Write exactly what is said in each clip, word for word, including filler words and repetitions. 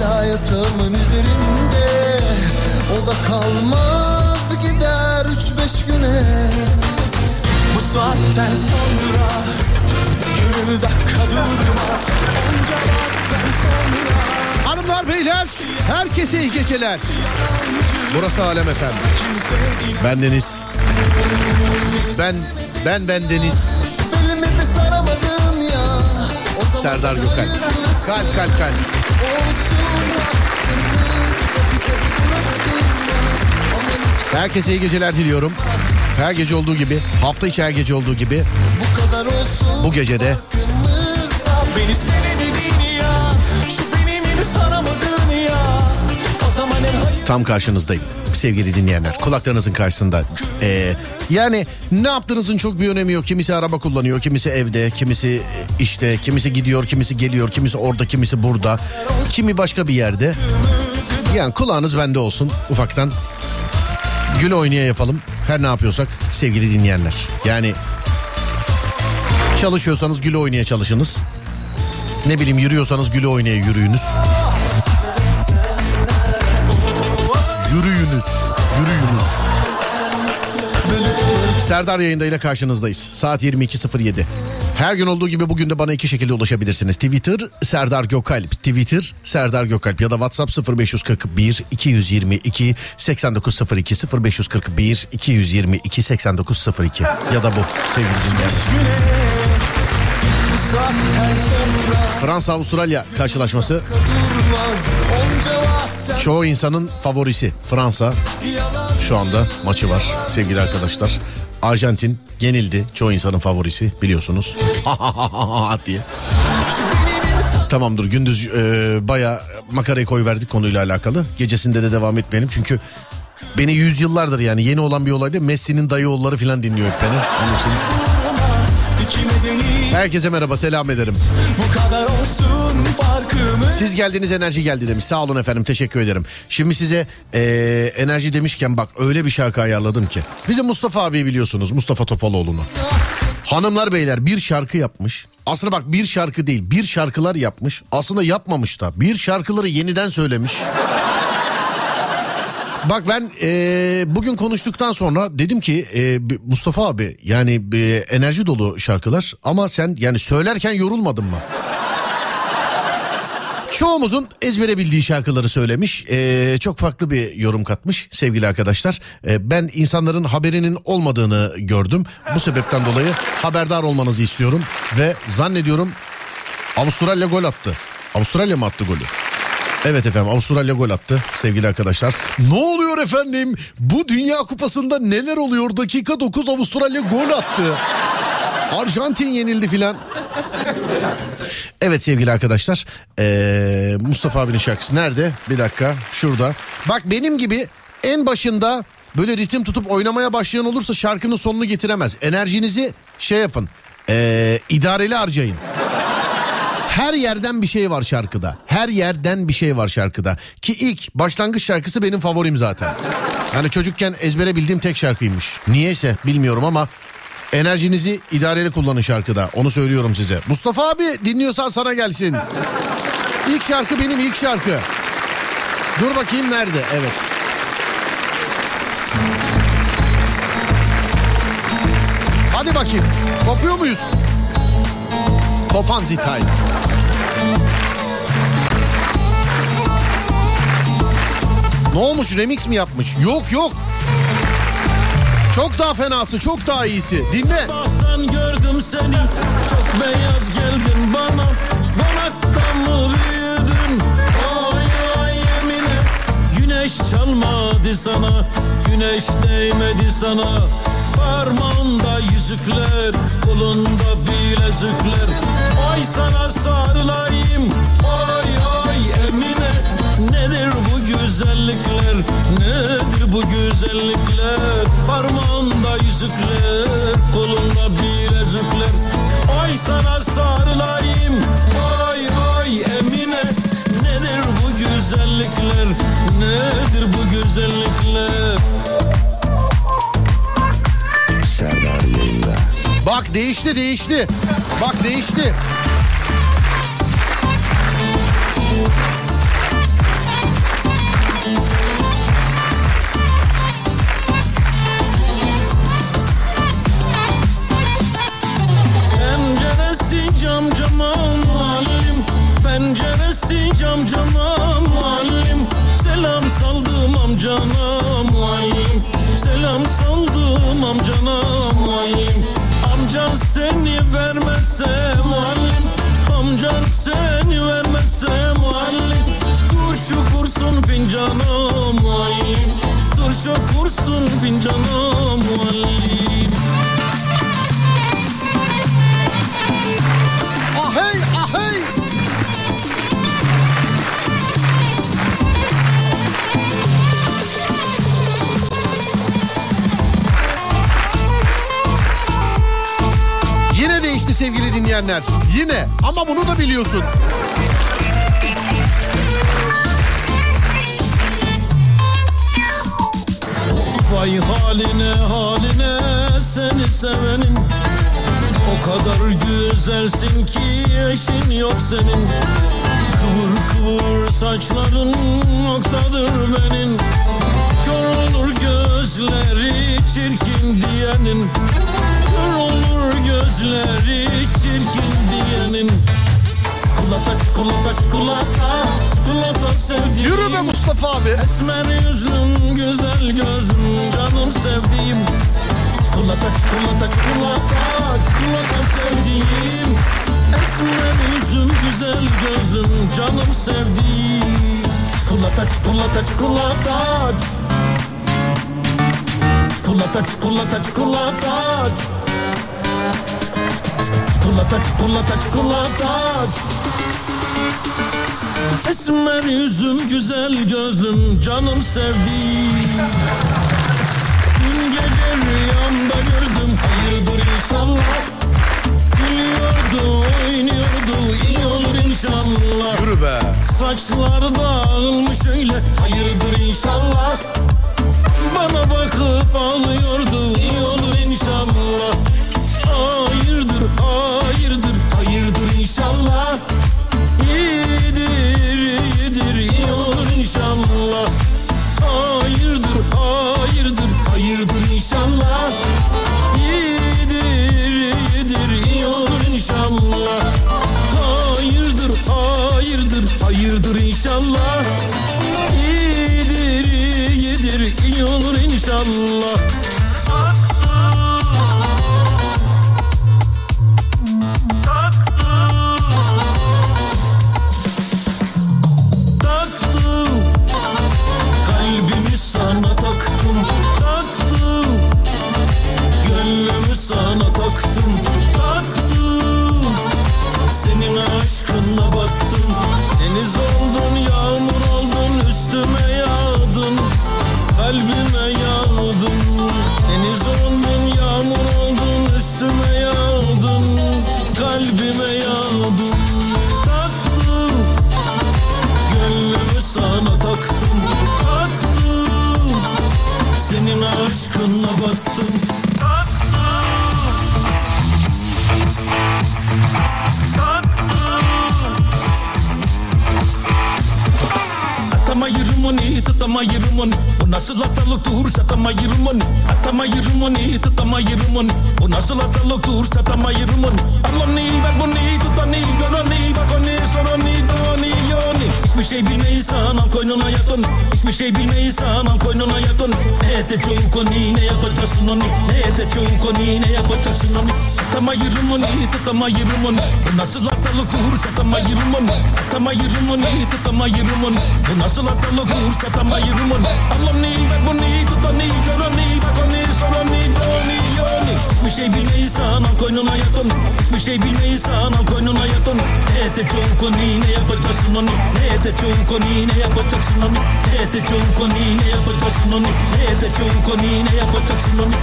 hala yatağımın üzerinde. O da kalmaz gider üç beş güne. Bu saatten sonra gönül dakika durmaz. Onca vakitten sonra. Hanımlar beyler herkese iyi geceler. Burası Alem Efem. Ben Deniz. Ben ben ben Deniz. Serdar Gökalp. Kalp kalp kalp. Herkese iyi geceler diliyorum. Her gece olduğu gibi, hafta içi her gece olduğu gibi bu gecede tam karşınızdayım sevgili dinleyenler. Kulaklarınızın karşısında. Ee, yani ne yaptığınızın çok bir önemi yok. Kimisi araba kullanıyor, kimisi evde, kimisi işte, kimisi gidiyor, kimisi geliyor, kimisi orada, kimisi burada, kimi başka bir yerde. Yani kulağınız bende olsun ufaktan. Gül oynaya yapalım. Her ne yapıyorsak sevgili dinleyenler. Yani çalışıyorsanız gül oynaya çalışınız. Ne bileyim yürüyorsanız gül oynaya yürüyünüz. Yürüyünüz, yürüyünüz. Serdar yayındayla karşınızdayız. Saat yirmi iki sıfır yedi. Her gün olduğu gibi bugün de bana iki şekilde ulaşabilirsiniz. Twitter Serdar Gökalp, Twitter Serdar Gökalp ya da WhatsApp sıfır beş kırk bir iki yüz yirmi iki seksen dokuz sıfır iki sıfır beş kırk bir iki yüz yirmi iki seksen dokuz sıfır iki ya da bu sevgili dinleyenler. Fransa Avustralya karşılaşması çoğu insanın favorisi. Fransa şu anda maçı var sevgili arkadaşlar. Arjantin yenildi, çoğu insanın favorisi biliyorsunuz. diye. Tamamdır, gündüz e, bayağı makarayı koyverdik konuyla alakalı. Gecesinde de devam etmeyelim çünkü beni yüzyıllardır, yani yeni olan bir olayda Messi'nin dayı oğulları falan dinliyor hep beni. Herkese merhaba, selam ederim. Siz geldiniz, enerji geldi demiş. Sağ olun efendim, teşekkür ederim. Şimdi size e, enerji demişken bak öyle bir şarkı ayarladım ki. Bizim Mustafa abi biliyorsunuz, Mustafa Topaloğlu'nu. Hanımlar beyler bir şarkı yapmış. Aslında bak bir şarkı değil, bir şarkılar yapmış. Aslında yapmamış da bir şarkıları yeniden söylemiş. Bak ben e, bugün konuştuktan sonra dedim ki e, Mustafa abi yani e, enerji dolu şarkılar ama sen yani söylerken yorulmadın mı? Çoğumuzun ezbere bildiği şarkıları söylemiş. Ee, çok farklı bir yorum katmış sevgili arkadaşlar. Ee, ben insanların haberinin olmadığını gördüm. Bu sebepten dolayı haberdar olmanızı istiyorum. Ve zannediyorum Avustralya gol attı. Avustralya mı attı golü? Evet efendim, Avustralya gol attı sevgili arkadaşlar. Ne oluyor efendim? Bu Dünya Kupası'nda neler oluyor? Dakika dokuz Avustralya gol attı. Arjantin yenildi filan. Evet sevgili arkadaşlar, ee, Mustafa abinin şarkısı nerede? Bir dakika, şurada. Bak benim gibi en başında böyle ritim tutup oynamaya başlayan olursa şarkının sonunu getiremez. Enerjinizi şey yapın, ee, idareli harcayın. Her yerden bir şey var şarkıda. Her yerden bir şey var şarkıda. Ki ilk başlangıç şarkısı benim favorim zaten. Yani çocukken ezbere bildiğim tek şarkıymış. Niyeyse bilmiyorum ama enerjinizi idareli kullanın şarkıda. Onu söylüyorum size. Mustafa abi dinliyorsan sana gelsin. İlk şarkı benim ilk şarkı. Dur bakayım nerede? Evet. Hadi bakayım. Kopuyor muyuz? Kopan Zitay. Ne olmuş, remix mi yapmış? Yok yok. Çok daha fenası, çok daha iyisi. Dinle. Sabahtan gördüm seni, çok beyaz geldin bana. Konakta mı büyüdün? Ay ay Emine. Güneş çalmadı sana, güneş değmedi sana. Parmağında yüzükler, kolunda bilezikler. Ay sana sarılayım, ay ay Emine. Nedir bu güzellikler, nedir bu güzellikler? Parmağında yüzükler, kolunda bilezikler. Ay sana sarılayım, ay ay Emine. Nedir bu güzellikler, nedir bu güzellikler? Serdar yayında. Bak değişti değişti. Bak değişti. Anam saldım amcana muallim. Amcan seni vermezse muallim. Amcan seni vermezse muallim. Dur şu kursun fincana muallim. Dur şu kursun fincana muallim. Ahey ahey. Yine değişti sevgili dinleyenler. Yine, ama bunu da biliyorsun. Vay haline haline seni sevenin. O kadar güzelsin ki eşin yok senin. Kıvır kıvır saçların noktadır benim. Kör olur gözleri çirkin diyenin. Kör olur gözleri çirkin diyenin. Çikolata çikolata çikolata çikolata sevdiğim. Yürü be Mustafa abi. Esmer yüzlüm güzel gözlüm canım sevdiğim. Çikolata çikolata çikolata çikolata sevdiğim. Esmer yüzüm güzel gözlüm canım sevdiğim. Çikolata çikolata çikolata çikolata çikolata çikolata çikolata çikolata çikolata. Esmer yüzüm güzel gözlüm canım sevdiğim. Dün gece rüyamda gördüm hayırdır inşallah. Gülüyordu oynuyordu iyi olur inşallah. Yürü be. Saçları dağılmış öyle hayırdır inşallah. Bana bakıp ağlıyordu iyi olur inşallah. Hayırdır hayırdır hayırdır inşallah. İyidir iyidir iyi olur inşallah. Hayırdır hayırdır hayırdır inşallah. İyidir iyidir iyi olur inşallah. Hayırdır hayırdır hayırdır inşallah. İyidir iyidir iyi olur inşallah. Atamayırım onu, o nasıl hastalıktır satamayırım onu. Atamayırım onu, tutamayırım onu, o nasıl hastalıktır satamayırım onu. Allah'ını ver bunu, tutanı, göreni, bak onu, sorani, doğani, yoni. Hiçbir şey bilmeysen al koynuna yatın. Hiçbir şey bilmeysen al koynuna yatın. Ne ete çok onu, ne yapacaksın onu. Ne ete çok onu, ne yapacaksın onu. Atamayırım onu, tutamayırım onu, o nasıl hastalıktır satamayırım onu. Atamayırım onu, tutamayırım onu, o nasıl hastalıktır satamayırım onu. Allah'ını ver bunu, tutanı, göreni, bak onu, sorani, doğani, yoni. Hiçbir şey bilmeysen al koynuna yatın. Hiçbir şey bilmeysen al koynuna yatın. Ne ete çok onu, ne yapacaksın onu. Ne ete çok onu, ne yapacaksın onu. Ne ete çok onu, ne yapacaksın onu. Ne ete çok onu, ne yapacaksın onu.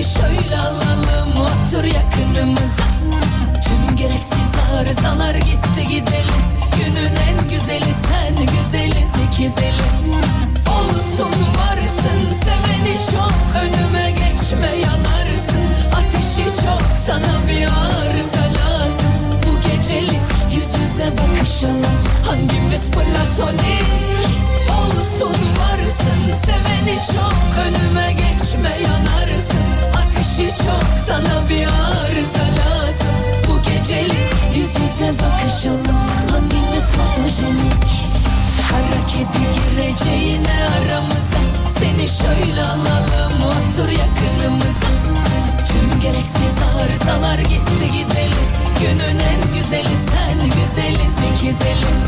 Seni şöyle alalım, otur yakınımıza. Tüm gereksiz arızalar gitti gidelim. Günün en güzeli sen, güzeliz gidelim. Olsun varsın, seveni çok, önüme geçme yanarsın. Ateşi çok, sana bir arıza lazım. Bu gecelik yüz yüze bakışalım, hangimiz platonik? Olsun varsın, seveni çok, önüme geçme yanarsın. Ateşi çok, sana bir arıza lazım. Bu gecelik yüz yüze bakışalım, hangimiz fotojenik? Kara kedi gireceğine aramıza. Seni şöyle alalım, otur yakınımıza. Tüm gereksiz arızalar gitti gidelim. Günün en güzeli sen, güzeliz gidelim.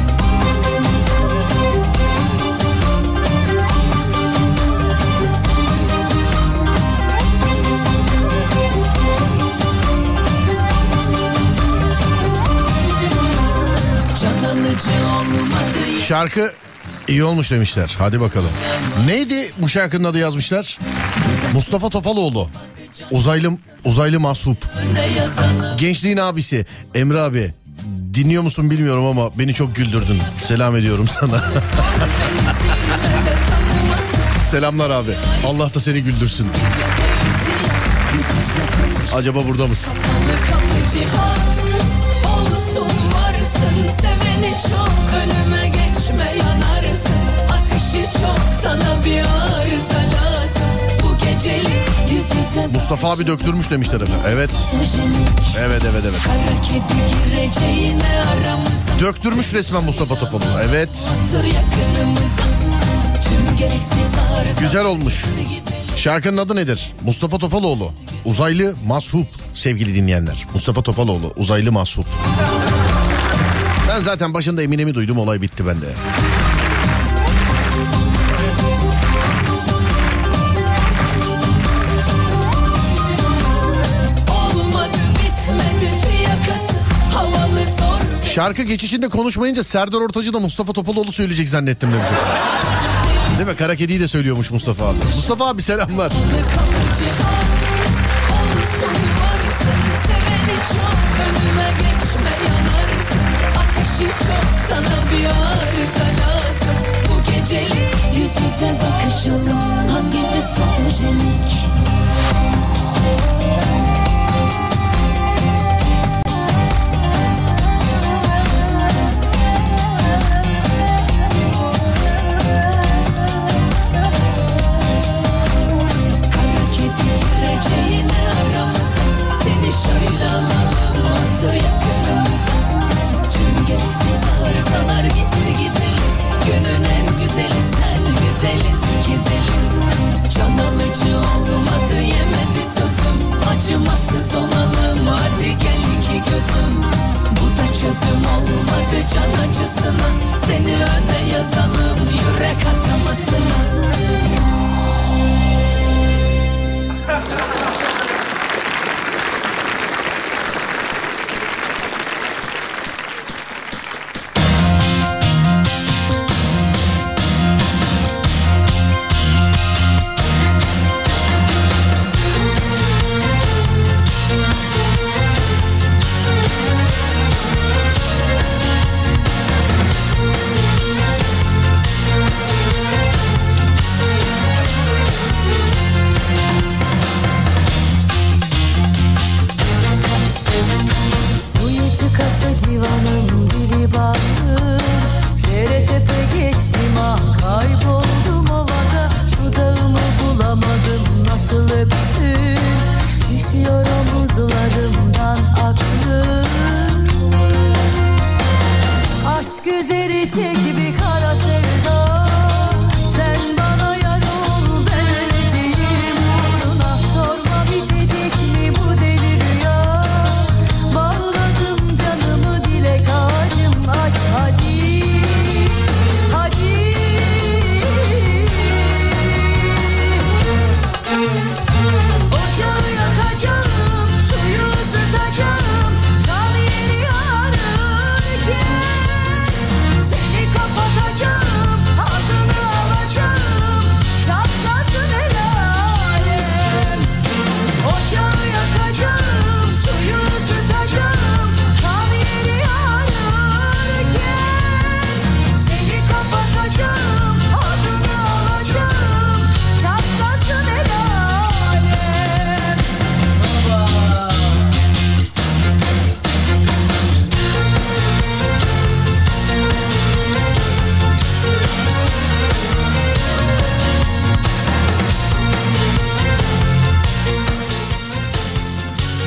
Şarkı iyi olmuş demişler. Hadi bakalım. Neydi bu şarkının adı yazmışlar? Mustafa Topaloğlu. Uzaylı uzaylı mahsup. Gençliğin abisi Emre abi. Dinliyor musun bilmiyorum ama beni çok güldürdün. Selam ediyorum sana. Selamlar abi. Allah da seni güldürsün. Acaba burada mısın? Seveni çok, önüme geçme yanarsın. Ateşi çok, sana bir arıza lazım. Bu gecelik yüz yüze. Mustafa abi döktürmüş demişler efendim. Evet. Evet evet evet. Kara kedi gireceğine aramıza. Döktürmüş resmen Mustafa Topaloğlu. Evet. Otur yakınımıza. Tüm gereksiz arıza. Güzel olmuş. Şarkının adı nedir? Mustafa Topaloğlu. Uzaylı Mahsup sevgili dinleyenler. Mustafa Topaloğlu. Uzaylı Mahsup. Ben zaten başında Eminem'i duydum, olay bitti bende. Olmadı, bitmedi fiyakası, havalı zor. Şarkı geçişinde konuşmayınca Serdar Ortaç'ı da Mustafa Topaloğlu söyleyecek zannettim demiş. Değil mi? Kara Kedi'yi de söylüyormuş Mustafa abi. Mustafa abi selamlar. Çok, sana bir arıza lazım. Bu gecelik yüz yüze bakışalım, hangimiz fotojenik? Kara kedi gireceğine aramıza. Seni şöyle alalım, otur yakınımıza. Gereksiz arızalar gitti gidelim. Günün en güzeli sen, güzeliz gidelim. Can alıcı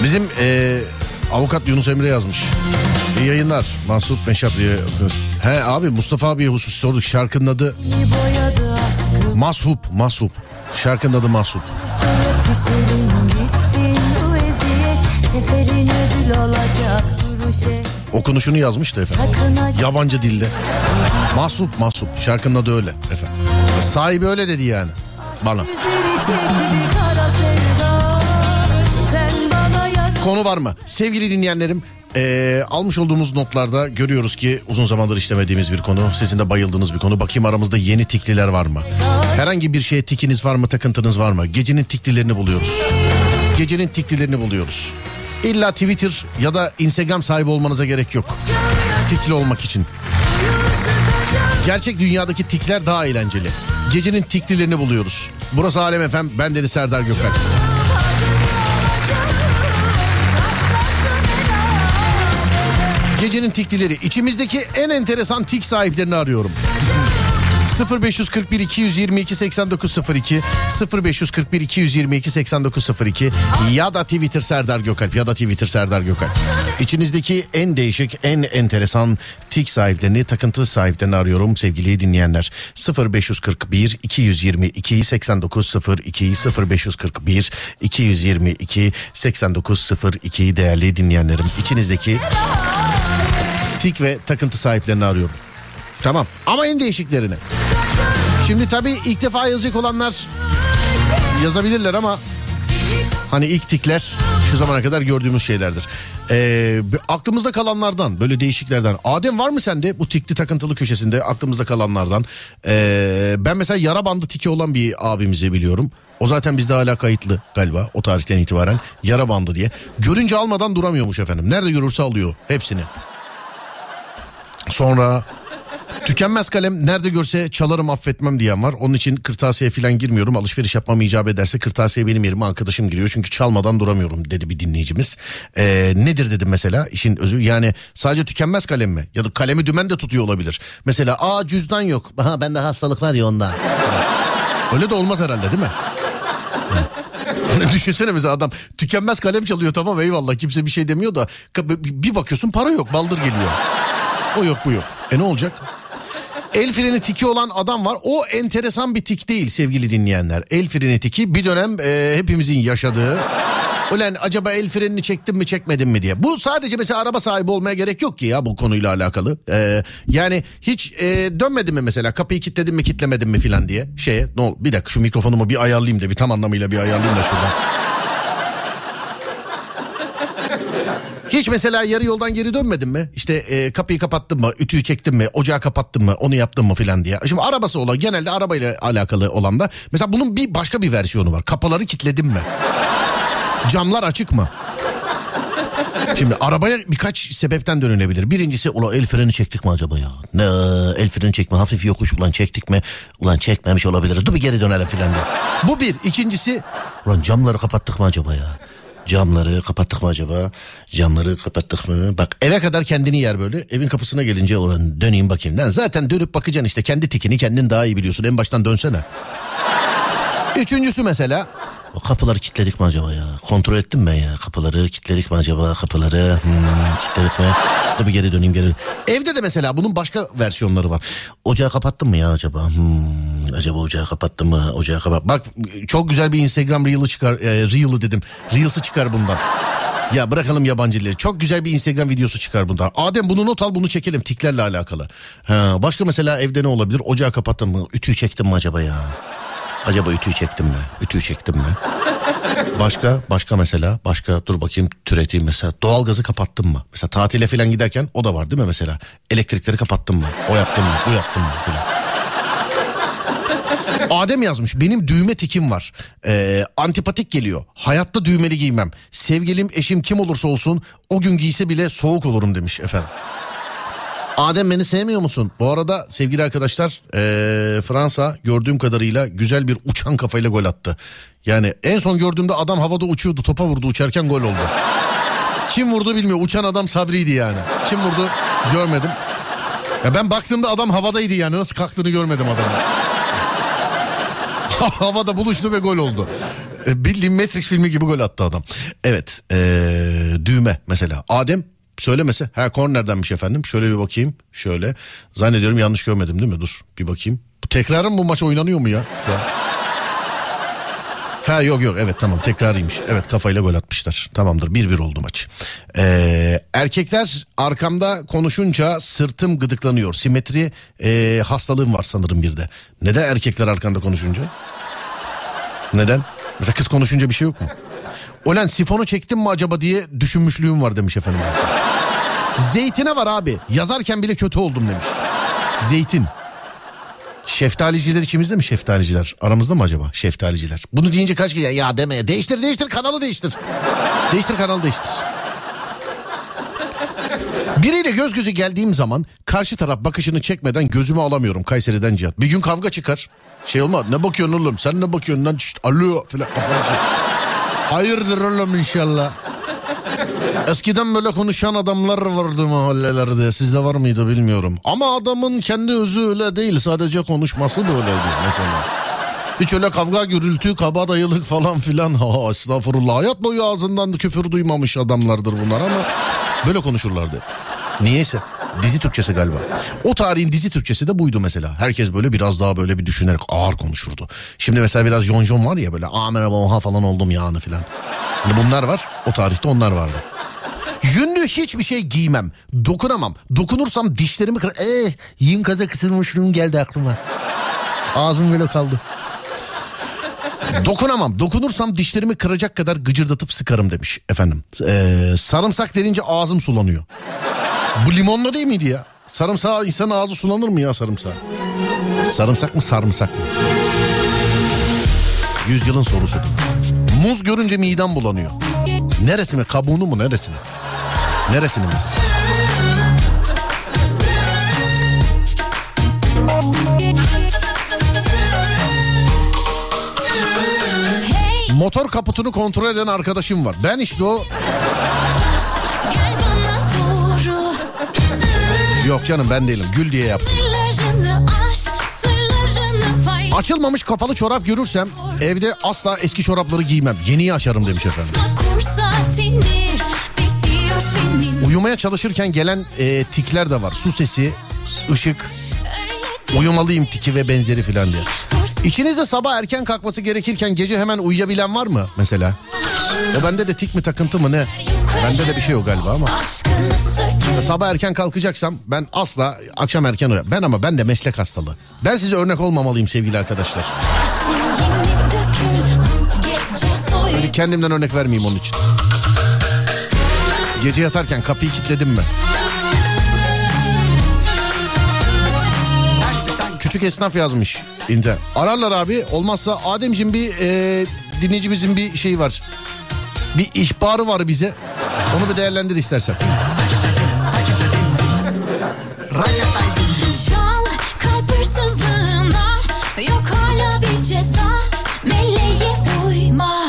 Bizim e, avukat Yunus Emre yazmış. İyi yayınlar. Mahsup Meşap diye. He abi Mustafa abiye husus sorduk. Şarkının adı Mashup. Mashup. Şarkının adı Mashup. Okunuşunu yazmış da efendim. Yabancı dilde. Mahsup mahsup. Şarkının adı öyle efendim. Sahibi öyle dedi yani bana. Konu var mı? Sevgili dinleyenlerim, ee, almış olduğumuz notlarda görüyoruz ki uzun zamandır işlemediğimiz bir konu. Sizin de bayıldığınız bir konu. Bakayım aramızda yeni tikliler var mı? Herhangi bir şeye tikiniz var mı, takıntınız var mı? Gecenin tiklilerini buluyoruz. Gecenin tiklilerini buluyoruz. İlla Twitter ya da Instagram sahibi olmanıza gerek yok. Tikli olmak için. Gerçek dünyadaki tikler daha eğlenceli. Gecenin tiklilerini buluyoruz. Burası Alem F M. Ben Deniz Serdar Gökalp. Gecenin tiklileri. İçimizdeki en enteresan tik sahiplerini arıyorum. sıfır beş kırk bir iki yüz yirmi iki seksen dokuz sıfır iki sıfır beş kırk bir iki yüz yirmi iki seksen dokuz sıfır iki ya da Twitter Serdar Gökalp ya da Twitter Serdar Gökalp. İçinizdeki en değişik, en enteresan tik sahiplerini, takıntı sahiplerini arıyorum sevgili dinleyenler. sıfır beş kırk bir iki yüz yirmi iki seksen dokuz sıfır iki sıfır beş kırk bir iki yüz yirmi iki seksen dokuz sıfır iki değerli dinleyenlerim. İçinizdeki tik ve takıntı sahiplerini arıyorum. Tamam ama en değişiklerini. Şimdi tabii ilk defa yazacak olanlar yazabilirler ama hani ilk tikler şu zamana kadar gördüğümüz şeylerdir. Ee, aklımızda kalanlardan, böyle değişiklerden. Adem var mı sende bu tikli takıntılı köşesinde aklımızda kalanlardan? Ee, ben mesela yara bandı tiki olan bir abimizi biliyorum. O zaten bizde hala kayıtlı galiba o tarihten itibaren, yara bandı diye. Görünce almadan duramıyormuş efendim. Nerede görürse alıyor hepsini. Sonra tükenmez kalem, nerede görse çalarım affetmem diyen var. Onun için kırtasiye falan girmiyorum. Alışveriş yapmam icap ederse kırtasiye benim yerime arkadaşım giriyor. Çünkü çalmadan duramıyorum dedi bir dinleyicimiz. Ee, nedir dedim mesela işin özü. Yani sadece tükenmez kalem mi? Ya da kalemi dümen de tutuyor olabilir. Mesela aa cüzdan yok. Ha bende hastalık var ya ondan. Öyle de olmaz herhalde değil mi? Düşünsene mesela adam tükenmez kalem çalıyor, tamam eyvallah kimse bir şey demiyor da bir bakıyorsun para yok, baldır geliyor. O yok bu yok. E ne olacak? El freni tiki olan adam var. O enteresan bir tik değil sevgili dinleyenler. El freni tiki bir dönem e, hepimizin yaşadığı. Ulan acaba el frenini çektim mi çekmedim mi diye. Bu sadece mesela araba sahibi olmaya gerek yok ki ya bu konuyla alakalı. Ee, yani hiç e, dönmedin mi mesela, kapıyı kilitledin mi kilitlemedin mi filan diye. Şeye ne ol, bir dakika şu mikrofonumu bir ayarlayayım da bir tam anlamıyla bir ayarlayayım da şuradan. Hiç mesela yarı yoldan geri dönmedin mi? İşte e, kapıyı kapattın mı, ütüyü çektin mi, ocağı kapattın mı, onu yaptın mı filan diye. Şimdi arabası olan, genelde arabayla alakalı olan da mesela bunun bir başka bir versiyonu var. Kapıları kilitledin mi? Camlar açık mı? Şimdi arabaya birkaç sebepten dönülebilir. Birincisi ulan el freni çektik mi acaba ya? Ne el freni çekme, hafif yokuş ulan çektik mi? Ulan çekmemiş olabiliriz. Dur bir geri dönelim filan diye. Bu bir. İkincisi ulan camları kapattık mı acaba ya? Camları kapattık mı acaba? Camları kapattık mı? Bak eve kadar kendini yer böyle. Evin kapısına gelince ulan döneyim bakayım. Lan zaten dönüp bakacaksın işte, kendi tikini kendin daha iyi biliyorsun. En baştan dönsene. Üçüncüsü mesela o kapıları kilitledik mi acaba ya? Kontrol ettim ben ya. Kapıları kilitledik mi acaba? Kapıları hmm, kilitledik mi? Tabii geri döneyim geri. Evde de mesela bunun başka versiyonları var. Ocağı kapattın mı ya acaba? Hmm, acaba ocağı kapattın mı? Ocağı kapat. Bak çok güzel bir Instagram Reel'ı çıkar. E, Reel'ı dedim. Reels'ı çıkar bundan. Ya bırakalım yabancı dilleri. Çok güzel bir Instagram videosu çıkar bundan. Adem bunu not al, bunu çekelim tiklerle alakalı. Ha, başka mesela evde ne olabilir? Ocağı kapattın mı? Ütüyü çektin mi acaba ya? Acaba ütüyü çektim mi? Ütüyü çektim mi? Başka, başka mesela, başka dur bakayım türeteyim mesela. Doğalgazı kapattın mı? Mesela tatile falan giderken o da var değil mi mesela? Elektrikleri kapattın mı? O yaptın mı? Bu yaptın mı? Falan. Adem yazmış, benim düğme tikim var. Ee, antipatik geliyor. Hayatta düğmeli giymem. Sevgilim, eşim kim olursa olsun o gün giyse bile soğuk olurum demiş efendim. Adem beni sevmiyor musun? Bu arada sevgili arkadaşlar ee, Fransa gördüğüm kadarıyla güzel bir uçan kafayla gol attı. Yani en son gördüğümde adam havada uçuyordu, topa vurdu, uçarken gol oldu. Kim vurdu bilmiyor, uçan adam Sabri'ydi yani. Kim vurdu görmedim. Ya ben baktığımda adam havadaydı yani, nasıl kalktığını görmedim adamın. Havada buluştu ve gol oldu. Bildiğin Matrix filmi gibi gol attı adam. Evet ee, düğme mesela. Adem söylemese. Ha kornerdenmiş efendim. Şöyle bir bakayım. Şöyle. Zannediyorum yanlış görmedim değil mi? Dur bir bakayım. Bu tekrarın bu maç oynanıyor mu ya şu an? Ha yok yok evet tamam tekrarıymış. Evet kafayla gol atmışlar. Tamamdır bir bir oldu maç. Ee, erkekler arkamda konuşunca sırtım gıdıklanıyor. Simetri e, hastalığım var sanırım bir de. Neden erkekler arkanda konuşunca? Neden? Mesela kız konuşunca bir şey yok mu? Ulan sifonu çektim mi acaba diye düşünmüşlüğüm var demiş efendim. Zeytine var abi. Yazarken bile kötü oldum demiş. Zeytin. Şeftaliciler içimizde mi şeftaliciler? Aramızda mı acaba şeftaliciler? Bunu deyince kaç kişi ya, ya deme. Değiştir değiştir kanalı değiştir. Değiştir kanalı değiştir. Biriyle göz göze geldiğim zaman karşı taraf bakışını çekmeden gözümü alamıyorum. Kayseri'den Cihat. Bir gün kavga çıkar. Şey olmaz. Ne bakıyorsun oğlum? Sen ne bakıyorsun lan? Şşt, alo falan. Hayırdır oğlum inşallah. Eskiden böyle konuşan adamlar vardı mahallelerde. Sizde var mıydı bilmiyorum. Ama adamın kendi özü öyle değil. Sadece konuşması da öyleydi mesela. Hiç öyle kavga, gürültü, kabadayılık falan filan. Ha, estağfurullah. Hayat boyu ağzından küfür duymamış adamlardır bunlar ama böyle konuşurlardı. Niyeyse. Dizi Türkçesi galiba. O tarihin dizi Türkçesi de buydu mesela. Herkes böyle biraz daha böyle bir düşünerek ağır konuşurdu. Şimdi mesela biraz Jon Jon var ya böyle aa merhaba oha falan oldum yani filan. Hani bunlar var. O tarihte onlar vardı. Yünlü hiçbir şey giymem. Dokunamam. Dokunursam dişlerimi kırar. Eh yün kaza kısılmışlığım geldi aklıma. Ağzım böyle kaldı. Dokunamam. Dokunursam dişlerimi kıracak kadar gıcırdatıp sıkarım demiş efendim. Ee, sarımsak denince ağzım sulanıyor. Bu limonla değil miydi ya? Sarımsağı insanın ağzı sulanır mı ya sarımsağı? Sarımsak mı sarımsak mı? Yüzyılın sorusu. Muz görünce midem bulanıyor. Neresi mi? Kabuğunu mu? Neresini? Neresini mesela? Motor kaputunu kontrol eden arkadaşım var. Ben işte o... Yok canım ben değilim. Gül diye yaptım. Açılmamış kapalı çorap görürsem evde asla eski çorapları giymem. Yeniyi açarım demiş efendim. Uyumaya çalışırken gelen e, tikler de var. Su sesi, ışık, uyumalıyım tiki ve benzeri filan diye. İçinizde sabah erken kalkması gerekirken gece hemen uyuyabilen var mı mesela? O bende de tik mi takıntı mı ne? Bende de bir şey yok galiba ama. Sabah erken kalkacaksam ben asla akşam erken uyuyamam. Ben ama ben de meslek hastalığı. Ben size örnek olmamalıyım sevgili arkadaşlar. Böyle kendimden örnek vermeyeyim onun için. Gece yatarken kapıyı kilitledim mi? Küçük esnaf yazmış İnter. Ararlar abi. Olmazsa Ademciğim bir e, dinleyicimizin bir şeyi var. Bir ihbarı var bize. Onu bir değerlendir istersen. Çal kalp hırsızlığına, yok hala bir ceza, meleğe uyma.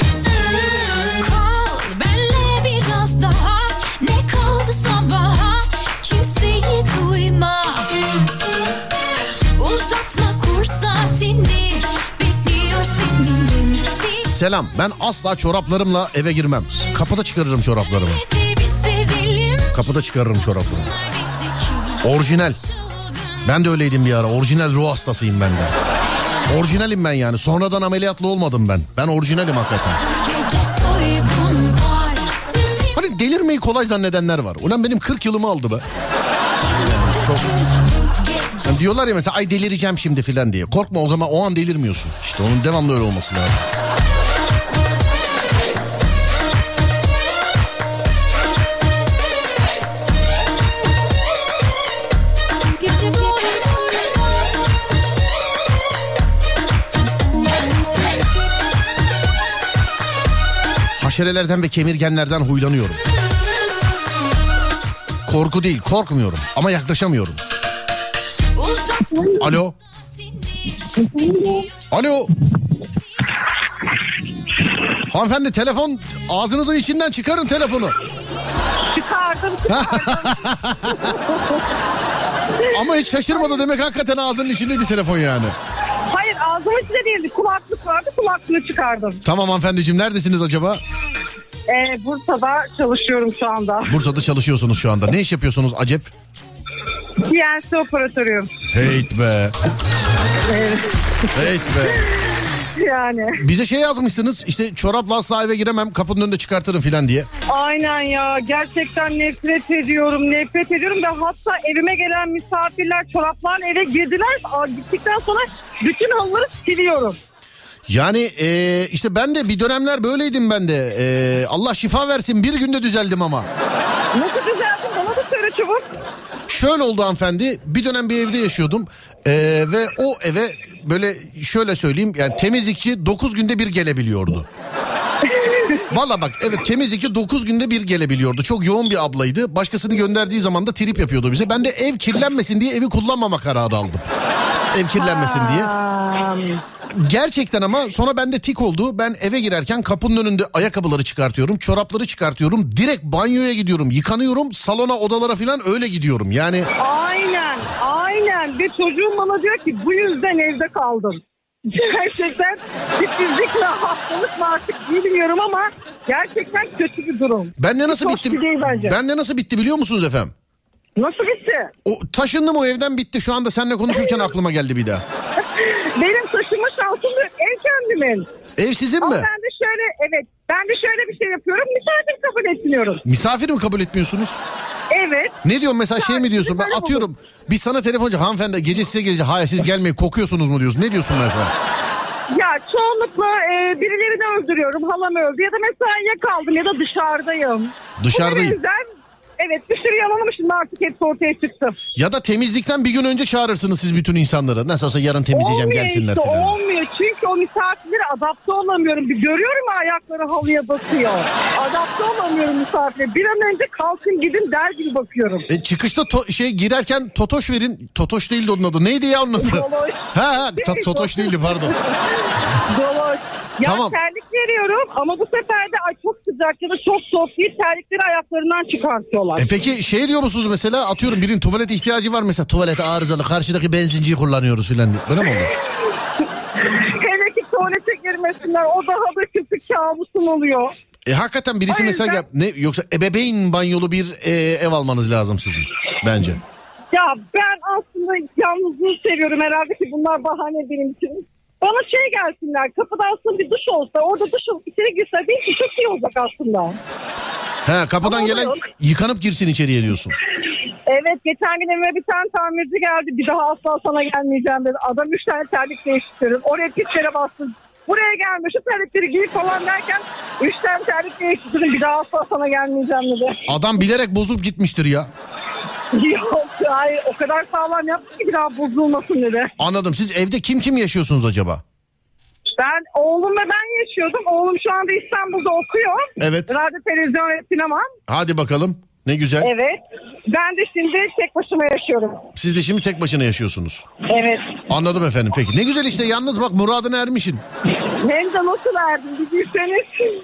Kal benle biraz daha, ne kaldı sabaha, kimseyi duyma. Uzatma kur saatini, bekliyor senin. Selam, ben asla çoraplarımla eve girmem. Kapıda çıkarırım çoraplarımı. Kapıda çıkarırım çoraplarımı. Orijinal. Ben de öyleydim bir ara. Orijinal ruh hastasıyım ben de. Orijinalim ben yani. Sonradan ameliyatlı olmadım ben. Ben orijinalim hakikaten. Hani delirmeyi kolay zannedenler var. Ulan benim kırk yılımı aldı be. Çok. Yani diyorlar ya mesela ay delireceğim şimdi filan diye. Korkma o zaman o an delirmiyorsun. İşte onun devamlı öyle olması lazım. Haşerelerden ve kemirgenlerden huylanıyorum. Korku değil, korkmuyorum ama yaklaşamıyorum. Alo. Alo. Hanımefendi telefon ağzınızın içinden çıkarın telefonu. Çıkardım çıkardım. Ama hiç şaşırmadı demek hakikaten ağzının içindeydi telefon yani. Hayır ağzımın içinde değildi. Kulaklık vardı, kulaklığı çıkardım. Tamam hanımefendiciğim, neredesiniz acaba? Ee, Bursa'da çalışıyorum şu anda. Bursa'da çalışıyorsunuz şu anda. Ne iş yapıyorsunuz acep? P N C operatörüyüm. Heyt be. Evet. Heyt be. Yani. Bize şey yazmışsınız işte, çorapla asla eve giremem, kapının önünde çıkartırım filan diye. Aynen ya, gerçekten nefret ediyorum nefret ediyorum ve hatta evime gelen misafirler çoraplarla eve girdiler, gittikten sonra bütün halıları siliyorum. Yani e, işte ben de bir dönemler böyleydim ben de. E, Allah şifa versin, bir günde düzeldim ama. Nasıl düzeldin, bana da söyle çabuk. Şöyle oldu hanımefendi, bir dönem bir evde yaşıyordum e, ve o eve böyle şöyle söyleyeyim, yani temizlikçi dokuz günde bir gelebiliyordu. Valla bak, evet, temizlikçi dokuz günde bir gelebiliyordu. Çok yoğun bir ablaydı. Başkasını gönderdiği zaman da trip yapıyordu bize. Ben de ev kirlenmesin diye evi kullanmama kararı aldım. Ev kirlenmesin diye. Gerçekten ama sonra bende tik oldu. Ben eve girerken kapının önünde ayakkabıları çıkartıyorum, çorapları çıkartıyorum. Direkt banyoya gidiyorum, yıkanıyorum, salona, odalara falan öyle gidiyorum. Yani Aynen, aynen. Ve çocuğum bana diyor ki bu yüzden evde kaldım. Gerçekten titizlik mi, hastalık mı artık bilmiyorum ama gerçekten kötü bir durum. bende nasıl Çok bitti? iyi değil bence. Bende nasıl bitti biliyor musunuz efendim? Nasıl bitti? O taşındım, o evden bitti. Şu anda seninle konuşurken aklıma geldi bir daha. Benim taşınma şansım da ev kendimin. Ev sizin Ama mi? ben de şöyle, evet, ben de şöyle bir şey yapıyorum. Misafir kabul etmiyorum. Misafir mi kabul etmiyorsunuz? Evet. Ne diyorsun mesela, şey mi diyorsun? Ben Misafir atıyorum. Biz sana telefoncu, hanımefendi gece size gelecek. Hayır siz gelmeyin, kokuyorsunuz mu diyorsun? Ne diyorsun mesela? Ya çoğunlukla e, birilerini öldürüyorum. Halam öldü ya da mesaiye kaldım ya da dışarıdayım. Dışarıdayım. Bu yüzden evet, bir sürü yalanım şimdi artık hepsi ortaya çıktı. Ya da temizlikten bir gün önce çağırırsınız siz bütün insanları. Nasıl olsa yarın temizleyeceğim, Olmuyor gelsinler işte, falan. olmuyor çünkü o misafirlere adapte olamıyorum. Bir görüyorum ayakları halıya basıyor. Adapte olamıyorum misafire. Bir an önce kalkın gidin der gibi bakıyorum. E çıkışta to- şey girerken totoş verin. Totoş değildi onun adı. Neydi ya onun adı? Doloş. ha ha ta- totoş değildi, pardon. Dolaş. Ya Tamam. terlik veriyorum ama bu sefer de ay çok sıcak ya da çok soğuk değil, terlikleri ayaklarından çıkartıyorlar. E peki şey diyor musunuz mesela, atıyorum birinin tuvalet ihtiyacı var mesela, tuvalet arızalı, karşıdaki benzinciyi kullanıyoruz filan, böyle mi oluyor? Hele ki tuvalete girmesinler, o daha da kötü, kabusum oluyor. E hakikaten birisi O mesela yüzden- yap- ne yoksa ebeveyn banyolu bir e, ev almanız lazım sizin bence. Ya ben aslında yalnızlığı seviyorum herhalde ki bunlar bahane benim için. Bana şey gelsinler, kapıda aslında bir duş olsa, orada duş olup içeri girse belki çok iyi olacak aslında. He, kapıdan Ama gelen yok. yıkanıp girsin içeriye diyorsun. Evet, geçen gün evime bir tane tamirci geldi, bir daha asla sana gelmeyeceğim dedi. Adam üç tane terlik değiştirdim, oraya pitlere bastım. Buraya gelme, şu terlikleri giy falan derken üç tane terlik değiştirdim, bir daha asla sana gelmeyeceğim dedi. Adam bilerek bozup gitmiştir ya. Yok, hayır, o kadar sağlam yaptı ki bir daha bozulmasın dedi. Anladım. Siz evde kim kim yaşıyorsunuz acaba? Ben oğlum ve ben yaşıyordum. Oğlum şu anda İstanbul'da okuyor. Evet. Radyo, televizyon ve sinema. Hadi bakalım. Ne güzel. Evet. Ben de şimdi tek başıma yaşıyorum. Siz de şimdi tek başına yaşıyorsunuz. Evet. Anladım efendim. Peki ne güzel işte, yalnız bak muradına ermişsin. Hem de nasıl erdim bilirseniz.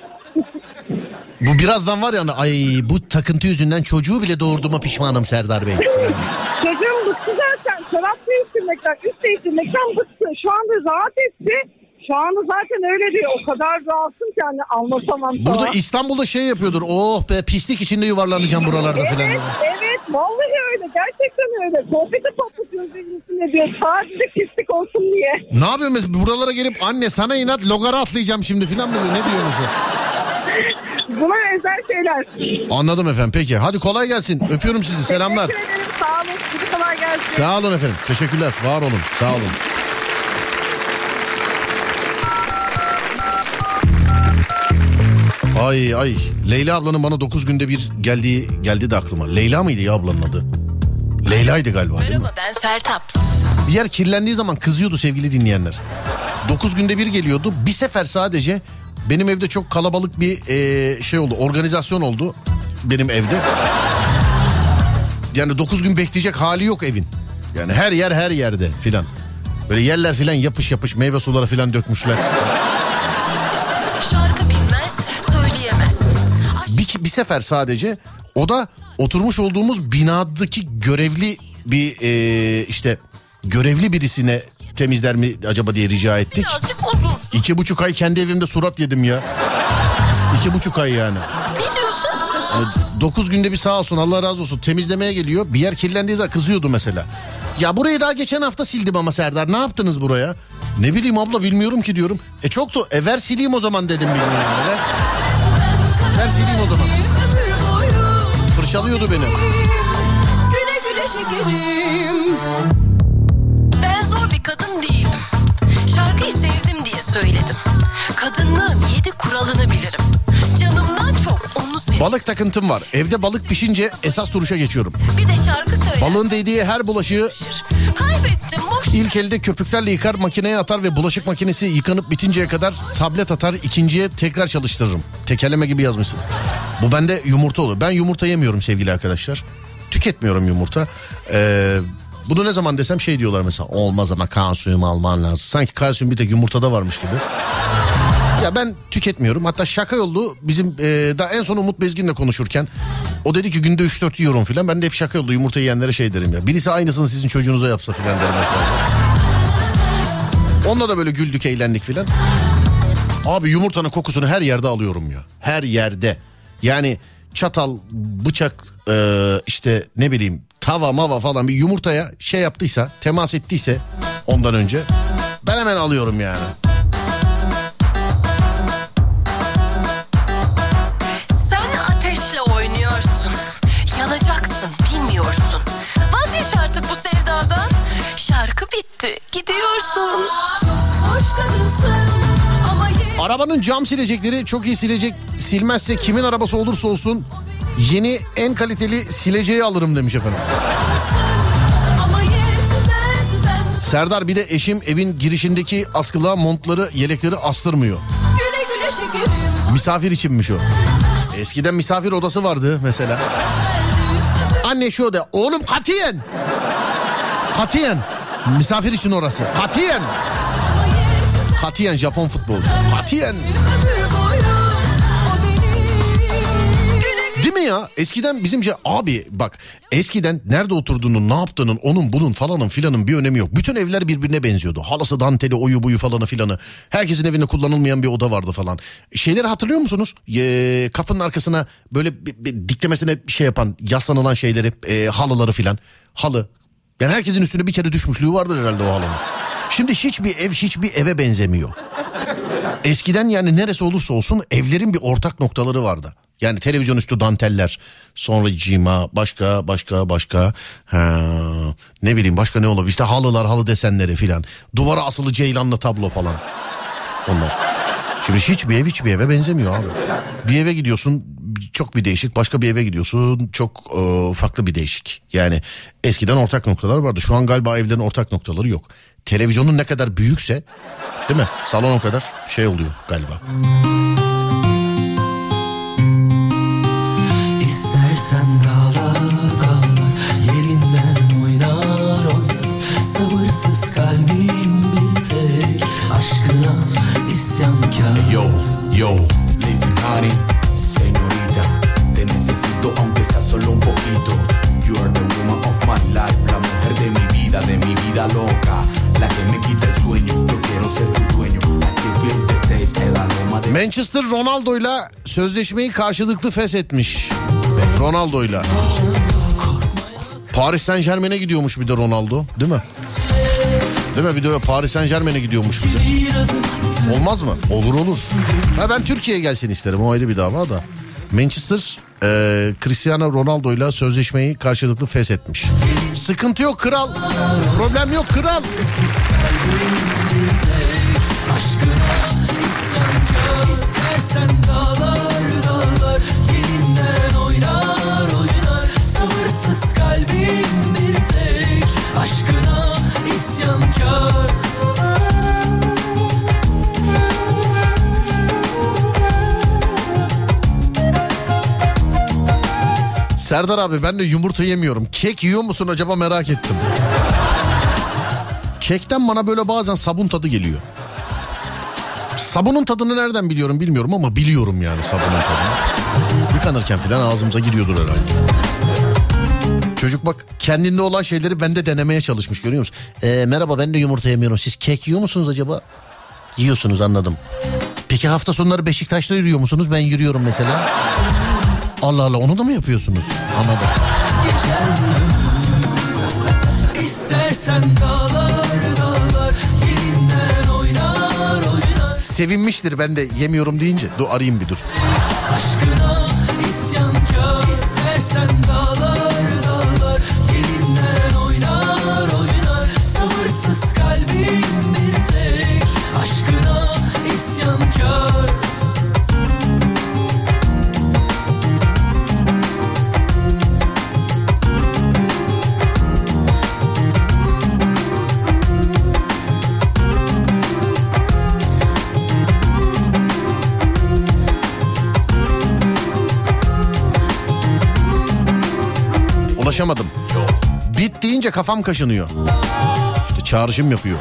Bu birazdan var ya, ay bu takıntı yüzünden çocuğu bile doğurduğuma pişmanım Serdar Bey. Çocuğum bıktı zaten. Çorap değiştirmekten, üst değiştirmekten bıktı. Şu anda rahat etti. Şu anda zaten öyle değil. O kadar rahatsın ki hani anlatamam sana. Burada İstanbul'da şey yapıyordur. Oh be, pislik içinde yuvarlanacağım buralarda Evet, falan. evet. Vallahi öyle. Gerçekten öyle. Sohbeti patlatıyoruz ne diyor. Sadece pislik olsun diye. Ne yapıyor mesela, buralara gelip anne sana inat logara atlayacağım şimdi falan mı diyor? Ne diyor mesela? Buna özel şeyler. Anladım efendim, peki. Hadi kolay gelsin. Öpüyorum sizi. Selamlar. Teşekkür ederim. Sağ olun. Size kolay gelsin. Sağ olun efendim. Teşekkürler. Var olun. Sağ olun. Ay ay. Leyla ablanın bana dokuz günde bir geldiği geldi de aklıma. Leyla mıydı ya ablanın adı? Leyla'ydı galiba, değil mi? Merhaba, ben Sertap. Bir yer kirlendiği zaman kızıyordu sevgili dinleyenler. Dokuz günde bir geliyordu. Bir sefer sadece benim evde çok kalabalık bir e, şey oldu. Organizasyon oldu benim evde. Yani dokuz gün bekleyecek hali yok evin. Yani her yer her yerde filan. Böyle yerler filan yapış yapış, meyve suları filan dökmüşler. Şarkı bilmez, söyleyemez. Bir, bir sefer sadece, o da oturmuş olduğumuz binadaki görevli bir e, işte görevli birisine temizler mi acaba diye rica ettik. Birazcık uzun. İki buçuk ay kendi evimde surat yedim ya. İki buçuk ay yani. Ne diyorsun? Yani dokuz günde bir sağ olsun, Allah razı olsun, temizlemeye geliyor. Bir yer kirlendiği zaman kızıyordu mesela. Ya burayı daha geçen hafta sildim ama Serdar, ne yaptınız buraya? Ne bileyim abla, bilmiyorum ki diyorum. E çok da e ver sileyim o zaman dedim bilmiyorum. Ver, ver sileyim o zaman. Fırçalıyordu beni. Güle güle şekerim. Ben zor bir kadın değilim. Şarkıyı sevdim diye söyledim. Kadınlığın yedi kuralını bilirim. Canımdan çok onu seviyorum. Balık takıntım var. Evde balık pişince esas duruşa geçiyorum. Bir de şarkı söyle. Balığın değdiği her bulaşığı Kaybettim boş. ilk elde köpüklerle yıkar, makineye atar ve bulaşık makinesi yıkanıp bitinceye kadar tablet atar, ikinciye tekrar çalıştırırım. Tekerleme gibi yazmışsınız. Bu bende yumurta olur. Ben yumurta yemiyorum sevgili arkadaşlar. Tüketmiyorum yumurta. Ee, bunu ne zaman desem şey diyorlar mesela, olmaz ama kalsiyum alman lazım. Sanki kalsiyum bir tek yumurtada varmış gibi. Ya ben tüketmiyorum. Hatta şaka yollu bizim e, daha en son Umut Bezgin'le konuşurken o dedi ki günde üç dört yiyorum filan. Ben de hep şaka yollu yumurta yiyenlere şey derim ya. Birisi aynısını sizin çocuğunuza yapsa filan derim mesela. Onunla da böyle güldük, eğlendik filan. Abi yumurtanın kokusunu her yerde alıyorum ya. Her yerde. Yani çatal, bıçak, e, işte ne bileyim tava mava falan bir yumurtaya şey yaptıysa, temas ettiyse ondan önce ben hemen alıyorum yani. Bitti, gidiyorsun. Arabanın cam silecekleri çok iyi silecek. Silmezse kimin arabası olursa olsun yeni en kaliteli sileceği alırım demiş efendim. Serdar bir de eşim evin girişindeki askılığa montları, yelekleri astırmıyor. Misafir içinmiş o. Eskiden misafir odası vardı mesela. Anne şu oda. Oğlum katiyen. Katiyen. Misafir için orası. Katiyen. Katiyen Japon futbolu. Katiyen. Değil mi ya? Eskiden bizim şey... Abi bak, eskiden nerede oturduğunun, ne yaptığının, onun bunun falanın filanın bir önemi yok. Bütün evler birbirine benziyordu. Halası danteli, oyu buyu falanı filanı. Herkesin evinde kullanılmayan bir oda vardı falan. Şeyleri hatırlıyor musunuz? Ee, kapının arkasına böyle bir, bir diklemesine şey yapan, yaslanılan şeyleri, e, halıları filan. Halı. Yani herkesin üstüne bir kere düşmüşlüğü vardır herhalde o halının. Şimdi hiçbir ev hiçbir eve benzemiyor. Eskiden yani neresi olursa olsun evlerin bir ortak noktaları vardı. Yani televizyon üstü danteller, sonra cima, başka başka başka ha, ne bileyim başka ne olabilir? İşte halılar, halı desenleri filan. Duvara asılı ceylanlı tablo falan. Onlar. Şimdi hiçbir ev hiçbir eve benzemiyor abi. Bir eve gidiyorsun çok bir değişik, başka bir eve gidiyorsun çok e, farklı bir değişik. Yani eskiden ortak noktalar vardı. Şu an galiba evlerin ortak noktaları yok. Televizyonun ne kadar büyükse, değil mi? Salon o kadar şey oluyor galiba. İstersen dağlar dağlar yerinden oynar oynar. Sabırsız kalbim bir tek aşkına isyankar. Yo, yo, listen honey, señorita, te necesito aunque sea solo un poquito. You are the woman of my life, la mujer de mi vida, de mi vida loca, la que me quita el sueño. Yo quiero ser tu dueño. I still feel the taste, el aroma de... Manchester Ronaldo'yla sözleşmeyi karşılıklı feshetmiş. Ronaldo'yla. Paris Saint-Germain'e gidiyormuş bir de Ronaldo, değil mi? Değil mi? Bir de Paris Saint-Germain'e gidiyormuş bir de. Olmaz mı? Olur olur. Ha, ben Türkiye'ye gelsin isterim, o ayrı bir dava da. Manchester e, Cristiano Ronaldo'yla sözleşmeyi karşılıklı feshetmiş. Sıkıntı yok kral. Problem yok kral. İstersen dağlar dağlar yerinden oynar oynar. Sabırsız kalbim bir tek aşkına isyankar. Serdar abi ben de yumurta yemiyorum. Kek yiyor musun acaba, merak ettim. Kekten bana böyle bazen sabun tadı geliyor. Sabunun tadını nereden biliyorum bilmiyorum ama biliyorum yani sabunun tadını. Yıkanırken falan ağzımıza giriyordur herhalde. Çocuk bak kendinde olan şeyleri bende denemeye çalışmış, görüyor musun? Ee, merhaba, ben de yumurta yemiyorum. Siz kek yiyor musunuz acaba? Yiyorsunuz, anladım. Peki hafta sonları Beşiktaş'ta yürüyor musunuz? Ben yürüyorum mesela. Allah Allah, onu da mı yapıyorsunuz? Anladım. İstersen dağlar dağlar yerinden oynar oynar. Sevinmiştir ben de yemiyorum deyince. Dur arayayım bir dur. Aşkına isyankar. İstersen dağlar dağlar yerinden oynar oynar. Sabırsız kalbim bir tek aşkına isyankar. Ulaşamadım. Bit deyince kafam kaşınıyor. İşte çağrışım yapıyor.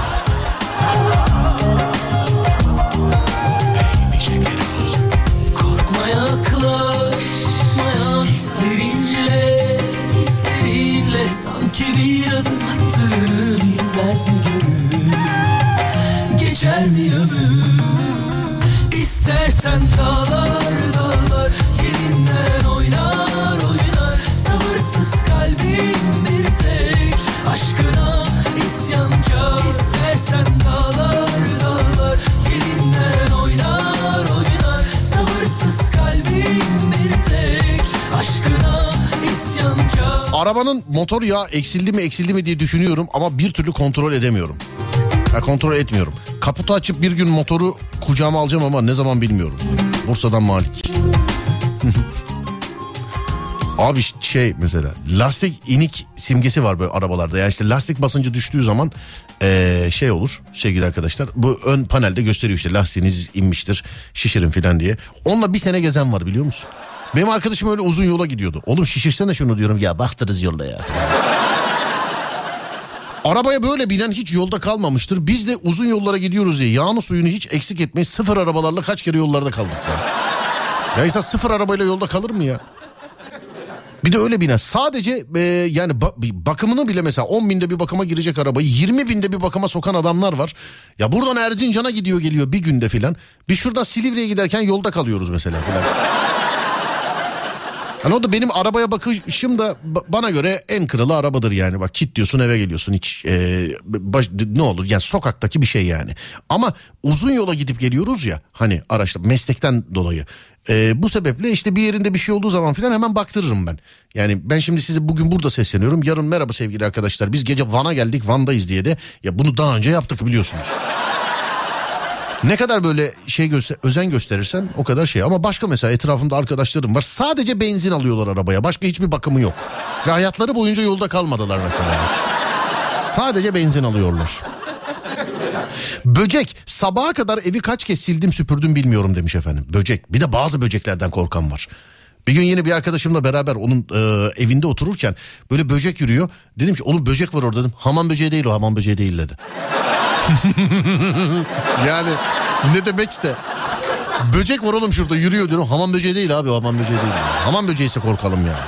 Korkma yaklaşmaya hislerinle, hislerinle sanki bir adım attığını bilmez mi gönül? Geçer mi ömür? İstersen dağlar dağlar yerinden oynar oynar. Sabırsız kalbim bir tek aşkına isyankar. İstersen dağlar dağlar yerinden oynar oynar. Sabırsız kalbim bir tek aşkına isyankar. Arabanın motor yağı eksildi mi eksildi mi diye düşünüyorum ama bir türlü kontrol edemiyorum. Ya kontrol etmiyorum. Kaputu açıp bir gün motoru kucağıma alacağım ama ne zaman bilmiyorum. Bursa'dan Malik. Abi şey mesela lastik inik simgesi var böyle arabalarda. Yani işte lastik basıncı düştüğü zaman ee, şey olur sevgili arkadaşlar. Bu ön panelde gösteriyor işte lastiğiniz inmiştir, şişirin filan diye. Onunla bir sene gezen var, biliyor musun? Benim arkadaşım öyle uzun yola gidiyordu. Oğlum şişirsene şunu diyorum, ya baktınız yolda ya. Arabaya böyle binen hiç yolda kalmamıştır. Biz de uzun yollara gidiyoruz diye yağını suyunu hiç eksik etmeyiz. Sıfır arabalarla kaç kere yollarda kaldık ya. Ya insan sıfır arabayla yolda kalır mı ya? Bir de öyle binen. Sadece e, yani ba- bakımını bile mesela on binde bir bakıma girecek arabayı yirmi binde bir bakıma sokan adamlar var. Ya buradan Erzincan'a gidiyor geliyor bir günde filan. Biz şuradan Silivri'ye giderken yolda kalıyoruz mesela filan. Yani o da benim arabaya bakışım da bana göre en kralı arabadır yani. Bak kilitliyorsun, eve geliyorsun, hiç e, baş, ne olur yani sokaktaki bir şey yani. Ama uzun yola gidip geliyoruz ya hani araçta meslekten dolayı. E, bu sebeple işte bir yerinde bir şey olduğu zaman filan hemen baktırırım ben. Yani ben şimdi size bugün burada sesleniyorum. Yarın merhaba sevgili arkadaşlar, biz gece Van'a geldik, Van'dayız diye de ya bunu daha önce yaptık biliyorsunuz. Ne kadar böyle şey göster özen gösterirsen o kadar şey. Ama başka mesela etrafımda arkadaşlarım var. Sadece benzin alıyorlar arabaya. Başka hiçbir bakımı yok. Ve hayatları boyunca yolda kalmadılar mesela hiç. Sadece benzin alıyorlar. Böcek. Sabaha kadar evi kaç kez sildim süpürdüm bilmiyorum demiş efendim. Böcek. Bir de bazı böceklerden korkan var. Bir gün yine bir arkadaşımla beraber onun e, evinde otururken böyle böcek yürüyor. Dedim ki oğlum böcek var orada dedim. Hamam böceği değil o, hamam böceği değil dedi. Yani ne demek işte. Böcek var oğlum şurada yürüyor diyorum. Hamam böceği değil abi, o hamam böceği değil. Hamam böceği ise korkalım yani.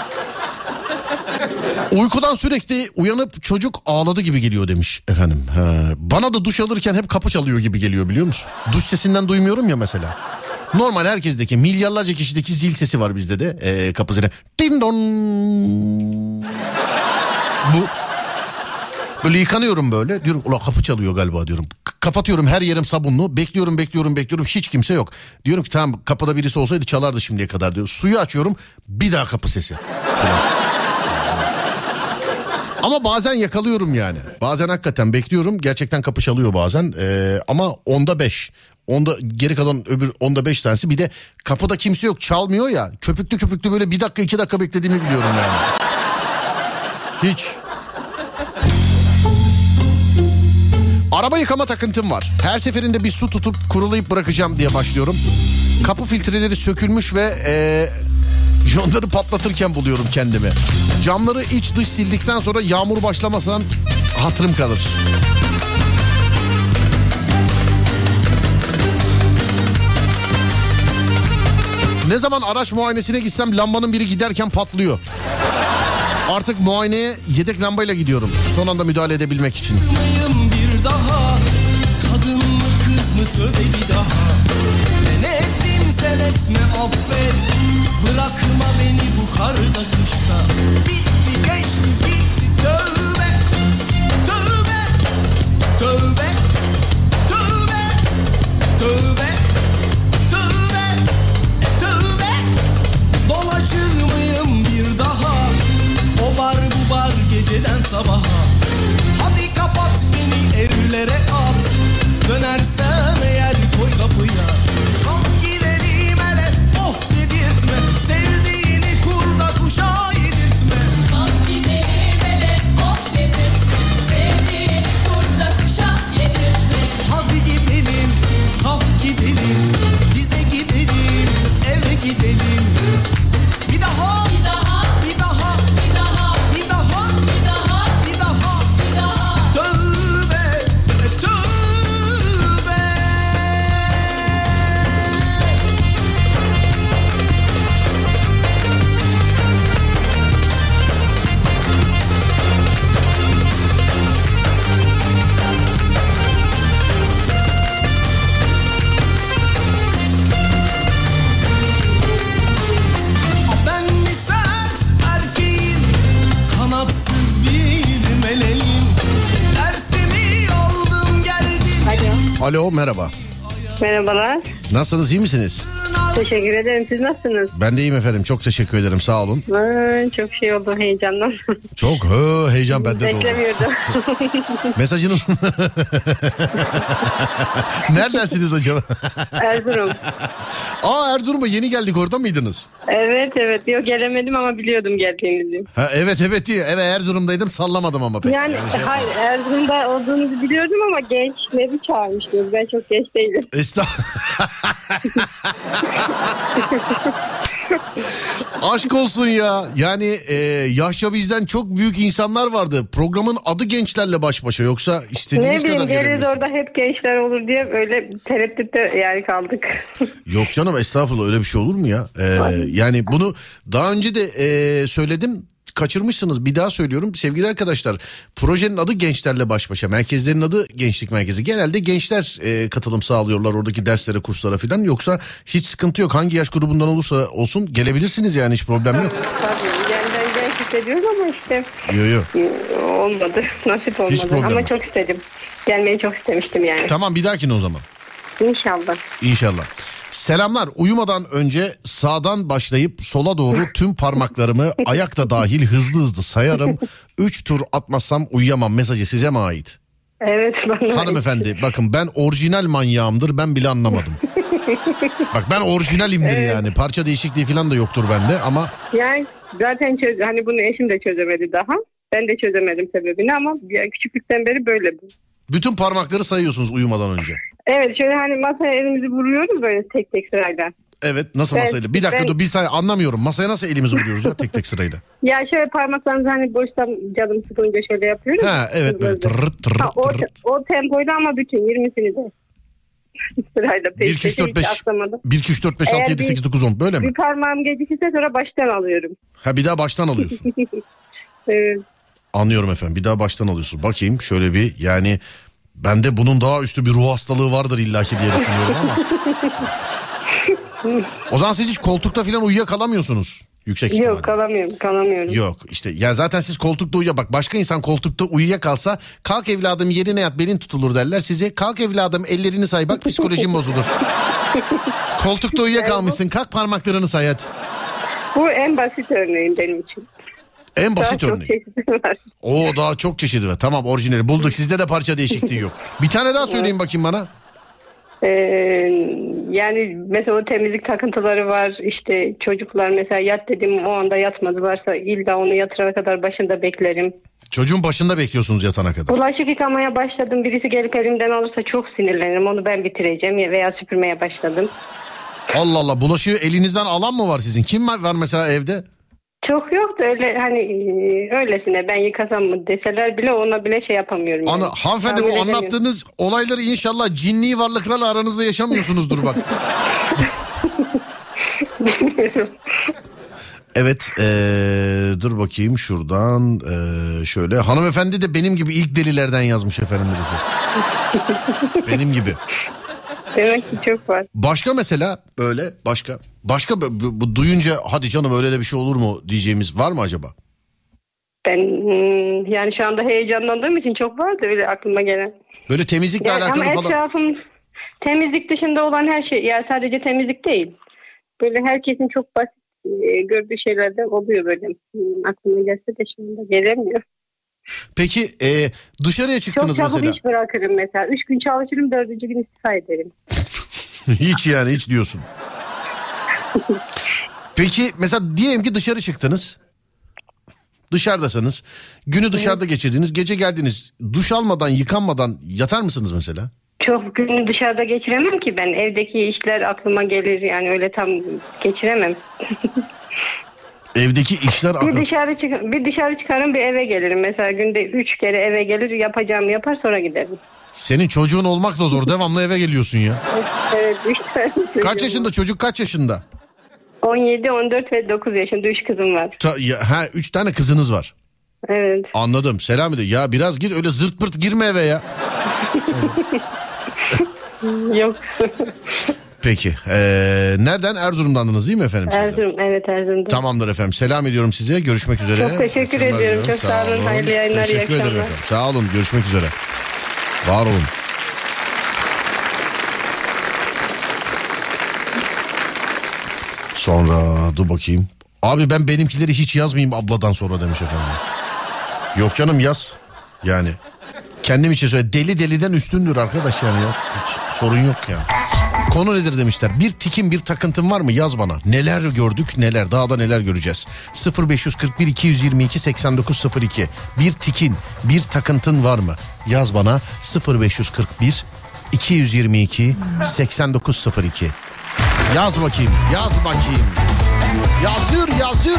Uykudan sürekli uyanıp çocuk ağladı gibi geliyor demiş efendim. He. Bana da duş alırken hep kapı çalıyor gibi geliyor, biliyor musun? Duş sesinden duymuyorum ya mesela. Normal herkesteki, milyarlarca kişideki zil sesi var bizde de. Ee, kapı zili. Ding dong. Bu. Böyle yıkanıyorum böyle. Diyorum ulan kapı çalıyor galiba diyorum. K- kapatıyorum, her yerim sabunlu. Bekliyorum bekliyorum bekliyorum. Hiç kimse yok. Diyorum ki tamam, kapıda birisi olsaydı çalardı şimdiye kadar diyor. Suyu açıyorum. Bir daha kapı sesi. Ama bazen yakalıyorum yani. Bazen hakikaten bekliyorum. Gerçekten kapı çalıyor bazen. Ee, ama onda beş. Onda geri kalan öbür onda beş tanesi. Bir de kapıda kimse yok, çalmıyor ya. Köpüklü köpüklü böyle bir dakika iki dakika beklediğimi biliyorum yani. Hiç. Araba yıkama takıntım var. Her seferinde bir su tutup kurulayıp bırakacağım diye başlıyorum. Kapı filtreleri sökülmüş ve ee, onları patlatırken buluyorum kendimi. Camları iç dış sildikten sonra yağmur başlamasan hatırım kalır. Ne zaman araç muayenesine gitsem lambanın biri giderken patlıyor. Artık muayeneye yedek lambayla gidiyorum. Son anda müdahale edebilmek için. Bir daha kadın mı kız mı tövbe bir daha. Ben ettim sen etme affet. Bırakma beni bu karda kışta. Bitti geçti bitti tövbe. Tövbe. Tövbe. Tövbe. Tövbe. Tövbe. Tövbe. Dolaşır mıyım bir daha? O bar bu bar geceden sabaha. Hadi kapat beni evlere at. Dönersem eğer koy kapıya. Kalk gidelim hele oh dedirtme. Sevdiğini kurda kuşa yedirtme. Kalk gidelim hele oh dedirtme. Sevdiğini kurda kuşa yedirtme. Hadi gidelim kalk gidelim. Bize gidelim eve gidelim. Bir daha Bir daha, bir daha bir daha, bir daha bir daha, bir daha. bir daha. Tövbe tövbe. Ben mi sert erkeğim, kanatsız bir meleğim. Dersimi aldım geldim. Alo. Alo, merhaba. Merhabalar. Nasılsınız, iyi misiniz? Teşekkür ederim. Siz nasılsınız? Ben de iyiyim efendim. Çok teşekkür ederim. Sağ olun. Aa, çok şey oldu heyecandan. Çok hı, heyecan bende de oldu. Beklemiyordum. Mesajınız... Neredensiniz acaba? Erzurum. Aa, Erzurum'a yeni geldik, orada mıydınız? Evet evet. Yok gelemedim ama biliyordum geldiğinizi. Ha, evet evet diye. Evet, Erzurum'daydım, sallamadım ama pek. Yani şey hayır Erzurum'da olduğunuzu biliyordum ama gençleri çağırmıştınız. Ben çok genç değilim. Estağfurullah. Aşk olsun ya. Yani e, yaşça bizden çok büyük insanlar vardı. Programın adı gençlerle baş başa. Yoksa Ne istediğiniz kadar bileyim geliriz gelebilirsiniz. orada hep gençler olur diye öyle tereddütte yani kaldık. Yok canım, estağfurullah, öyle bir şey olur mu ya? Ee, yani bunu daha önce de e, söyledim. Kaçırmışsınız, bir daha söylüyorum sevgili arkadaşlar. Projenin adı Gençlerle Baş Başa. Merkezlerin adı Gençlik Merkezi. Genelde gençler e, katılım sağlıyorlar oradaki derslere, kurslara filan. Yoksa hiç sıkıntı yok. Hangi yaş grubundan olursa olsun gelebilirsiniz yani, hiç problem yok. Tabii yani ben genç hissediyorum ama işte Yok yok. olmadı. Nasip olmadı problem ama yok. çok istedim. Gelmeyi çok istemiştim yani. Tamam, bir dahakine o zaman. İnşallah. İnşallah. Selamlar. Uyumadan önce sağdan başlayıp sola doğru tüm parmaklarımı ayakta dahil hızlı hızlı sayarım. Üç tur atmazsam uyuyamam mesajı size mi ait? Evet bana. Hanımefendi bakın, ben orijinal manyağımdır, ben bile anlamadım. Bak ben orijinalimdir Evet. yani, parça değişikliği falan da yoktur bende ama. Yani zaten çöz, hani bunu eşim de çözemedi daha. Ben de çözemedim sebebini ama yani küçüklükten beri böyle bu. Bütün parmakları sayıyorsunuz uyumadan önce. Evet şöyle hani masaya elimizi vuruyoruz böyle tek tek sırayla. Evet, nasıl Ben- masayla? Bir dakika ben- dur, bir say anlamıyorum. Masaya nasıl elimizi vuruyoruz ya tek tek sırayla? Ya şöyle parmaklarımızı hani boştan canım sıkılınca şöyle yapıyoruz. Ha evet, böyle tırırt tırırt Ha, o, tırırt. o tempoyla ama bütün yirmisini de sırayla bir, peş iki, üç, peşe dört, hiç beş. atlamadım. bir, iki, üç, dört, beş, Eğer altı, yedi, bir- sekiz, dokuz, on böyle mi? Bir parmağım gecikirse sonra baştan alıyorum. Ha, bir daha baştan alıyorsun. Evet. Anlıyorum efendim, bir daha baştan alıyorsun. Bakayım şöyle bir, yani bende bunun daha üstü bir ruh hastalığı vardır illaki diye düşünüyorum ama. O zaman siz hiç koltukta falan uyuyakalamıyorsunuz. Yüksek ihtimalle. Yok kalamıyorum kalamıyorum. Yok işte ya, zaten siz koltukta uyuya bak, başka insan koltukta uyuyakalsa kalk evladım yerine yat belin tutulur derler, size kalk evladım ellerini say bak psikolojin bozulur. Koltukta uyuyakalmışsın, kalk parmaklarını say hadi. Bu en basit örneğim benim için. En basit Daha örneği. çok çeşidi var. Oo, daha çok çeşidi var. Tamam, orijinali bulduk, sizde de parça değişikliği yok. Bir tane daha söyleyin bakayım bana. Ee, yani mesela o temizlik takıntıları var. İşte çocuklar mesela yat dedim o anda yatmadılarsa illa onu yatırana kadar başında beklerim. Çocuğun başında bekliyorsunuz yatana kadar. Bulaşık yıkamaya başladım. Birisi gelip elimden alırsa çok sinirlenirim. Onu ben bitireceğim veya süpürmeye başladım. Allah Allah, bulaşığı elinizden alan mı var sizin? Kim var mesela evde? Çok yok da öyle hani e, öylesine ben yıkasam mı deseler bile ona bile şey yapamıyorum. Ana, yani. hanımefendi, Tahmin bu edemiyorum. anlattığınız olayları inşallah cinni varlıklarla aranızda yaşamıyorsunuzdur bak. Bilmiyorum. Evet ee, dur bakayım şuradan ee, şöyle hanımefendi de benim gibi ilk delilerden yazmış efendim birisi. Benim gibi. Demek ki çok var. Başka mesela böyle başka başka bu, bu duyunca hadi canım öyle de bir şey olur mu diyeceğimiz var mı acaba? Ben yani şu anda heyecanlandığım için çok vardı öyle aklıma gelen. Böyle temizlikle yani alakalı ama falan. Ama etrafım temizlik dışında olan her şey yani sadece temizlik değil. Böyle herkesin çok basit e, gördüğü şeyler de oluyor böyle. Hmm, aklıma gelse de şu anda gelemiyor. Peki e, dışarıya çıktınız çok mesela. Çok çabuk iş bırakırım mesela. Üç gün çalışırım, dördüncü gün istifa ederim. Hiç yani hiç diyorsun. Peki mesela diyelim ki dışarı çıktınız. Dışarıdasınız. Günü dışarıda evet. geçirdiniz. Gece geldiniz. Duş almadan, yıkanmadan yatar mısınız mesela? Çok günü dışarıda geçiremem ki ben. Evdeki işler aklıma gelir. Yani öyle tam geçiremem. Evdeki işler aklıma... Bir dışarı, çık- bir dışarı çıkarım bir eve gelirim. Mesela günde üç kere eve gelir yapacağım yapar sonra giderim. Senin çocuğun olmak da zor. Devamlı eve geliyorsun ya. Evet. Üç tane kaç yaşında çocuk kaç yaşında? on yedi, on dört ve dokuz yaşında üç kızım var. Ta, ya, ha üç tane kızınız var. Evet. Anladım. Selam de. Ya biraz gir öyle zırt pırt girme eve ya. Yok. Peki. Ee, nereden? Erzurum'dandınız değil mi efendim? Erzurum, sizden? Evet Erzurum'dan. Tamamdır efendim. Selam ediyorum size. Görüşmek üzere. Çok teşekkür Selam ediyorum. Çok sağ olun. olun. Hayırlı yayınlar. Teşekkür iyi ederim efendim. Sağ olun. Görüşmek üzere. Var olun. Sonra dur bakayım. Abi ben benimkileri hiç yazmayayım abladan sonra demiş efendim. Yok canım yaz. Yani kendim için söyle. Deli deliden üstündür arkadaş yani ya. Hiç sorun yok yani. Konu nedir demişler. Bir tikin bir takıntın var mı? Yaz bana. Neler gördük neler. Daha da neler göreceğiz. sıfır beş kırk bir iki yüz yirmi iki seksen dokuz sıfır iki. Bir tikin bir takıntın var mı? Yaz bana. sıfır beş kırk bir iki yüz yirmi iki seksen dokuz sıfır iki. Yaz bakayım. Yaz bakayım. Yazıyor yazıyor.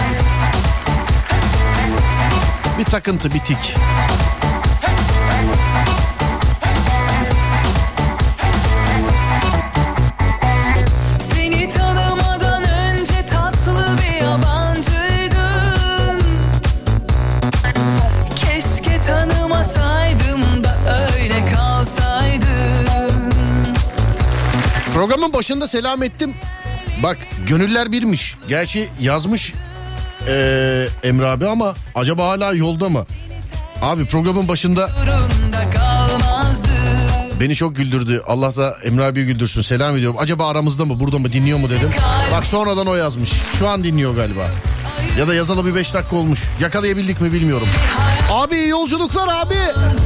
Bir takıntı bir tik. Seni tanımadan önce tatlı bir yabancıydın. Keşke tanımasaydım da öyle kalsaydın. Programın başında selam ettim. Bak gönüller birmiş. Gerçi yazmış ee, Emre abi ama acaba hala yolda mı? Abi programın başında beni çok güldürdü. Allah da Emre abi güldürsün. Selam ediyorum. Acaba aramızda mı, burada mı, dinliyor mu dedim. Bak sonradan o yazmış. Şu an dinliyor galiba. Ya da yazalı bir beş dakika olmuş. Yakalayabildik mi bilmiyorum. Abi iyi yolculuklar abi.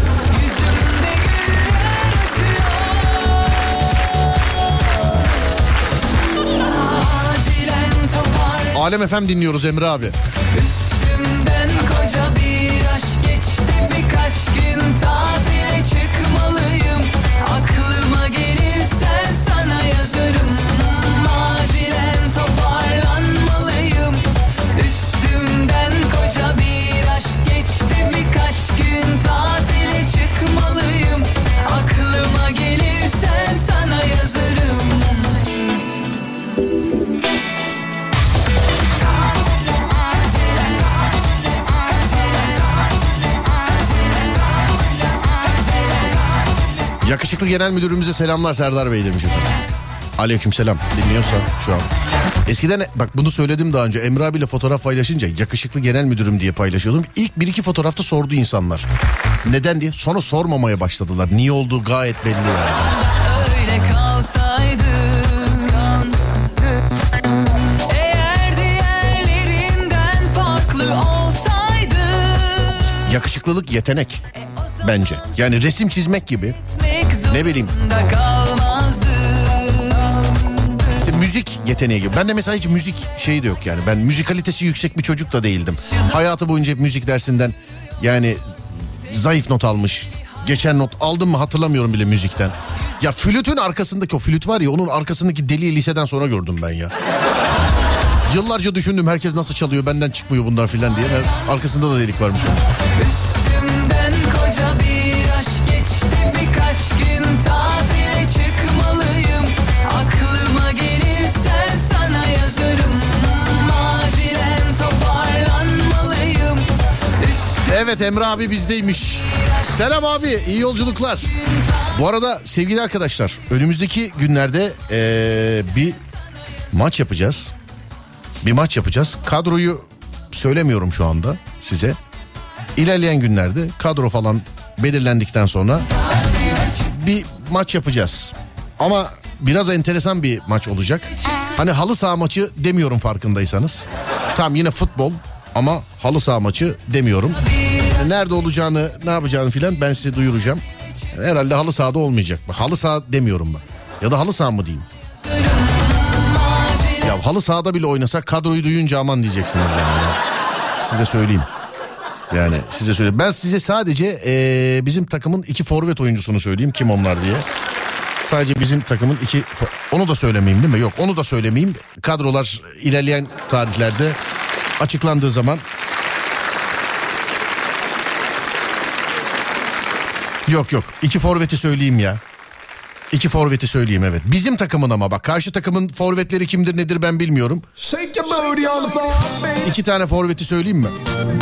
Alem F M dinliyoruz Emre abi. Üstümden koca bir aşk geçti, birkaç gün tatile çıkmalıyım. Aklıma gelirsen sana yazarım. Acilen toparlanmalıyım. Üstümden koca bir aşk geçti, birkaç gün tatile çıkmalıyım. Aklıma gelirsen sana yazarım. Yakışıklı Genel Müdürümüze selamlar Serdar Bey demiş efendim. Aleykümselam. Dinliyorsa şu an. Eskiden bak bunu söyledim daha önce. Emre abiyle fotoğraf paylaşınca yakışıklı genel müdürüm diye paylaşıyordum. İlk bir iki fotoğrafta sordu insanlar. Neden diye. Sonra sormamaya başladılar. Niye olduğu gayet belli yani. Öyle kalsaydı, eğer diğerlerinden farklı olsaydı. Yakışıklılık yetenek bence. Yani resim çizmek gibi. Ne bileyim. Müzik yeteneği gibi. Ben de mesela hiç müzik şeyi de yok yani. Ben müzikalitesi yüksek bir çocuk da değildim. Hayatı boyunca hep müzik dersinden yani zayıf not almış. Geçen not aldım mı hatırlamıyorum bile müzikten. Ya flütün arkasındaki o flüt var ya, onun arkasındaki deliği liseden sonra gördüm ben ya. Yıllarca düşündüm herkes nasıl çalıyor, benden çıkmıyor bunlar filan diye. Arkasında da delik varmış onun. Üstümden koca bir aşk geçti, birkaç gün tatile çıkmalıyım. Aklıma gelirsen sana yazarım. Acilen Evet, Emre abi bizdeymiş. Selam abi, iyi yolculuklar. Bu arada sevgili arkadaşlar, önümüzdeki günlerde ee, bir maç yapacağız. Bir maç yapacağız. Kadroyu söylemiyorum şu anda size. İlerleyen günlerde kadro falan belirlendikten sonra bir maç yapacağız. Ama biraz enteresan bir maç olacak. Hani halı saha maçı demiyorum farkındaysanız. Tam yine futbol ama halı saha maçı demiyorum. Nerede olacağını, ne yapacağını filan ben size duyuracağım. Herhalde halı sahada olmayacak. Bak, halı saha demiyorum ben. Ya da halı saha mı diyeyim? Ya halı sahada bile oynasak kadroyu duyunca aman diyeceksiniz yani. Size söyleyeyim. Yani size söyleyeyim. Ben size sadece ee, bizim takımın iki forvet oyuncusunu söyleyeyim. Kim onlar diye. Sadece bizim takımın iki... Onu da söylemeyeyim değil mi? Yok, onu da söylemeyeyim. Kadrolar ilerleyen tarihlerde açıklandığı zaman... Yok yok. İki forveti söyleyeyim ya. İki forveti söyleyeyim, evet. Bizim takımın ama bak, karşı takımın forvetleri kimdir nedir ben bilmiyorum. İki tane forveti söyleyeyim mi?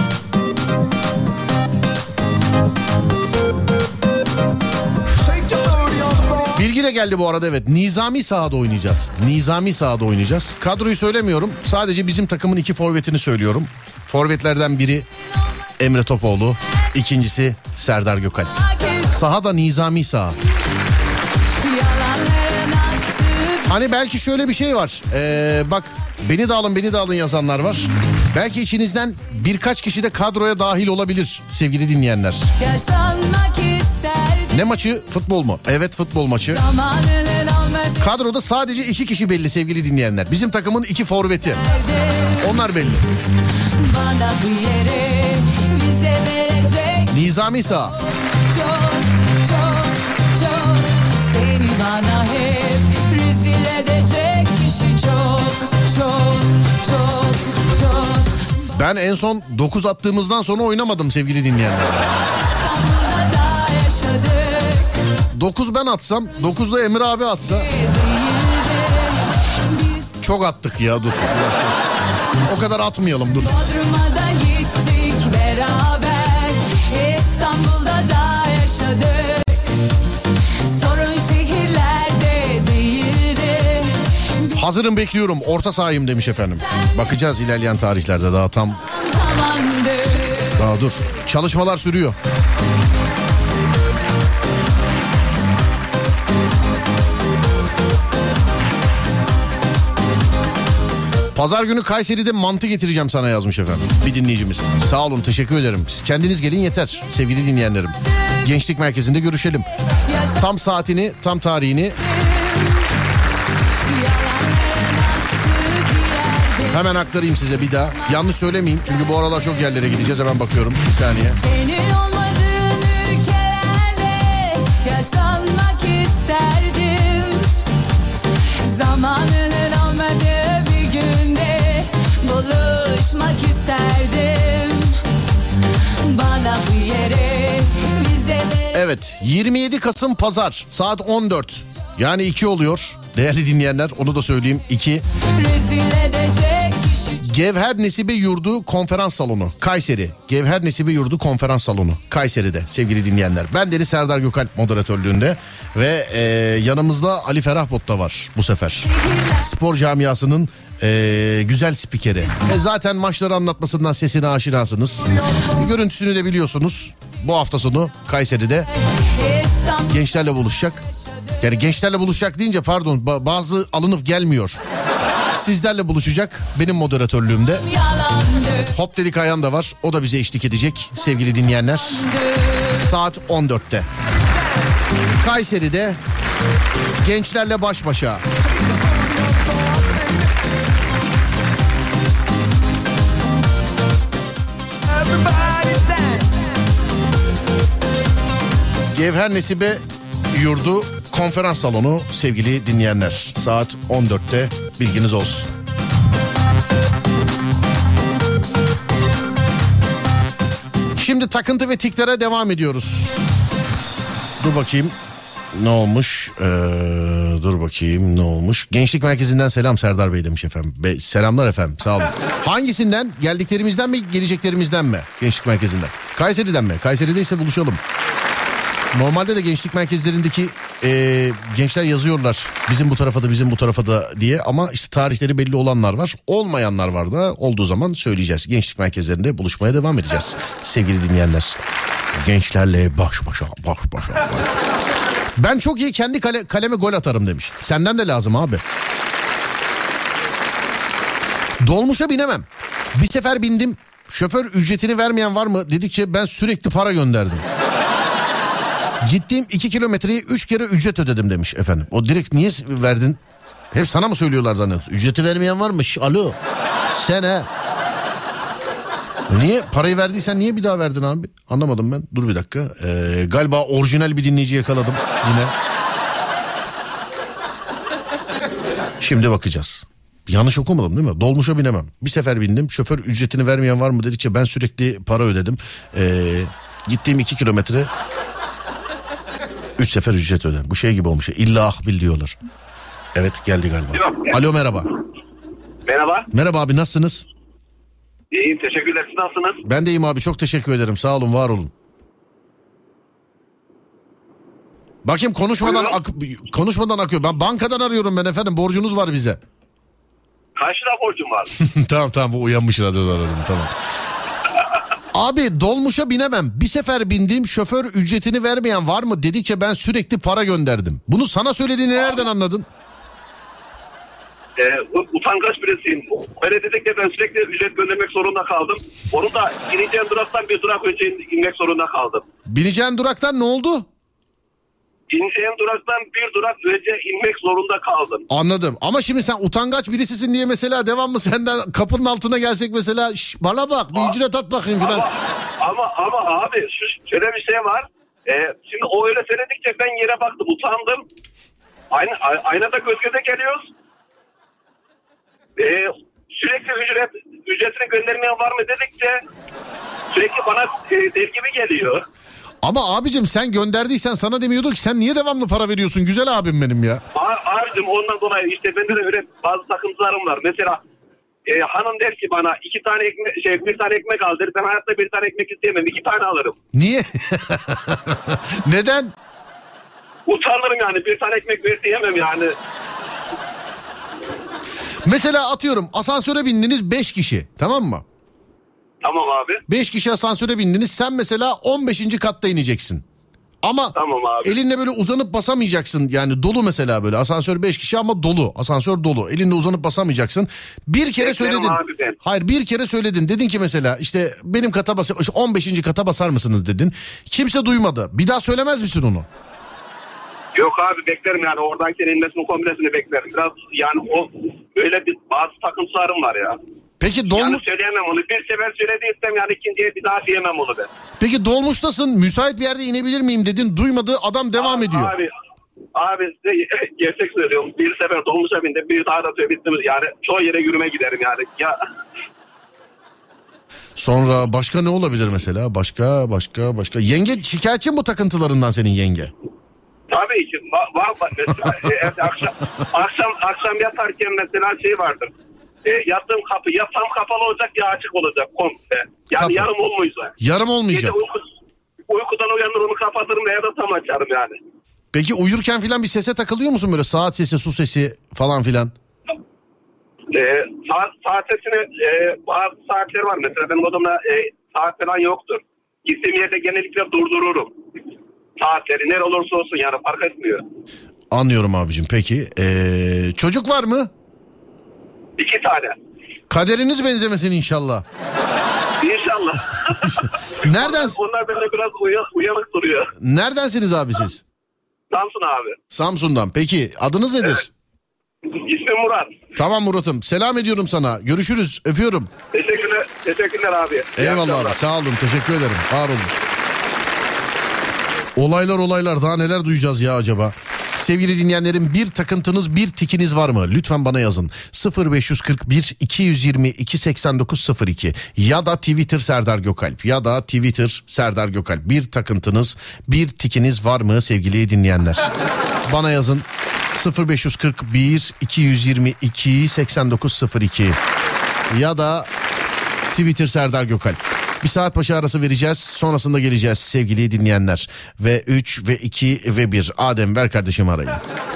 Bilgi de geldi bu arada, evet. Nizami sahada oynayacağız. Nizami sahada oynayacağız. Kadroyu söylemiyorum. Sadece bizim takımın iki forvetini söylüyorum. Forvetlerden biri Emre Topoğlu. İkincisi Serdar Gökalp. Sahada nizami saha. Hani belki şöyle bir şey var. Ee, bak, beni de alın beni de alın yazanlar var. Belki içinizden birkaç kişi de kadroya dahil olabilir sevgili dinleyenler. Ne maçı? Futbol mu? Evet, futbol maçı. Kadroda sadece iki kişi belli sevgili dinleyenler. Bizim takımın iki forveti. Onlar belli. Bana bu yere bize verecek Nizami saha. Çok çok çok seni bana hep rezil edecek kişi çok çok çok çok. Ben en son dokuz attığımızdan sonra oynamadım sevgili dinleyenler. dokuz ben atsam, dokuz da Emre abi atsa. Çok attık ya, dur. O kadar atmayalım, dur. Bodrum'a gittik beraber, İstanbul'da da yaşadık. Sorun şehirlerde değildi. Hazırım, bekliyorum, orta sahayım demiş efendim. Bakacağız ilerleyen tarihlerde, daha tam. Daha dur. Çalışmalar sürüyor. Pazar günü Kayseri'de mantı getireceğim sana yazmış efendim bir dinleyicimiz. Sağ olun, teşekkür ederim. Siz kendiniz gelin yeter sevgili dinleyenlerim. Gençlik Merkezi'nde görüşelim. Tam saatini, tam tarihini hemen aktarayım size bir daha. Yanlış söylemeyeyim çünkü bu aralar çok yerlere gideceğiz, hemen bakıyorum bir saniye. Senin olmadığın ülkelerde yaşlanmak isterdim. Zamanının olmadığı bir günde buluşmak isterdim. Bana bu yere bize ver... Evet, yirmi yedi Kasım Pazar saat on dört. Yani iki oluyor. Değerli dinleyenler, onu da söyleyeyim, iki. Gevher Nesibe Yurdu Konferans Salonu Kayseri. Gevher Nesibe Yurdu Konferans Salonu Kayseri'de sevgili dinleyenler. Ben Deniz Serdar Gökalp moderatörlüğünde ve e, yanımızda Ali Ferahbot da var bu sefer. Spor camiasının e, güzel spikeri. E, zaten maçları anlatmasından sesine aşinasınız. E, görüntüsünü de biliyorsunuz. Bu hafta sonu Kayseri'de gençlerle buluşacak. Yani gençlerle buluşacak deyince pardon, bazı alınıp gelmiyor. Sizlerle buluşacak benim moderatörlüğümde. Hop dedik Ayhan da var. O da bize eşlik edecek sevgili dinleyenler. Saat on dörtte. Kayseri'de gençlerle baş başa. Gevher Nesibe Yurdu Konferans Salonu sevgili dinleyenler. Saat on dörtte, bilginiz olsun. Şimdi takıntı ve tiklere devam ediyoruz. Dur bakayım. Ne olmuş? Ee, dur bakayım ne olmuş? Gençlik Merkezi'nden selam Serdar Bey demiş efendim. Be- selamlar efendim, sağ olun. Hangisinden? Geldiklerimizden mi, geleceklerimizden mi? Gençlik Merkezi'nden. Kayseri'den mi? Kayseri'deyse buluşalım. Normalde de gençlik merkezlerindeki e, gençler yazıyorlar. Bizim bu tarafa da, bizim bu tarafa da diye. Ama işte tarihleri belli olanlar var. Olmayanlar var da, olduğu zaman söyleyeceğiz. Gençlik merkezlerinde buluşmaya devam edeceğiz. Sevgili dinleyenler. Gençlerle baş başa, baş başa. Baş. Ben çok iyi kendi kale, kaleme gol atarım demiş. Senden de lazım abi. Dolmuşa binemem. Bir sefer bindim. Şoför ücretini vermeyen var mı dedikçe ben sürekli para gönderdim. Gittiğim iki kilometreyi üç kere ücret ödedim demiş efendim. O direkt niye verdin? Hep sana mı söylüyorlar zannediyorsun? Ücreti vermeyen var mı? Şş, alo. Sen he. Niye? Parayı verdiysen niye bir daha verdin abi? Anlamadım ben. Dur bir dakika. Ee, galiba orijinal bir dinleyici yakaladım yine. Şimdi bakacağız. Yanlış okumadım değil mi? Dolmuşa binemem. Bir sefer bindim. Şoför ücretini vermeyen var mı dedikçe ben sürekli para ödedim. Ee, gittiğim iki kilometre üç sefer ücret ödedim. Bu şey gibi olmuş. İlla ahbil diyorlar. Evet, geldi galiba. Alo, merhaba. Merhaba. Merhaba abi, nasılsınız? İyiyim, teşekkürler. Siz nasılsınız? Ben de iyiyim abi, çok teşekkür ederim. Sağ olun, var olun. Bakayım konuşmadan ak- konuşmadan akıyor. Ben bankadan arıyorum ben efendim. Borcunuz var bize. Kaç lira borcum var? Tamam tamam, bu uyanmış radyoda aradım, tamam. Abi dolmuşa binemem. Bir sefer bindiğim şoför ücretini vermeyen var mı dedikçe ben sürekli para gönderdim. Bunu sana söylediğini nereden anladın? Ee, utangaç birisiyim. Öyle dedik de ben sürekli ücret göndermek zorunda kaldım. Onu da ineceğim duraktan bir durak önce inmek zorunda kaldım. Bineceğin duraktan ne oldu? İneceğim duraktan bir durak önce inmek zorunda kaldım. Anladım. Ama şimdi sen utangaç birisisin diye mesela devamlı senden kapının altına gelsek mesela, şş, bana bak bir ücret at bakayım filan. Ama, ama, ama abi şu, şöyle bir şey var. Ee, şimdi o öyle söyledikçe ben yere baktım, utandım. Ayna, aynada göz göze geliyoruz. Ee, sürekli ücret ücretini göndermeyen var mı dedikçe sürekli bana e, dev gibi geliyor. Ama abicim sen gönderdiysen sana demiyordur ki sen niye devamlı para veriyorsun güzel abim benim ya. A- abicim ondan dolayı işte bende de öyle bazı takıntılarım var. Mesela e, hanım der ki bana iki tane ekmek, şey bir tane ekmek al der. Ben hayatta bir tane ekmek isteyemem, iki tane alırım. Niye? Neden? Utanırım yani, bir tane ekmek vermeyemem yani. Mesela atıyorum asansöre bindiniz beş kişi, tamam mı? Tamam abi. beş kişi asansöre bindiniz, sen mesela on beşinci katta ineceksin. Ama tamam abi. Elinle böyle uzanıp basamayacaksın, yani dolu mesela, böyle asansör beş kişi ama dolu, asansör dolu, elinle uzanıp basamayacaksın. Bir kere Beklerim söyledin. abi ben. Hayır, bir kere söyledin, dedin ki mesela işte benim kata bas, on beşinci kata basar mısınız dedin. Kimse duymadı, bir daha söylemez misin onu? Yok abi, beklerim yani, oradan inmesini komplesini beklerim. Biraz yani o öyle bir bazı takıntılarım var ya. Peki dolmuş... Yani söyleyemem onu. Bir sefer söylediysem yani ikinciye bir daha diyemem onu ben. Peki dolmuştasın, müsait bir yerde inebilir miyim dedin, duymadı, adam devam abi, ediyor. Abi, abi size gerçek söylüyorum. Bir sefer dolmuşa bindim, bir daha da söylediğimiz yani çoğu yere yürüme giderim yani. Ya... Sonra başka ne olabilir mesela? Başka başka başka. Yenge şikayetçi mi bu takıntılarından senin yenge? Tabii ki. Var var. Mesela e, akşam, akşam akşam yatarken mesela şey vardır. E, yattığım kapı ya tam kapalı olacak ya açık olacak komple. Yani Kapı. yarım olmayacak. Yarım olmayacak. Gece uyku, uykudan uyanır onu kapatırım ya da tam açarım yani. Peki uyurken filan bir sese takılıyor musun, böyle saat sesi, su sesi falan filan? E, saat, saat sesini e, bazı saatler var. Mesela benim odamda e, saat falan yoktur. Gittiğim yerde genellikle durdururum. Saatleri nere olursa olsun yani fark etmiyor. Anlıyorum abicim. Peki ee, çocuk var mı? İki tane. Kaderiniz benzemesin inşallah. İnşallah. Nereden? Onlar, onlar bende biraz uyan, uyanık duruyor. Neredensiniz abi siz? Samsun abi. Samsun'dan. Peki adınız nedir? Evet. İsmim Murat. Tamam Murat'ım. Selam ediyorum sana. Görüşürüz. Öpüyorum. Teşekkürler. Teşekkürler abi. Eyvallah abi. Sağ olun. Teşekkür ederim. Var olun. Olaylar olaylar. Daha neler duyacağız ya acaba? Sevgili dinleyenlerim, bir takıntınız, bir tikiniz var mı? Lütfen bana yazın. sıfır beş kırk bir iki yüz yirmi iki seksen dokuz sıfır iki ya da Twitter Serdar Gökalp ya da Twitter Serdar Gökalp. Bir takıntınız, bir tikiniz var mı sevgili dinleyenler? Bana yazın. sıfır beş kırk bir iki yüz yirmi iki seksen dokuz sıfır iki ya da Twitter Serdar Gökalp. Bir saat başı arası vereceğiz. Sonrasında geleceğiz sevgili dinleyenler. Ve üç ve iki ve bir. Adem ver kardeşim arayı.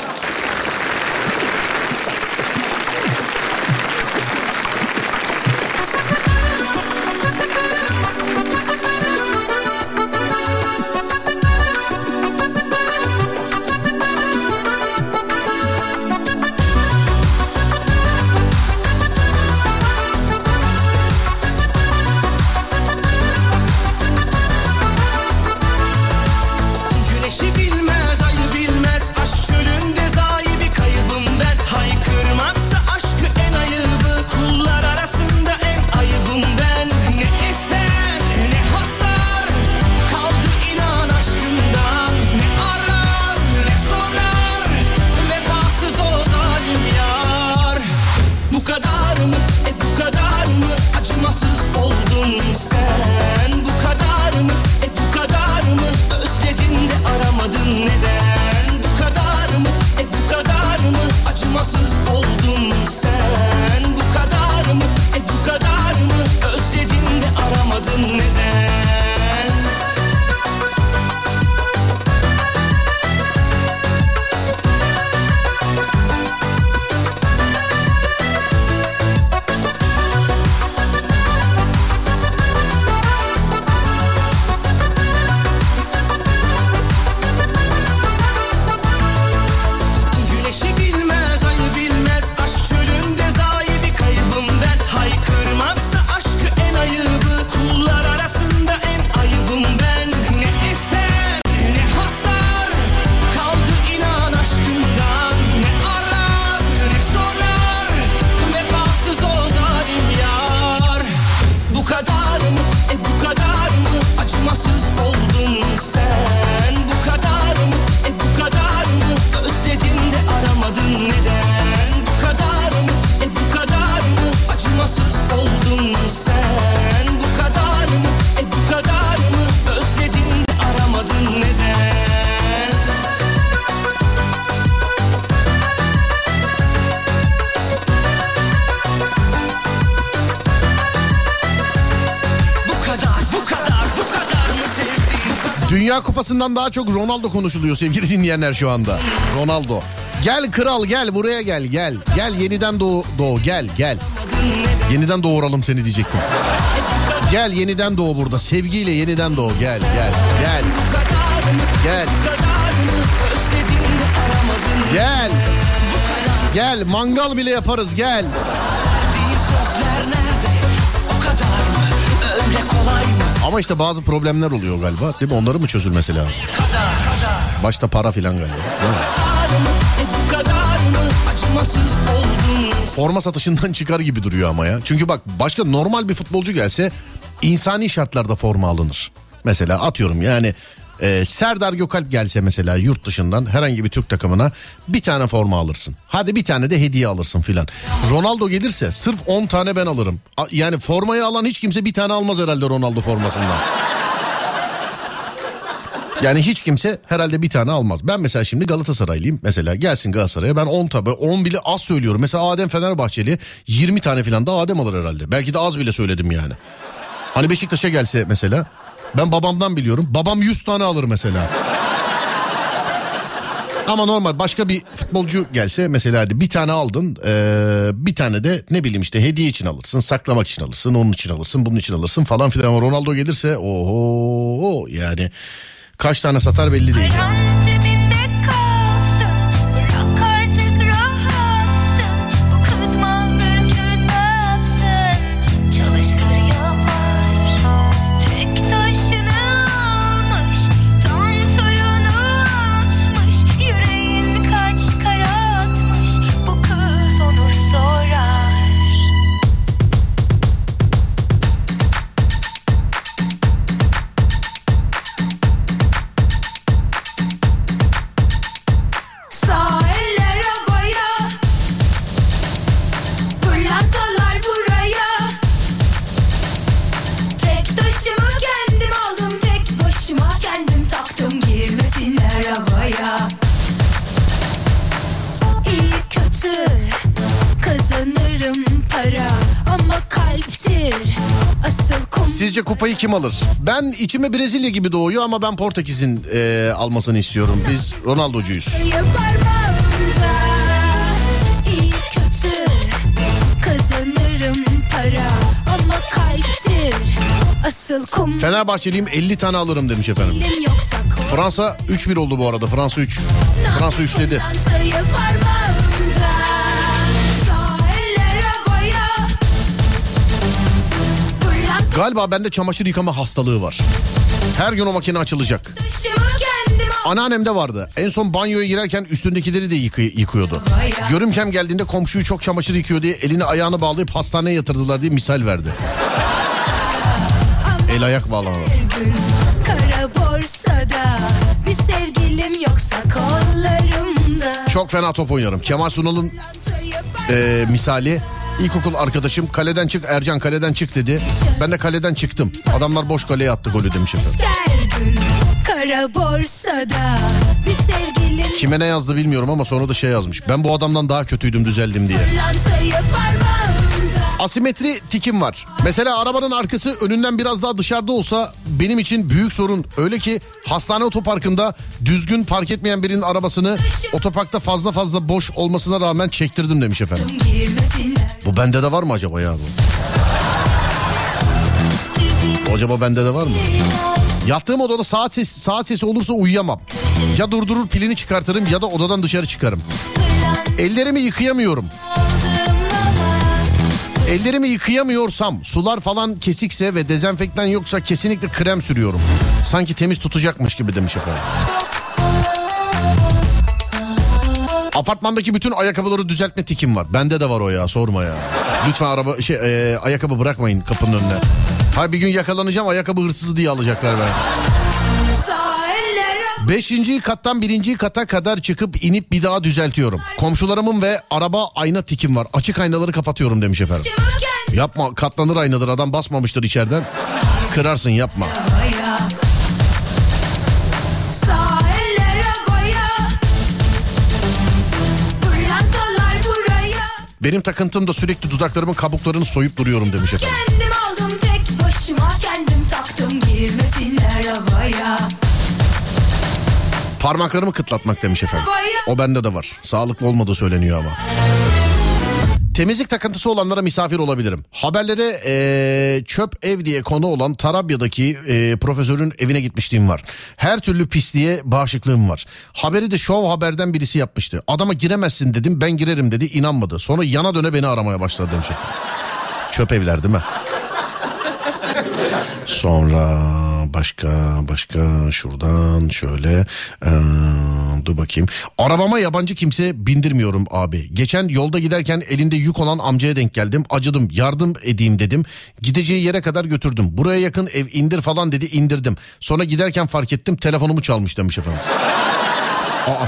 Dünya Kupası'ndan daha çok Ronaldo konuşuluyor sevgili dinleyenler şu anda. Ronaldo. Gel kral gel buraya gel gel. Gel yeniden doğ, doğ gel gel. Yeniden doğuralım seni diyecektim. Gel yeniden doğ burada. Sevgiyle yeniden doğ. Gel gel gel. Gel. Gel. Gel mangal bile yaparız gel. Ama işte bazı problemler oluyor galiba değil mi? Onları mı çözülmesi lazım? Başta para filan galiba. Forma satışından çıkar gibi duruyor ama ya. Çünkü bak başka normal bir futbolcu gelse insani şartlarda forma alınır. Mesela atıyorum yani e, Serdar Gökalp gelse mesela yurt dışından herhangi bir Türk takımına bir tane forma alırsın. Hadi bir tane de hediye alırsın filan. Ronaldo gelirse sırf on tane ben alırım. Yani formayı alan hiç kimse bir tane almaz herhalde Ronaldo formasından. Yani hiç kimse herhalde bir tane almaz. Ben mesela şimdi Galatasaraylıyım. Mesela gelsin Galatasaray'a ben on tabi on bile az söylüyorum. Mesela Adem Fenerbahçeli yirmi tane falan da Adem alır herhalde. Belki de az bile söyledim yani. Hani Beşiktaş'a gelse mesela ben babamdan biliyorum. Babam yüz tane alır mesela. Ama normal başka bir futbolcu gelse mesela hadi bir tane aldın ee, bir tane de ne bileyim işte hediye için alırsın, saklamak için alırsın, onun için alırsın, bunun için alırsın falan filan. Ama Ronaldo gelirse oho yani kaç tane satar belli değil. Kazanırım para ama kalptir asıl kum. Sizce kupayı kim alır? Ben içime Brezilya gibi doğuyor ama ben Portekiz'in e, almasını istiyorum. Biz Ronaldo'cuyuz. Parmağımda iyi kötü kazanırım para ama kalptir asıl kum. Fenerbahçeliyim, elli tane alırım demiş efendim. Fransa üç bir oldu bu arada. Fransa üç. Fransa üç dedi. Galiba bende çamaşır yıkama hastalığı var. Her gün o makine açılacak. Anneannemde vardı. En son banyoya girerken üstündekileri de yıkı- yıkıyordu. Görümcem geldiğinde komşuyu çok çamaşır yıkıyor diye elini ayağını bağlayıp hastaneye yatırdılar diye misal verdi. El ayak bağlamalar. Kara borsada bir sevgilim yoksa kollarımda. Çok fena top oynarım. Kemal Sunal'ın e, misali. İlkokul arkadaşım kaleden çık Ercan kaleden çık dedi. Ben de kaleden çıktım. Adamlar boş kaleye attı golü demiş efendim. Kara borsada bir sevgilim. Kime ne yazdı bilmiyorum ama sonra da şey yazmış. Ben bu adamdan daha kötüydüm düzeldim diye. Asimetri tikim var. Mesela arabanın arkası önünden biraz daha dışarıda olsa benim için büyük sorun. Öyle ki hastane otoparkında düzgün park etmeyen birinin arabasını otoparkta fazla fazla boş olmasına rağmen çektirdim demiş efendim. Bu bende de var mı acaba ya bu? Acaba bende de var mı? Yattığım odada saat sesi, saat sesi olursa uyuyamam. Ya durdurur pilini çıkartırım ya da odadan dışarı çıkarım. Ellerimi yıkayamıyorum. Ellerimi yıkayamıyorsam, sular falan kesikse ve dezenfektan yoksa kesinlikle krem sürüyorum. Sanki temiz tutacakmış gibi demiş efendim. Apartmandaki bütün ayakkabıları düzeltme tikim var. Bende de var o ya, sorma ya. Lütfen araba şey e, ayakkabı bırakmayın kapının önüne. Hay bir gün yakalanacağım, ayakkabı hırsızı diye alacaklar beni. Beşinci kattan birinci kata kadar çıkıp inip bir daha düzeltiyorum. Komşularımın ve araba ayna tikim var. Açık aynaları kapatıyorum demiş efendim. Yapma, katlanır aynadır, adam basmamıştır içeriden. Kırarsın, yapma. Benim takıntım da sürekli dudaklarımın kabuklarını soyup duruyorum demiş efendim. Kendim aldım tek başıma, kendim taktım, girmesinler havaya. Parmaklarımı kıtlatmak demiş efendim. O bende de var. Sağlıklı olmadığı söyleniyor ama. Temizlik takıntısı olanlara misafir olabilirim. Haberlere ee, çöp ev diye konu olan Tarabya'daki ee, profesörün evine gitmişliğim var. Her türlü pisliğe bağışıklığım var. Haberi de Show Haber'den birisi yapmıştı. Adama giremezsin dedim, ben girerim dedi, inanmadı. Sonra yana döne beni aramaya başladı demiş efendim. Çöp evler değil mi? Sonra başka başka şuradan şöyle ee, dur bakayım. Arabama yabancı kimse bindirmiyorum abi. Geçen yolda giderken elinde yük olan amcaya denk geldim. Acıdım, yardım edeyim dedim. Gideceği yere kadar götürdüm. Buraya yakın ev, indir falan dedi, indirdim. Sonra giderken fark ettim, telefonumu çalmış demiş efendim. Aa.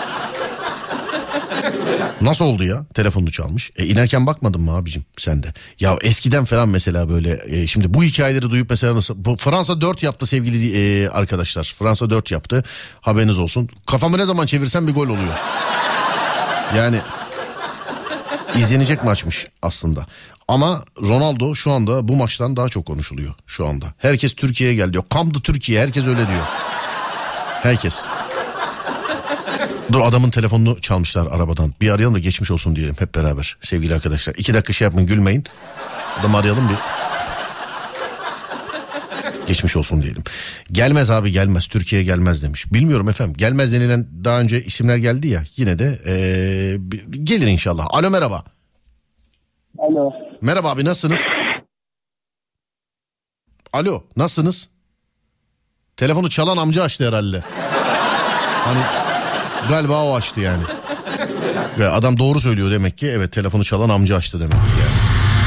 Nasıl oldu ya? Telefonunu çalmış. E inerken bakmadın mı abicim sen de? Ya eskiden falan mesela böyle e, şimdi bu hikayeleri duyup mesela nasıl? Bu, Fransa dört yaptı sevgili e, arkadaşlar. Fransa dört yaptı. Haberiniz olsun. Kafamı ne zaman çevirsem bir gol oluyor. Yani izlenecek maçmış aslında. Ama Ronaldo şu anda bu maçtan daha çok konuşuluyor şu anda. Herkes Türkiye'ye geldi diyor. Come to Türkiye, herkes öyle diyor. Herkes. Dur, adamın telefonunu çalmışlar arabadan. Bir arayalım da geçmiş olsun diyelim hep beraber sevgili arkadaşlar. İki dakika şey yapmayın, gülmeyin. Adamı arayalım bir. Geçmiş olsun diyelim. Gelmez abi, gelmez, Türkiye'ye gelmez demiş. Bilmiyorum efendim, gelmez denilen daha önce isimler geldi ya. Yine de ee, gelir inşallah. Alo, merhaba. Alo. Merhaba abi, nasılsınız? Alo, nasılsınız? Telefonu çalan amca açtı herhalde. Hani galiba o açtı yani. Adam doğru söylüyor demek ki. Evet, telefonu çalan amca açtı demek ki yani.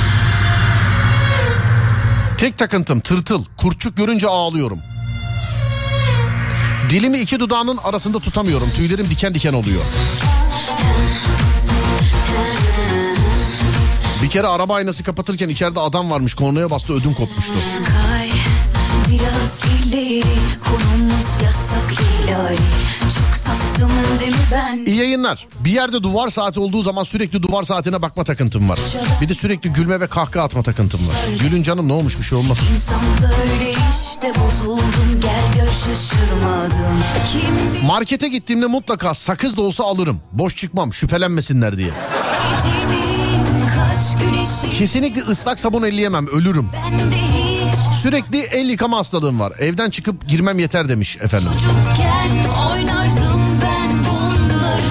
Tek takıntım tırtıl. Kurtçuk görünce ağlıyorum. Dilimi iki dudağının arasında tutamıyorum. Tüylerim diken diken oluyor. Bir kere araba aynası kapatırken içeride adam varmış. Kornaya bastı, ödüm kopmuştu. biraz ileri, konumuz yasak ileri. Çok saftım değil mi ben? İyi yayınlar. Bir yerde duvar saati olduğu zaman sürekli duvar saatine bakma takıntım var. Bir de sürekli gülme ve kahkaha atma takıntım var. Gülün canım, ne olmuş, bir şey olmaz. İnsan böyle işte, bozuldum gel gör şaşırmadım. Kim Markete gittiğimde mutlaka sakız da olsa alırım. Boş çıkmam, şüphelenmesinler diye. gecenin kaç güneşi Kesinlikle ıslak sabun elleyemem, ölürüm. bende hiç. Sürekli el yıkama hastalığım var. Evden çıkıp girmem yeter demiş efendim. Çocukken oynardım ben bunları.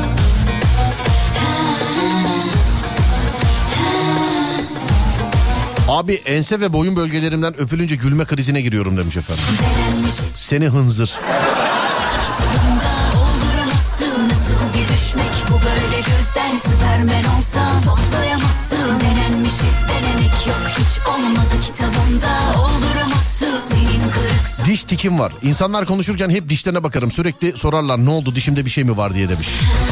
Abi ense ve boyun bölgelerimden öpülünce gülme krizine giriyorum demiş efendim. Seni hınzır. Kitabımda olduramazsın, nasıl bir düşmek bu böyle gözden. Süpermen olsan toplayamazsın. Denenmişi denemek yok, hiç olmadı kitabımda olduramazsın. Senin kırık Diş tikim var. İnsanlar konuşurken hep dişlerine bakarım. Sürekli sorarlar ne oldu, dişimde bir şey mi var diye demiş.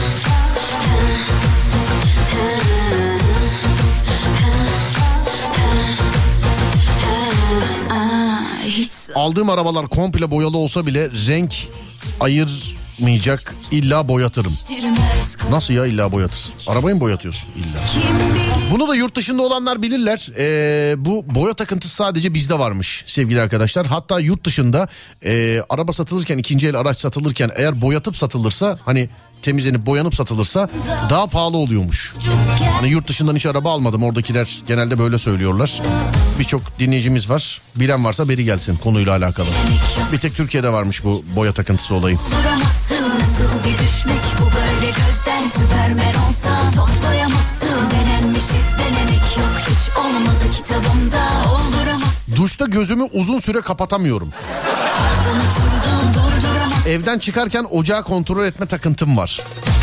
Aldığım arabalar komple boyalı olsa bile renk ayırmayacak, illa boyatırım. Nasıl ya, illa boyatırsın? Arabayı mı boyatıyorsun illa? Bunu da yurt dışında olanlar bilirler. Ee, bu boya takıntısı sadece bizde varmış sevgili arkadaşlar. Hatta yurt dışında e, araba satılırken, ikinci el araç satılırken eğer boyatıp satılırsa, hani temizlenip boyanıp satılırsa daha pahalı oluyormuş. Hani yurt dışından hiç araba almadım, oradakiler genelde böyle söylüyorlar. Birçok dinleyicimiz var, bilen varsa beri gelsin konuyla alakalı. Bir tek Türkiye'de varmış bu boya takıntısı olayı. Nasıl bir düşmek bu böyle gözden. Süpermen olsan toplayamazsın. Denenmişi denemek yok, hiç olmadı kitabımda olduramazsın. Duşta gözümü uzun süre kapatamıyorum. Çoktan uçurdum durduramazsın. Evden çıkarken ocağı kontrol etme takıntım var.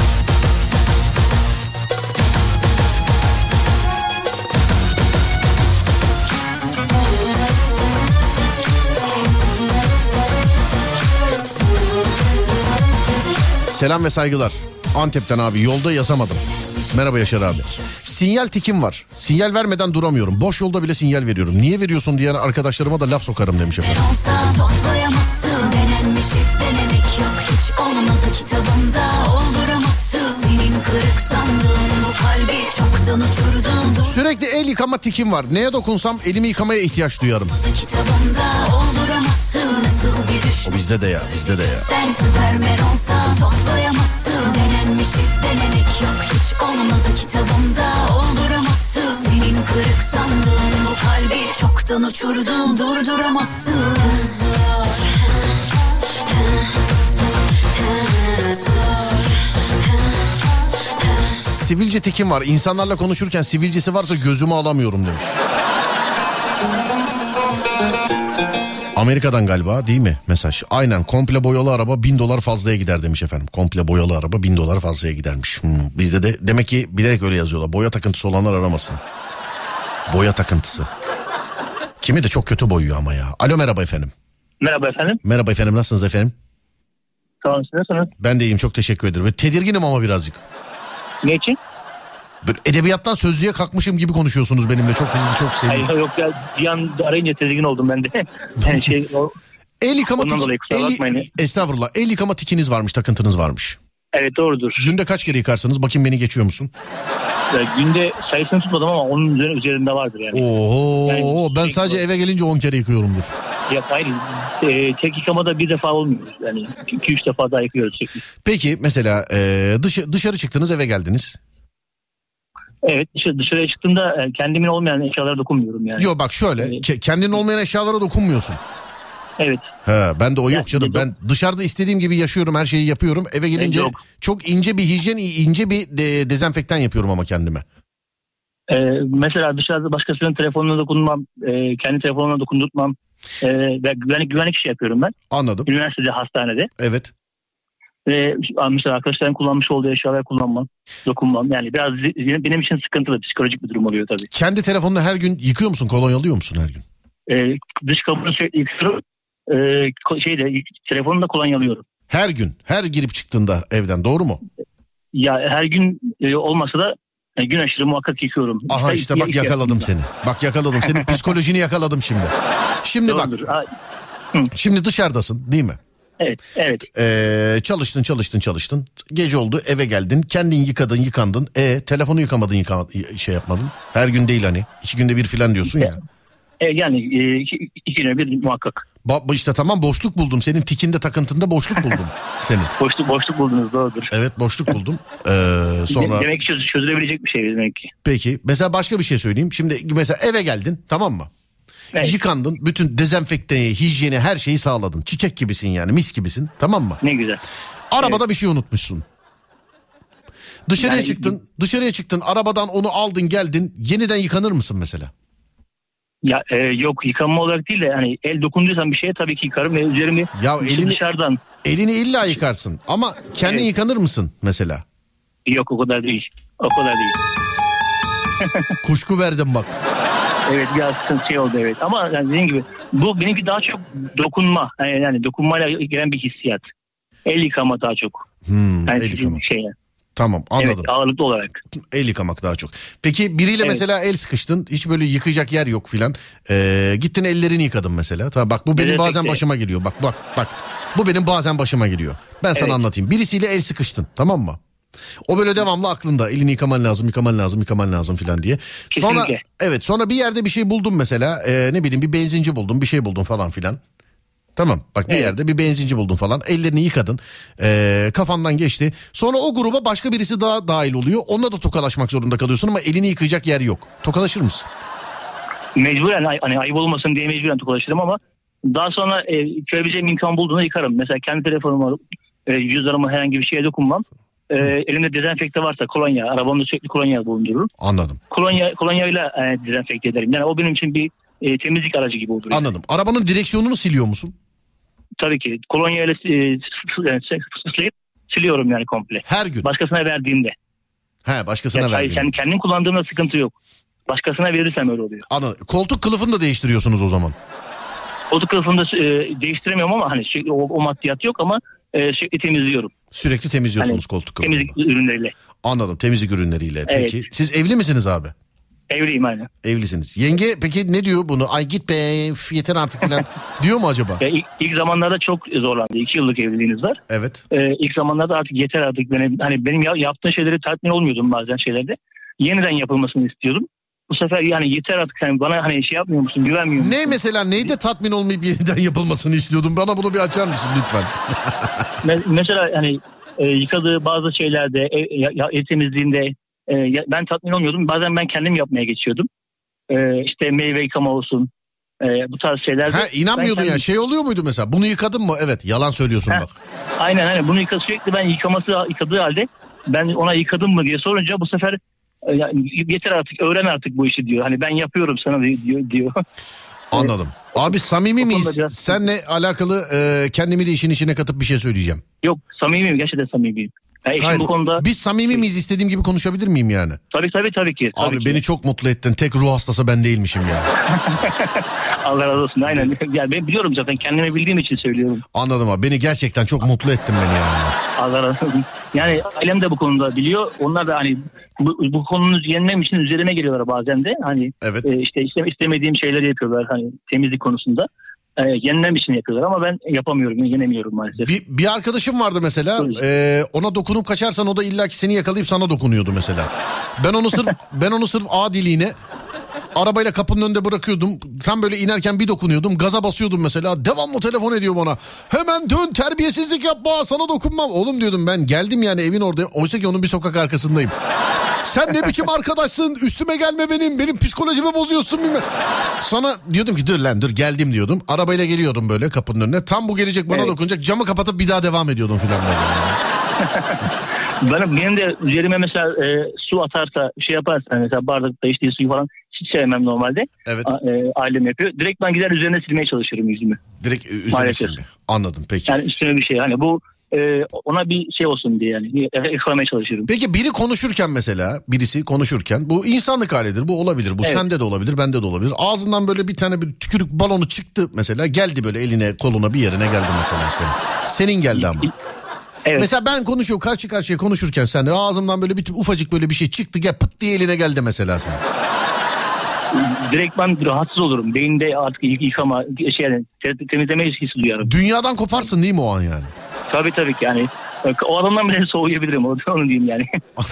Selam ve saygılar. Antep'ten abi, yolda yazamadım. Merhaba Yaşar abi. Sinyal tikim var. Sinyal vermeden duramıyorum. Boş yolda bile sinyal veriyorum. Niye veriyorsun diyen arkadaşlarıma da laf sokarım demiş efendim. Toplayamazsın. Denenmişi denemek yok, hiç olmadı kitabımda olduramazsın. Senin kırık sandığın bu kalbi çoktan uçurdum. Sürekli el yıkama tikim var. Neye dokunsam elimi yıkamaya ihtiyaç duyarım. Kitabımda olduramazsın. Nasıl bir düşmek. O bizde de ya, bizde de ya. Sen Süpermen olsan toplayamazsın. Denenmişi denemek yok, hiç olmadı kitabımda olduramazsın. Senin kırık sandığın bu kalbi çoktan uçurdum, durduramazsın. Zor. Sivilce tikim var. İnsanlarla konuşurken sivilcesi varsa gözümü alamıyorum demiş. Amerika'dan galiba değil mi mesaj? Aynen, komple boyalı araba bin dolar fazlaya gider demiş efendim. Komple boyalı araba bin dolar fazlaya gidermiş. Hmm, bizde de demek ki bilerek öyle yazıyorlar. Boya takıntısı olanlar aramasın. Boya takıntısı. Kimi de çok kötü boyuyor ama ya. Alo, merhaba efendim. Merhaba efendim. Merhaba efendim, nasılsınız efendim? Sağ olun, siz nasılsınız? Ben de iyiyim, çok teşekkür ederim. Tedirginim ama birazcık. Ne için? Böyle edebiyattan sözlüğe kalkmışım gibi konuşuyorsunuz benimle. Çok hızlı, çok sevdim. Hayır, yok ya, bir an arayınca tedirgin oldum ben de. Yani şey, o... El yıkama Ondan tiki... dolayı kusura bakmayın. El... Estağfurullah. El yıkama tikiniz varmış, takıntınız varmış. Evet, doğrudur. Günde kaç kere yıkarsınız? Bakayım beni geçiyor musun? Ya, günde sayısını tutmadım ama onun üzerinde vardır yani. Oho, yani, ben şey, sadece eve gelince on kere yıkıyorumdur. Ya hayır, e, tek yıkamada bir defa olmuyor. Yani iki üç defa daha yıkıyoruz çekmiş. Peki mesela e, dış, dışarı çıktınız, eve geldiniz. Evet, dışarı, dışarıya çıktığımda e, kendimin olmayan eşyalara dokunmuyorum yani. Yok bak şöyle, evet. ke- kendinin olmayan eşyalara dokunmuyorsun. Evet. He, ben de o yok yani, canım. Ben dışarıda istediğim gibi yaşıyorum, her şeyi yapıyorum. Eve gelince yok. çok ince bir hijyen, ince bir de, dezenfektan yapıyorum ama kendime. Ee, mesela dışarıda başkasının telefonuna dokunmam, e, kendi telefonuna dokundurtmam e, ve güvenlik, güvenlik işi yapıyorum ben. Anladım. Üniversitede, hastanede. Evet. Ve mesela arkadaşların kullanmış olduğu eşyalar kullanmam, dokunmam. Yani biraz benim için sıkıntılı, psikolojik bir durum oluyor tabii. Kendi telefonunu her gün yıkıyor musun, kolonyalıyor musun her gün? Ee, dış kapını sürekli yıkıyorum. Ee, şeyde, telefonu da kolonyalıyorum. Her gün, her girip çıktığında evden, doğru mu? Ya her gün e, olmasa da yani gün aşırı muhakkak yıkıyorum. Aha işte, işte bak yakaladım seni. Bak yakaladım. Senin psikolojini yakaladım şimdi. Şimdi Doğrudur. bak. Şimdi dışarıdasın değil mi? Evet, evet. Ee, çalıştın çalıştın çalıştın. Gece oldu, eve geldin. Kendin yıkadın yıkandın. E telefonu yıkamadın yıkama, şey yapmadın. Her gün değil hani. İki günde bir filan diyorsun ya. E, yani e, iki, iki güne bir muhakkak. Ba- işte tamam, boşluk buldum. Senin tikinde takıntında boşluk buldum senin. Boşluk boşluk buldunuz, doğrudur. Evet, boşluk buldum. Ee, sonra... Demek ki çöz- çözülebilecek bir şey demek ki. Peki mesela başka bir şey söyleyeyim. Şimdi mesela eve geldin, tamam mı? Evet. Yıkandın, bütün dezenfekteyi, hijyeni, her şeyi sağladın. Çiçek gibisin yani, mis gibisin, tamam mı? Ne güzel. Arabada evet. bir şey unutmuşsun. Dışarıya yani... çıktın, dışarıya çıktın, arabadan onu aldın geldin, yeniden yıkanır mısın mesela? Ya e, yok, yıkanma olarak değil de hani el dokunduysam bir şeye tabii ki yıkarım ve üzerimi ya elini, dışarıdan. Elini illa yıkarsın ama kendin evet. yıkanır mısın mesela? Yok, o kadar değil. O kadar değil. Kuşku verdim bak. Evet, biraz sıkıntı şey oldu evet. Ama yani dediğim gibi bu benimki daha çok dokunma. Yani, yani dokunmayla gelen bir hissiyat. El yıkama daha çok. Hmm, yani el yıkama. Şey. Tamam, anladım. Evet, ağırlıklı olarak. El yıkamak daha çok. Peki biriyle evet. mesela el sıkıştın. Hiç böyle yıkayacak yer yok filan. Ee, gittin ellerini yıkadın mesela. Tamam, bak bu benim evet, bazen peki. başıma geliyor. Bak bak bak. Bu benim bazen başıma geliyor. Ben sana evet. anlatayım. Birisiyle el sıkıştın, tamam mı? O böyle devamlı aklında, elini yıkaman lazım, yıkaman lazım, yıkaman lazım filan diye. Sonra kesinlikle. Evet, sonra bir yerde bir şey buldun mesela. E, ne bileyim bir benzinci buldun, bir şey buldun falan filan. Tamam, bak bir evet. yerde bir benzinci buldun falan, ellerini yıkadın, e, kafandan geçti. Sonra o gruba başka birisi daha dahil oluyor, onunla da tokalaşmak zorunda kalıyorsun ama elini yıkayacak yer yok. Tokalaşır mısın? Mecburen, hani ayıp olmasın diye mecburen tokalaşırım ama daha sonra e, yıkayabileceğim imkan bulduğunda yıkarım. Mesela kendi telefonumu alıp e, cüzdanıma herhangi bir şeye dokunmam. E, elimde dezenfekte varsa kolonya, arabamda sürekli kolonya bulundururum. Anladım. Kolonya kolonyayla e, dezenfekte ederim. Yani o benim için bir e, temizlik aracı gibi olur. Anladım. Yani. Arabanın direksiyonunu siliyor musun? Tabii ki. Kolonya ile e, fıslayıp siliyorum yani komple. Her gün? Başkasına verdiğimde. He, başkasına yani, verdiğimde. Yani kendim kullandığımda sıkıntı yok. Başkasına verirsem öyle oluyor. Anladım. Koltuk kılıfını da değiştiriyorsunuz o zaman. Koltuk kılıfını da e, değiştiremiyorum ama hani şey, o, o maddiyat yok ama e, sürekli temizliyorum. Sürekli temizliyorsunuz hani, koltuk kılıfını. Temizlik ürünleriyle. Anladım, temizlik ürünleriyle. Evet. Peki siz evli misiniz abi? Evliyim aynen. Evlisiniz. Yenge peki ne diyor bunu? Ay git be yeter artık falan diyor mu acaba? Ya ilk, ilk zamanlarda çok zorlandı. İki yıllık evliliğiniz var. Evet. Ee, ilk zamanlarda artık yeter artık. Benim, hani benim yaptığım şeyleri tatmin olmuyordum bazen şeylerde. Yeniden yapılmasını istiyordum. Bu sefer yani yeter artık, yani bana hani şey yapmıyor musun, güvenmiyor musun? Ne mesela, neyde tatmin olmayıp yeniden yapılmasını istiyordum? Bana bunu bir açar mısın lütfen? Mesela hani e, yıkadığı bazı şeylerde, ev, ev temizliğinde e, ben tatmin olmuyordum. Bazen ben kendim yapmaya geçiyordum. E, işte meyve yıkama olsun, e, bu tarz şeylerde. Ha, inanmıyordun ya, kendim... şey oluyor muydu mesela? Bunu yıkadın mı? Evet, yalan söylüyorsun ha, bak. Aynen aynen, bunu yıka, sürekli ben yıkaması yıkadığı halde ben ona yıkadım mı diye sorunca bu sefer yani yeter artık, öğren artık bu işi diyor. Hani ben yapıyorum sana diyor. diyor. Anladım. Abi samimi miyiz? Biraz... Seninle alakalı e, kendimi de işin içine katıp bir şey söyleyeceğim. Yok, samimiyim, gerçekten samimiyim. Yani Hayır, bu konuda... Biz samimi miyiz, istediğim gibi konuşabilir miyim yani? Tabii tabii tabii ki. Tabii Abi ki. Beni çok mutlu ettin. Tek ruh hastası ben değilmişim ya. Allah razı olsun, aynen. Yani ben biliyorum zaten, kendimi bildiğim için söylüyorum. Anladım abi, beni gerçekten çok mutlu ettin beni yani. Allah razı olsun. Yani ailem de bu konuda biliyor. Onlar da hani bu, bu konunun yenmem için üzerine geliyorlar bazen de. Hani evet. e, işte istemediğim şeyleri yapıyorlar hani temizlik konusunda. E, yenmem için yapıyorlar ama ben yapamıyorum, yenemiyorum maalesef. Bir, bir arkadaşım vardı mesela, e, ona dokunup kaçarsan o da illaki seni yakalayıp sana dokunuyordu mesela. Ben onu sırf ben onu sırf adiliğine arabayla kapının önünde bırakıyordum. Tam böyle inerken bir dokunuyordum, gaza basıyordum mesela. Devamlı telefon ediyor bana. Hemen dön, terbiyesizlik yapma, sana dokunmam. Oğlum diyordum, ben geldim yani evin orada. Oysa ki onun bir sokak arkasındayım. Sen ne biçim arkadaşsın, üstüme gelme benim. Benim psikolojimi bozuyorsun bilmem. Sonra diyordum ki dur lan dur, geldim diyordum. Arabayla geliyordum böyle kapının önüne. Tam bu gelecek bana evet. dokunacak. Camı kapatıp bir daha devam ediyordum filan böyle. Benim, benim de üzerime mesela e, su atarsa, şey yaparsa mesela bardakta içtiği suyu falan hiç sevmem normalde. Evet. A, e, ailem yapıyor. Direkt ben gider üzerine silmeye çalışırım yüzümü. Direkt üzerine silme. Anladım, peki. Yani üstüne bir şey, hani bu e, ona bir şey olsun diye yani yakalamaya çalışırım. Peki biri konuşurken mesela, birisi konuşurken, bu insanlık halidir, bu olabilir. Bu evet. Sende de olabilir, bende de olabilir. Ağzından böyle bir tane bir tükürük balonu çıktı mesela, geldi böyle eline koluna bir yerine geldi mesela senin. Senin geldi ama. Evet. Mesela ben konuşuyorum, karşı karşıya konuşurken sen de ağzımdan böyle bir ufacık böyle bir şey çıktı, gel pıt diye eline geldi mesela sen. direkt ben rahatsız olurum. Beyinde artık yıkama, şey yani temizleme hissi duyarım. Dünyadan koparsın değil mi o an yani? Tabii tabii ki yani. O adamdan bile soğuyabilirim, onu diyeyim yani.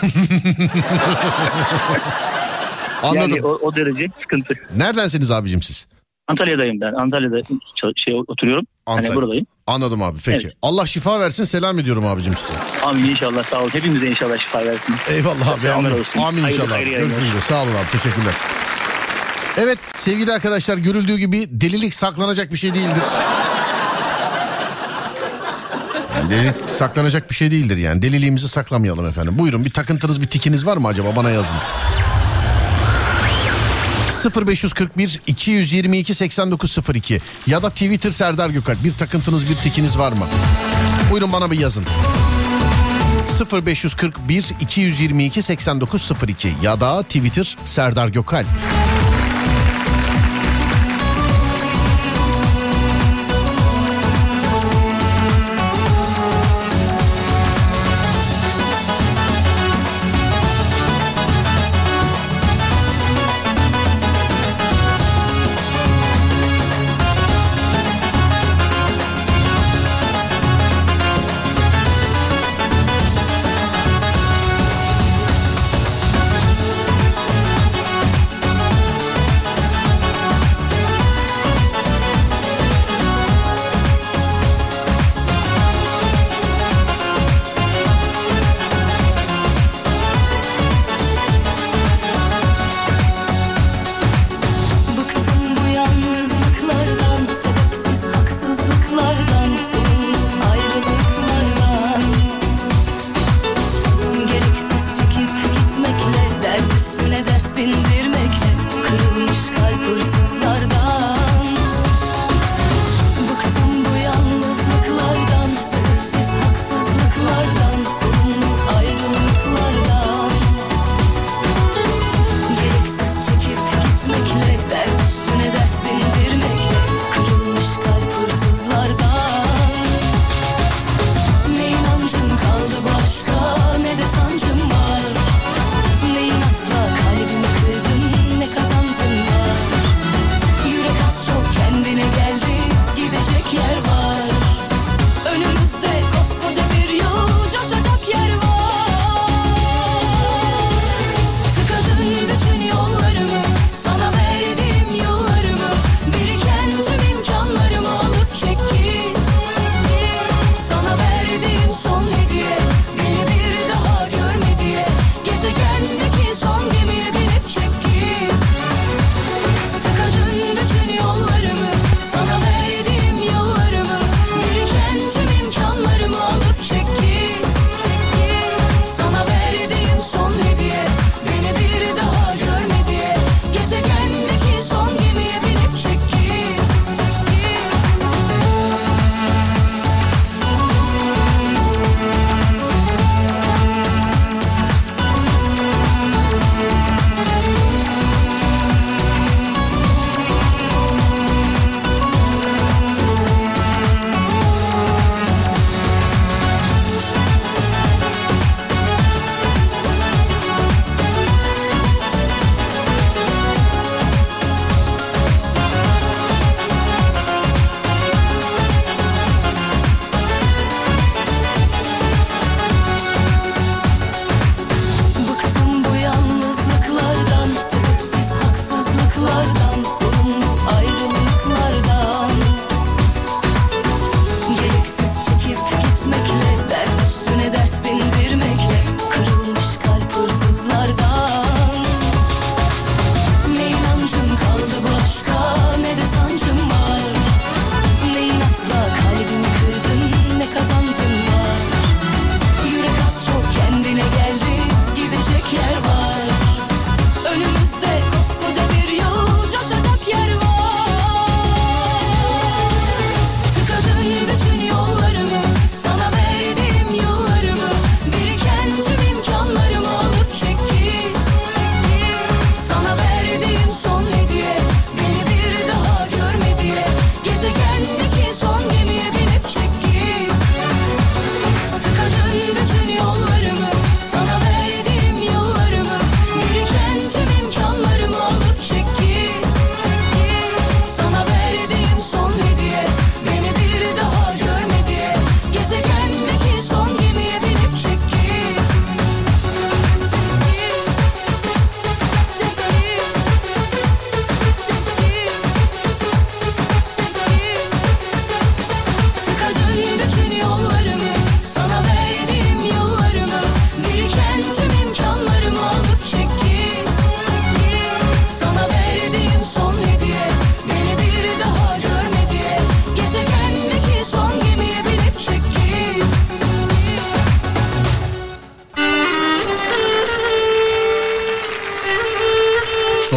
Anladım. Yani o, o derece sıkıntı. Neredensiniz abicim siz? Antalya'dayım ben. Antalya'da şey oturuyorum. Antalya. Hani buradayım. Anladım abi, peki. Evet. Allah şifa versin, selam ediyorum abicim size. Amin inşallah, sağ olun. Hepimize inşallah şifa versin. Eyvallah abi. Amin, amin hayırlı, inşallah. hayırlı Görüşmek üzere. Sağ olun abi, teşekkürler. Evet sevgili arkadaşlar, görüldüğü gibi delilik saklanacak bir şey değildir. Yani delilik saklanacak bir şey değildir yani. Deliliğimizi saklamayalım efendim. Buyurun, bir takıntınız, bir tikiniz var mı acaba, bana yazın. sıfır beş kırk bir iki yüz yirmi iki seksen dokuz sıfır iki ya da Twitter Serdar Gökalp, bir takıntınız, bir tikiniz var mı? Buyurun bana bir yazın. sıfır beş kırk bir iki yüz yirmi iki seksen dokuz sıfır iki ya da Twitter Serdar Gökalp.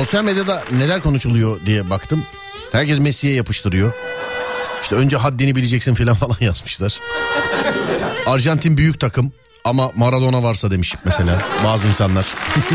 Sosyal medyada neler konuşuluyor diye baktım. Herkes Messi'ye yapıştırıyor. İşte önce haddini bileceksin falan falan yazmışlar. Arjantin büyük takım ama Maradona varsa demiş mesela bazı insanlar.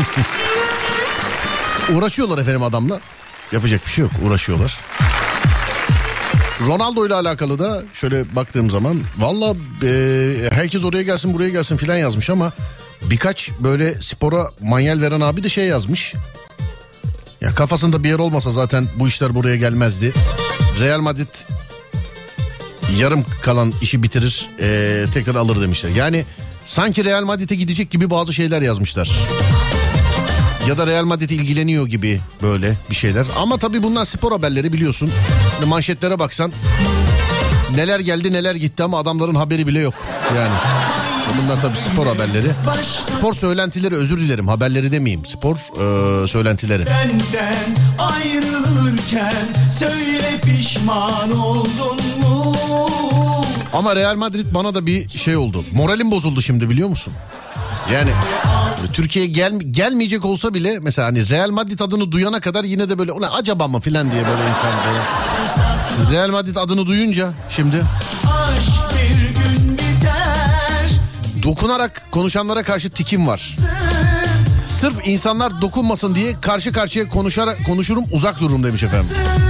Uğraşıyorlar efendim adamla. Yapacak bir şey yok, uğraşıyorlar. Ronaldo ile alakalı da şöyle baktığım zaman valla e, herkes oraya gelsin buraya gelsin filan yazmış ama birkaç böyle spora manyel veren abi de şey yazmış. Ya kafasında bir yer olmasa zaten bu işler buraya gelmezdi. Real Madrid yarım kalan işi bitirir, e, tekrar alır demişler. Yani sanki Real Madrid'e gidecek gibi bazı şeyler yazmışlar. Ya da Real Madrid ilgileniyor gibi böyle bir şeyler. Ama tabii bunlar spor haberleri biliyorsun. Manşetlere baksan neler geldi neler gitti ama adamların haberi bile yok. Yani bunlar tabii spor haberleri. Spor söylentileri, özür dilerim, haberleri demeyeyim. Spor e, söylentileri. Benden ayrılırken söyle pişman oldun mu? Ama Real Madrid bana da bir şey oldu. Moralim bozuldu şimdi biliyor musun? Yani Türkiye'ye gel, gelmeyecek olsa bile mesela hani Real Madrid adını duyana kadar yine de böyle ulan acaba mı filan diye böyle insan böyle. Real Madrid adını duyunca şimdi Aşk bir gün biter. dokunarak konuşanlara karşı tikim var. Sırf insanlar dokunmasın diye karşı karşıya konuşarak konuşurum, uzak dururum demiş efendim.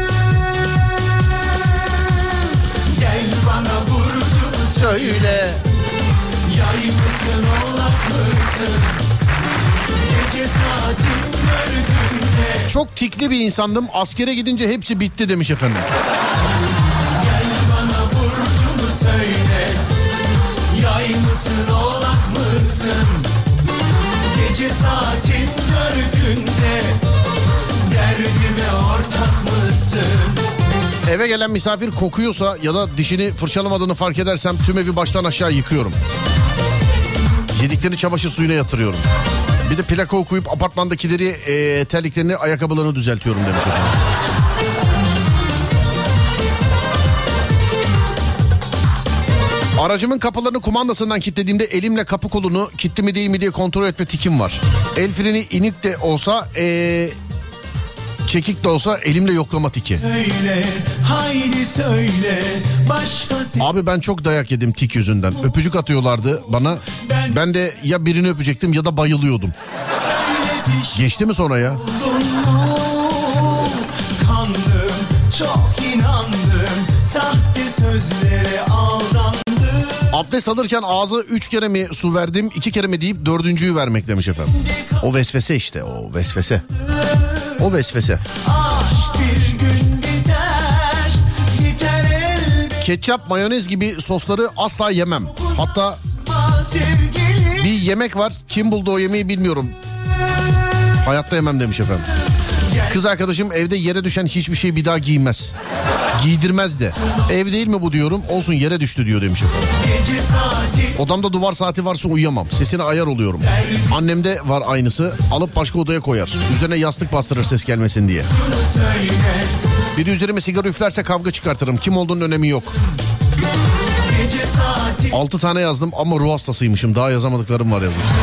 Gel bana vurduğunu Söyle. Yay mısın oğlak mısın? Gece saatin gördüğünde Çok tikli bir insandım. Askere gidince hepsi bitti demiş efendim. gel bana vurduğunu söyle. Yay mısın oğlak mısın? Gece saatin gördüğünde derdime ortak mısın? Eve gelen misafir kokuyorsa ya da dişini fırçalamadığını fark edersem tüm evi baştan aşağı yıkıyorum. Yediklerini çamaşır suyuna yatırıyorum. Bir de plaka okuyup apartmandakileri e, terliklerini, ayakkabılarını düzeltiyorum demiş efendim. Aracımın kapılarını kumandasından kilitlediğimde elimle kapı kolunu kilitli mi değil mi diye kontrol etme tikim var. El freni inik de olsa e, çekik de olsa elimle yoklama tiki. Söyle, haydi söyle, başkası... Abi ben çok dayak yedim tik yüzünden. Öpücük atıyorlardı bana. Ben de ya birini öpecektim ya da bayılıyordum. Geçti mi sonra ya? Kandım, çok inandım, sahte sözlere aldandım. Abdest alırken ağza üç kere mi su verdim, iki kere mi deyip dördüncüyü vermek demiş efendim. O vesvese işte, o vesvese. O vesvese. Aşk bir gün biter, biter elbet. Ketçap, mayonez gibi sosları asla yemem. Hatta Sevgili bir yemek var, kim buldu o yemeği bilmiyorum. Hayatta yemem demiş efendim. Kız arkadaşım evde yere düşen hiçbir şey bir daha giymez. Giydirmez de. Ev değil mi bu diyorum, olsun yere düştü diyor demiş efendim. gece saati Odamda duvar saati varsa uyuyamam. Sesine ayar oluyorum. Annemde var aynısı. Alıp başka odaya koyar. Üzerine yastık bastırır ses gelmesin diye. söyle. Biri üzerime sigara üflerse kavga çıkartırım. Kim olduğunun önemi yok. Gece saati Altı tane yazdım ama ruh hastasıymışım. Daha yazamadıklarım var yazmış.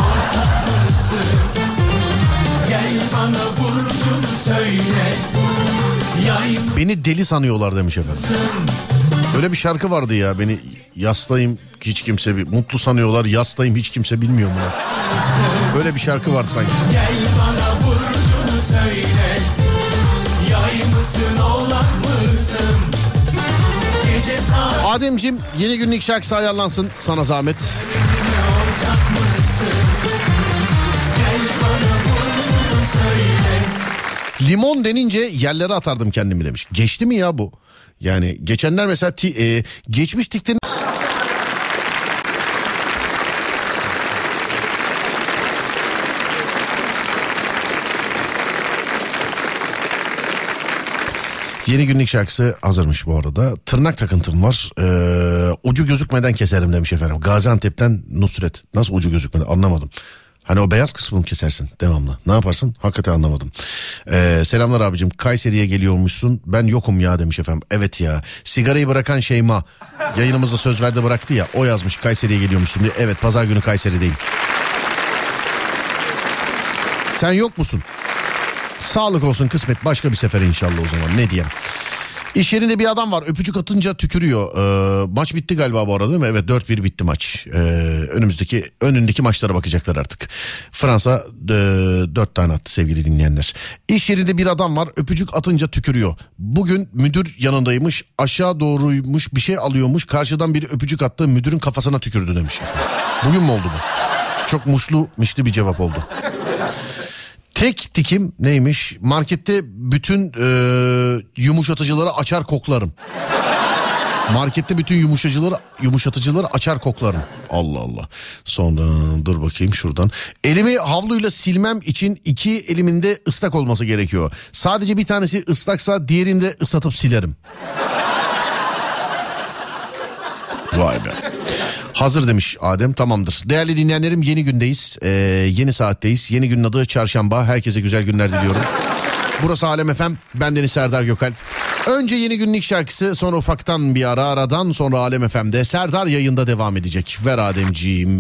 gel bana vurdun söyle. Yay Beni deli sanıyorlar demiş efendim. Öyle bir şarkı vardı ya. Beni yastayım hiç kimse bir mutlu sanıyorlar. Yastayım hiç kimse bilmiyor mu? Böyle bir şarkı vardı sanki. gel bana vurdun söyle. Yay mısın oğlak mısın? Gece saati Ademciğim yeni günlük şarkısı ayarlansın sana zahmet. ortak mısın? Gel bana vurdun söyle. Limon denince yerlere atardım kendimi demiş. Geçti mi ya bu? Yani geçenler mesela ti, e, geçmiş tikleriniz... Yeni günlük şarkısı hazırmış bu arada. Tırnak takıntım var. Ee, ucu gözükmeden keserim demiş efendim. Gaziantep'ten Nusret. Nasıl ucu gözükmeden anlamadım. Hani o beyaz kısmını kesersin devamlı. Ne yaparsın? Hakikaten anlamadım. Ee, selamlar abicim. Kayseri'ye geliyormuşsun. Ben yokum ya demiş efendim. Evet ya. Sigarayı bırakan Şeyma. Yayınımızda söz verdi bıraktı ya. O yazmış Kayseri'ye geliyormuşsun diye. Evet pazar günü Kayseri'deyim. Sen yok musun? Sağlık olsun, kısmet başka bir sefer inşallah o zaman, ne diyeyim. İş yerinde bir adam var, öpücük atınca tükürüyor. Ee, maç bitti galiba bu arada değil mi? Evet, dört bir bitti maç. Ee, önümüzdeki önündeki maçlara bakacaklar artık. Fransa e, dört tane attı sevgili dinleyenler. İş yerinde bir adam var, öpücük atınca tükürüyor. Bugün müdür yanındaymış, aşağı doğruymuş, bir şey alıyormuş. Karşıdan biri öpücük attı, müdürün kafasına tükürdü demiş. Bugün mü oldu bu? Çok muşlu mişli bir cevap oldu. Tek tikim neymiş? Markette bütün e, yumuşatıcıları açar koklarım. Markette bütün yumuşatıcıları, yumuşatıcıları açar koklarım. Allah Allah. Sonra dur bakayım şuradan. Elimi havluyla silmem için iki elimin de ıslak olması gerekiyor. Sadece bir tanesi ıslaksa diğerini de ıslatıp silerim. Vay be. Hazır demiş Adem, tamamdır. Değerli dinleyenlerim, yeni gündeyiz. Ee, yeni saatteyiz. Yeni günün adı Çarşamba. Herkese güzel günler diliyorum. Burası Alem F M. Bendeniz Serdar Gökalp. Önce yeni günlük şarkısı, sonra ufaktan bir ara, aradan sonra Alem F M'de Serdar yayında devam edecek. Ver Ademciğim.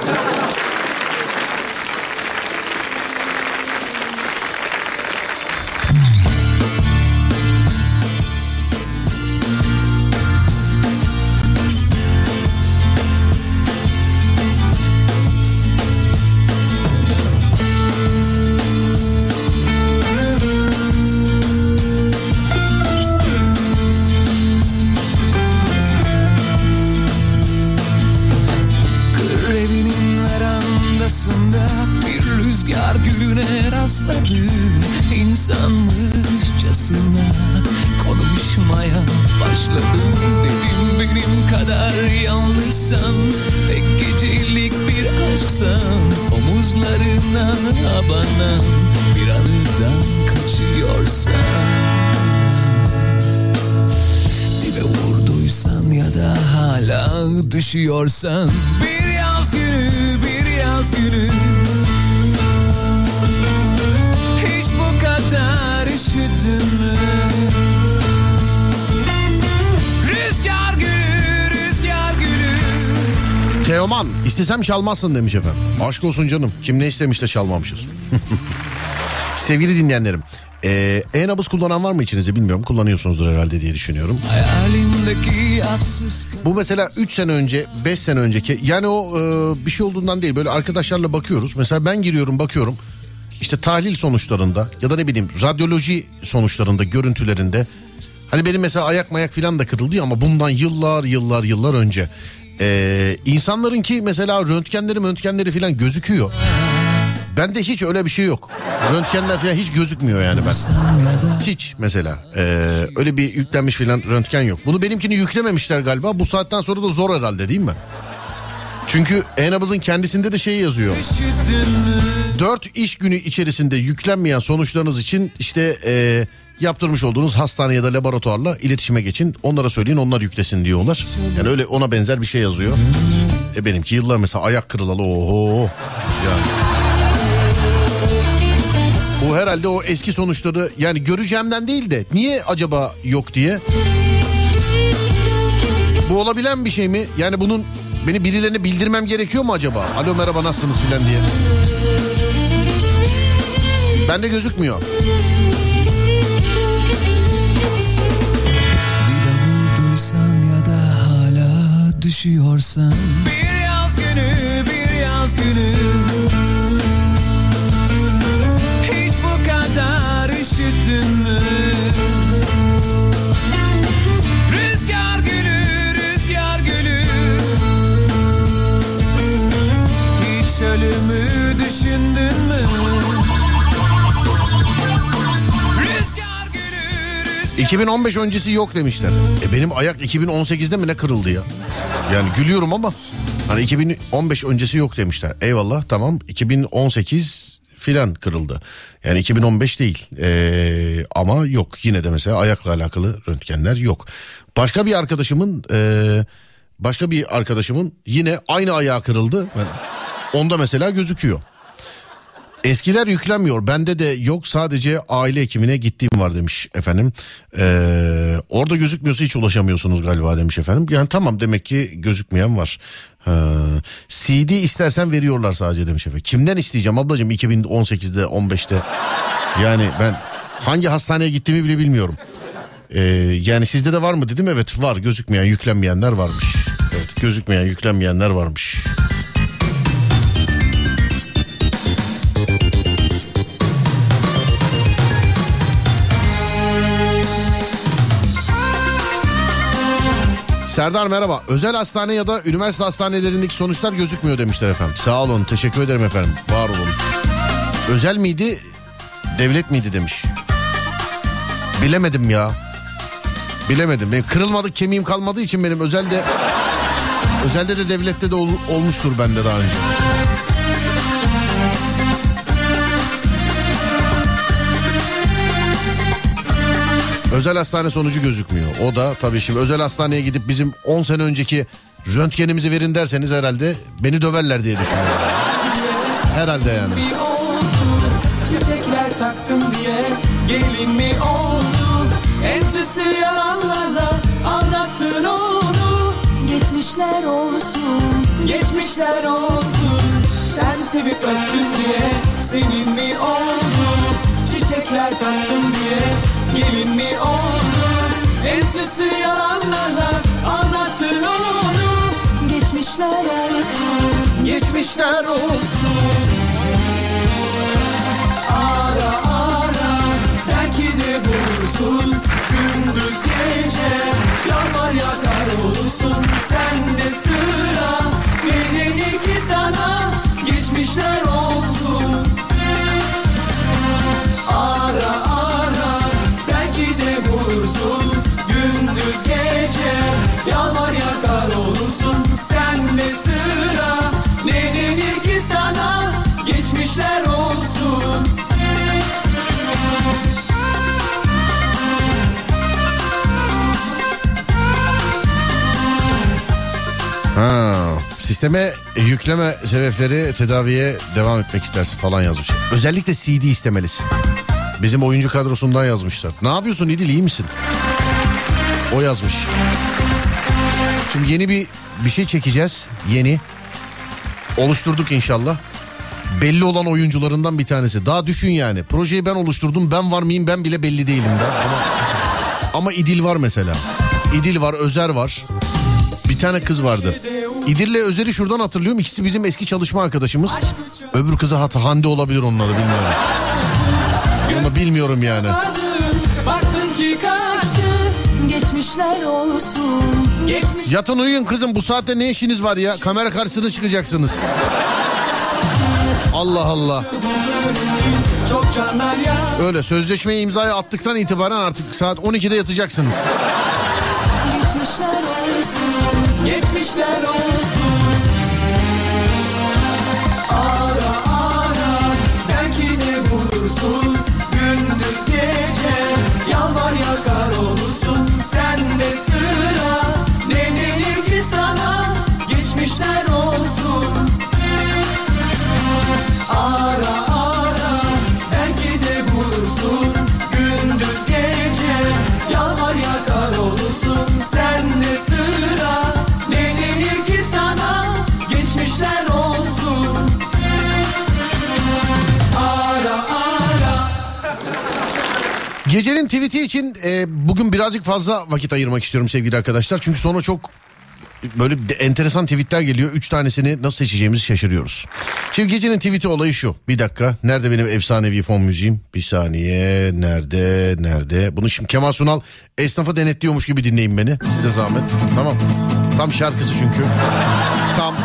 İnsanmışçasına konuşmaya başladım. Dedim benim kadar yalnızsan, tek gecelik bir aşksan, omuzlarına abanan bir anıdan kaçıyorsan, dibe vurduysan ya da hala düşüyorsan, bir yaz günü, bir yaz günü üşüdün mü? Rüzgar gülü, rüzgar gülü. Teoman, istesem çalmazsın demiş efendim. Aşk olsun canım. Kim ne istemiş de çalmamışız. Sevgili dinleyenlerim, e, e-nabız kullanan var mı içinizde bilmiyorum. Kullanıyorsunuzdur herhalde diye düşünüyorum. Bu mesela üç sene önce, beş sene önceki, yani o e, bir şey olduğundan değil, böyle arkadaşlarla bakıyoruz. Mesela ben giriyorum, bakıyorum. İşte tahlil sonuçlarında ya da ne bileyim radyoloji sonuçlarında, görüntülerinde, hani benim mesela ayak mayak filan da kırıldı ama bundan yıllar yıllar yıllar önce ee, insanların ki mesela röntgenleri röntgenleri filan gözüküyor. Bende hiç öyle bir şey yok. Röntgenler filan hiç gözükmüyor yani ben. Hiç mesela ee, öyle bir yüklenmiş filan röntgen yok. Bunu benimkini yüklememişler galiba. Bu saatten sonra da zor herhalde, değil mi? Çünkü e-nabızın kendisinde de şey yazıyor. Dört iş günü içerisinde yüklenmeyen sonuçlarınız için işte e, yaptırmış olduğunuz hastane ya da laboratuvarla iletişime geçin. Onlara söyleyin, onlar yüklesin diyorlar. Yani öyle ona benzer bir şey yazıyor. E benimki yıllar mesela ayak kırılalı, oho. Yani. Bu herhalde o eski sonuçları, yani göreceğimden değil de niye acaba yok diye. Bu olabilen bir şey mi? Yani bunun beni birilerine bildirmem gerekiyor mu acaba? Alo merhaba nasılsınız filan diye. Bende gözükmüyor. Bir davul duysan ya da hala düşüyorsan, bir yaz günü, bir yaz günü hiç bu kadar üşüdün mü? Rüzgar gülü, rüzgar gülü, hiç ölümü düşündün mü? iki bin on beş öncesi yok demişler. E benim ayak iki bin on sekizde mi ne kırıldı ya? Yani gülüyorum ama hani iki bin on beş öncesi yok demişler. Eyvallah, tamam, iki bin on sekiz filan kırıldı. Yani iki bin on beş değil. Ee, ama yok, yine de mesela ayakla alakalı röntgenler yok. Başka bir arkadaşımın e, başka bir arkadaşımın yine aynı ayağı kırıldı. Yani onda mesela gözüküyor. Eskiler yüklenmiyor. Bende de yok, sadece aile hekimine gittiğim var demiş efendim. Ee, orada gözükmüyorsa hiç ulaşamıyorsunuz galiba demiş efendim. Yani tamam, demek ki gözükmeyen var. Ha. C D istersen veriyorlar sadece demiş efendim. Kimden isteyeceğim ablacığım iki bin on sekizde on beşte? Yani ben hangi hastaneye gittiğimi bile bilmiyorum. Ee, yani sizde de var mı dedim, evet var, gözükmeyen yüklenmeyenler varmış. Evet, gözükmeyen yüklenmeyenler varmış. Serdar merhaba. Özel hastane ya da üniversite hastanelerindeki sonuçlar gözükmüyor demişler efendim. Sağ olun, teşekkür ederim efendim. Var olun. Özel miydi, devlet miydi demiş. Bilemedim ya. Bilemedim. Benim kırılmadık kemiğim kalmadığı için benim özelde özelde de devlette de ol, olmuştur bende daha önce. Özel hastane sonucu gözükmüyor. O da tabii şimdi özel hastaneye gidip bizim on sene önceki röntgenimizi verin derseniz herhalde beni döverler diye düşünüyorum. Herhalde yani. Çiçekler taktın diye gelin mi oldun? En süslü yalanlarla aldattın onu. Geçmişler olsun, geçmişler olsun. Sen sevip öptün diye senin mi oldun? Çiçekler taktın diye gelin mi oldun? En süslü yalanlarla aldattın onu. Geçmişler olsun, geçmişler olsun. Ara ara belki de bulursun. Gündüz gece yalvar yakar olursun. Sen de sıra neden ki sana geçmişler olsun. Ara ara belki de bulursun. Gündüz gece yalvar yakar olursun. Sen de sıra neden ki sana geçmişler olsun. Ha, sisteme yükleme sebepleri, tedaviye devam etmek istersin falan yazmış. Özellikle C D istemelisin. Bizim oyuncu kadrosundan yazmışlar. Ne yapıyorsun İdil, iyi misin? O yazmış. Şimdi yeni bir bir şey çekeceğiz. Yeni. Oluşturduk inşallah. Belli olan oyuncularından bir tanesi. Daha düşün yani. Projeyi ben oluşturdum. Ben var mıyım ben bile belli değilim de. Ama, ama İdil var mesela. İdil var, Özer var. Bir tane kız vardı. İdil'le Özer'i şuradan hatırlıyorum. İkisi bizim eski çalışma arkadaşımız. Öbür kızı Hat Hande olabilir onun adı, bilmiyorum. Onu bilmiyorum yani. Baktın ki kaçtı, geçmişler olsun. Geçmiş... Yatın uyuyun kızım, bu saatte ne işiniz var ya? Kamera karşısına çıkacaksınız. Allah Allah. Çok canlar ya. Öyle sözleşmeyi imzaya attıktan itibaren artık saat on ikide yatacaksınız. Geçmişler olsun, geçmişler olsun. Ara ara belki de bulursun. Gündüz gece yalvar yakar olursun. Sen de sıra ne denir ki sana geçmişler olsun. Ara ara belki de bulursun. Gündüz gece yalvar yakar olursun. Sen de sıra ne denir ki sana geçmişler olsun. Ara ara. Gecenin tweet'i için e, bugün birazcık fazla vakit ayırmak istiyorum sevgili arkadaşlar. Çünkü sonra çok böyle enteresan tweetler geliyor. Üç tanesini nasıl seçeceğimizi şaşırıyoruz. Şimdi gecenin tweet'i olayı şu. Bir dakika. Nerede benim efsanevi fon müziğim? Bir saniye. Nerede? Nerede? Bunu şimdi Kemal Sunal esnafı denetliyormuş gibi dinleyin beni. Size zahmet. Tamam. Tam şarkısı çünkü. Tam.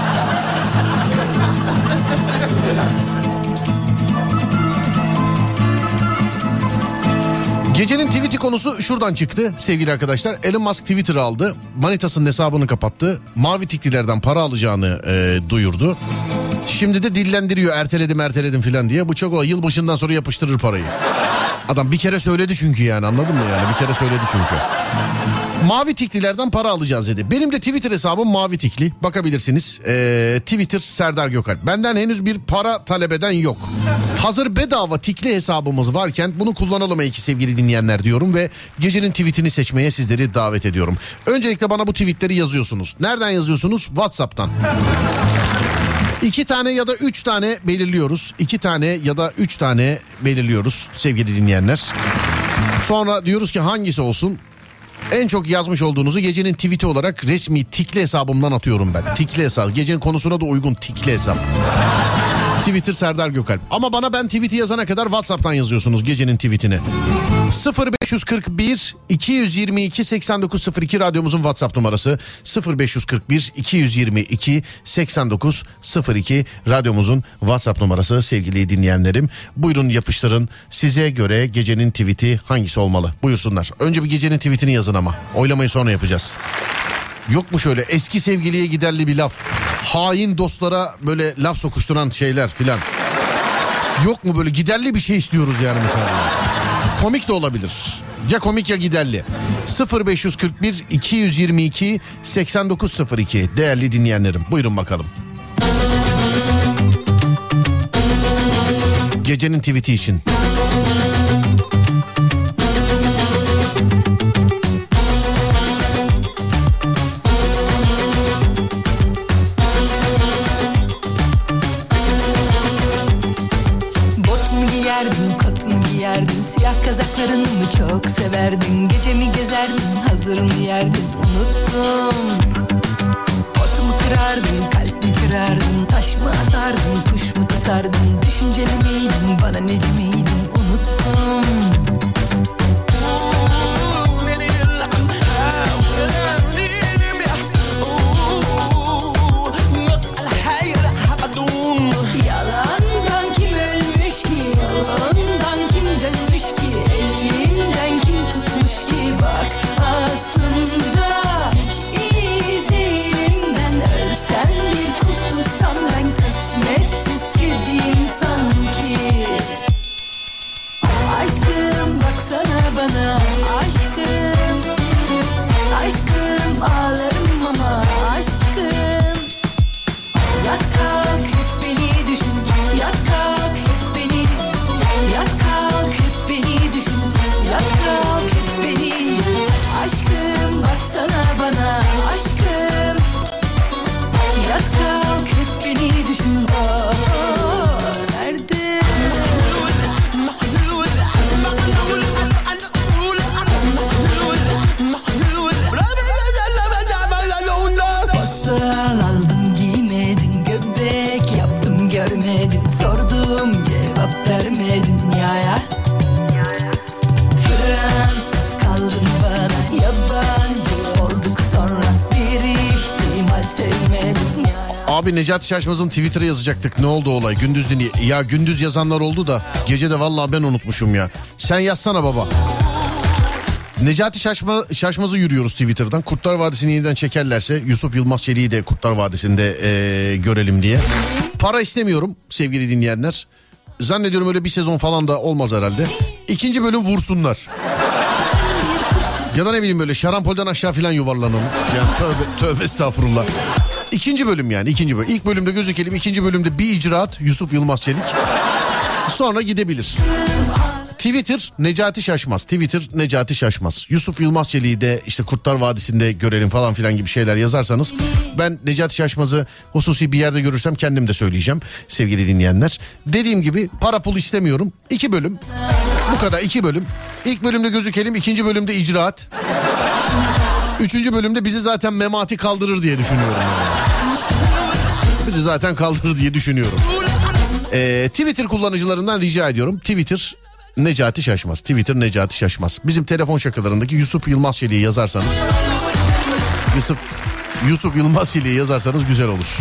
Gecenin tweet'i konusu şuradan çıktı sevgili arkadaşlar. Elon Musk Twitter'ı aldı. Manitasının hesabını kapattı. Mavi tiklilerden para alacağını e, duyurdu. Şimdi de dillendiriyor, erteledim erteledim filan diye. Bu çok o yılbaşından sonra yapıştırır parayı. Adam bir kere söyledi çünkü yani, anladın mı yani, bir kere söyledi çünkü. Mavi tiklilerden para alacağız dedi. Benim de Twitter hesabım mavi tikli. Bakabilirsiniz. Ee, Twitter Serdar Gökalp. Benden henüz bir para talep eden yok. Hazır bedava tikli hesabımız varken bunu kullanalım ey ki sevgili dinleyenler diyorum ve gecenin tweetini seçmeye sizleri davet ediyorum. Öncelikle bana bu tweetleri yazıyorsunuz. Nereden yazıyorsunuz? WhatsApp'tan. İki tane ya da üç tane belirliyoruz. İki tane ya da üç tane belirliyoruz sevgili dinleyenler. Sonra diyoruz ki hangisi olsun? En çok yazmış olduğunuzu gecenin tweet'i olarak resmi tikli hesabımdan atıyorum ben. Tikli hesap. Gecenin konusuna da uygun tikli hesap. Twitter Serdar Gökalp. Ama bana ben tweet'i yazana kadar WhatsApp'tan yazıyorsunuz gecenin tweet'ini. sıfır beş kırk bir iki yüz yirmi iki seksen dokuz sıfır iki radyomuzun WhatsApp numarası. sıfır beş kırk bir iki yüz yirmi iki seksen dokuz sıfır iki radyomuzun WhatsApp numarası sevgili dinleyenlerim. Buyurun yapıştırın. Size göre gecenin tweet'i hangisi olmalı? Buyursunlar. Önce bir gecenin tweet'ini yazın ama. Oylamayı sonra yapacağız. Yok mu şöyle eski sevgiliye giderli bir laf? Hain dostlara böyle laf sokuşturan şeyler filan. Yok mu böyle giderli bir şey istiyoruz yani mesela. Komik de olabilir. Ya komik ya giderli. sıfır beş kırk bir iki yüz yirmi iki seksen dokuz sıfır iki değerli dinleyenlerim. Buyurun bakalım. Gecenin tweet'i için. Siyah kazaklarını mı çok severdin? Gece mi gezerdin? Hazır mı yerdin? Unuttum. Pot mu kırardın? Kalp mi kırardın? Taş mı atardın? Kuş mu tutardın? Düşünceli miydin? Bana neci miydin? Unuttum. Yalandan kim ölmüş ki? Yalandan kim dönmüş ki? Elimden kim tutmuş ki? Bak aslında hiç iyi değilim ben. Ölsem bir kurtulsam ben, kısmetsiz kediyim sanki. Aşkım baksana bana, aşkım. Aşkım ağlarım ama aşkım. Yat kalk hep beni düşün. Yat kalk hep beni. Yat kalk hep beni düşün. Yat kalk hep beni. Aşkım baksana bana, aşkım. Yat kalk hep beni düşün. Aa, nerede? Postal aldım giymedin, göbek yaptım görmedin, sordum cevap vermedin ya ya. Fransız kaldın bana, yabancı olduk sonra, bir ihtimal sevmedin ya ya. Abi Necati Şaşmaz'ın Twitter'a yazacaktık. Ne oldu olay? Gündüz dinle. Ya gündüz yazanlar oldu da gece de vallahi ben unutmuşum ya. Sen yazsana baba. Necati Şaşma, Şaşmaz'ı yürüyoruz Twitter'dan. Kurtlar Vadisi'ni yeniden çekerlerse Yusuf Yılmaz Çelik'i de Kurtlar Vadisi'nde ee, görelim diye. Para istemiyorum sevgili dinleyenler. Zannediyorum öyle bir sezon falan da olmaz herhalde. İkinci bölüm vursunlar. Ya da ne bileyim böyle şarampolden aşağı falan yuvarlanalım. Yani tövbe, tövbe estağfurullah. İkinci bölüm yani ikinci bölüm. İlk bölümde gözükelim, ikinci bölümde bir icraat Yusuf Yılmaz Çelik. Sonra gidebilir. Twitter Necati Şaşmaz. Twitter Necati Şaşmaz. Yusuf Yılmaz Çelik'i de işte Kurtlar Vadisi'nde görelim falan filan gibi şeyler yazarsanız ben Necati Şaşmaz'ı hususi bir yerde görürsem kendim de söyleyeceğim sevgili dinleyenler. Dediğim gibi para pul istemiyorum. İki bölüm. Bu kadar iki bölüm. İlk bölümde gözükelim, ikinci bölümde icraat. Üçüncü bölümde bizi zaten Memati kaldırır diye düşünüyorum. Yani. Bizi zaten kaldırır diye düşünüyorum. Ee, Twitter kullanıcılarından rica ediyorum. Twitter Necati Şaşmaz. Twitter Necati Şaşmaz. Bizim telefon şakalarındaki Yusuf Yılmaz Çelik'i yazarsanız Yusuf Yusuf Yılmaz Çelik'i yazarsanız güzel olur.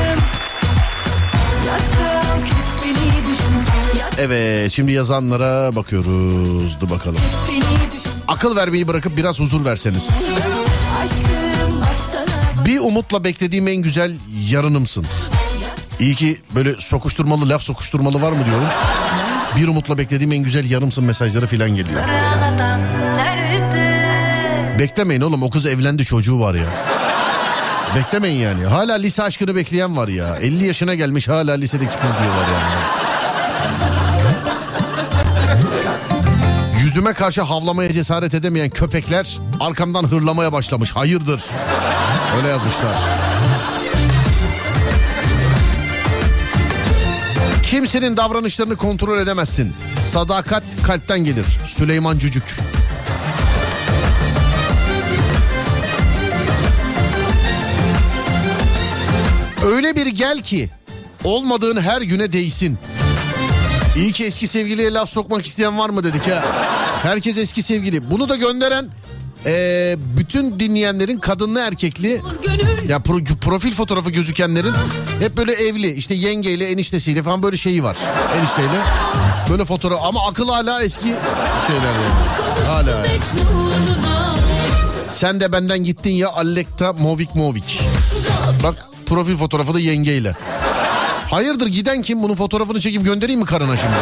Evet, şimdi yazanlara bakıyoruz. Dur bakalım. Akıl vermeyi bırakıp biraz huzur verseniz. Bir umutla beklediğim en güzel yarınımsın. İyi ki böyle sokuşturmalı, laf sokuşturmalı var mı diyorum. Bir umutla beklediğim en güzel yarımsın mesajları filan geliyor. Beklemeyin oğlum, o kız evlendi, çocuğu var ya. Beklemeyin yani. Hala lise aşkını bekleyen var ya. elli yaşına gelmiş hala lisedeki kız diyorlar yani. Yüzüme karşı havlamaya cesaret edemeyen köpekler arkamdan hırlamaya başlamış. Hayırdır? Öyle yazmışlar. Kimsenin davranışlarını kontrol edemezsin. Sadakat kalpten gelir. Süleyman Cücük. Öyle bir gel ki olmadığın her güne değsin. İyi ki eski sevgiliye laf sokmak isteyen var mı dedik ha. Herkes eski sevgili. Bunu da gönderen ee, bütün dinleyenlerin kadınlı erkekli ya pro, profil fotoğrafı gözükenlerin hep böyle evli, işte yengeyle eniştesiyle falan böyle şeyi var. Enişteyle böyle fotoğraf ama akıl hala eski şeyler yani. Hala yani. Sen de benden gittin ya Allekta Movik Movik. Bak profil fotoğrafı da yengeyle. Hayırdır, giden kim? Bunun fotoğrafını çekip göndereyim mi karına şimdi?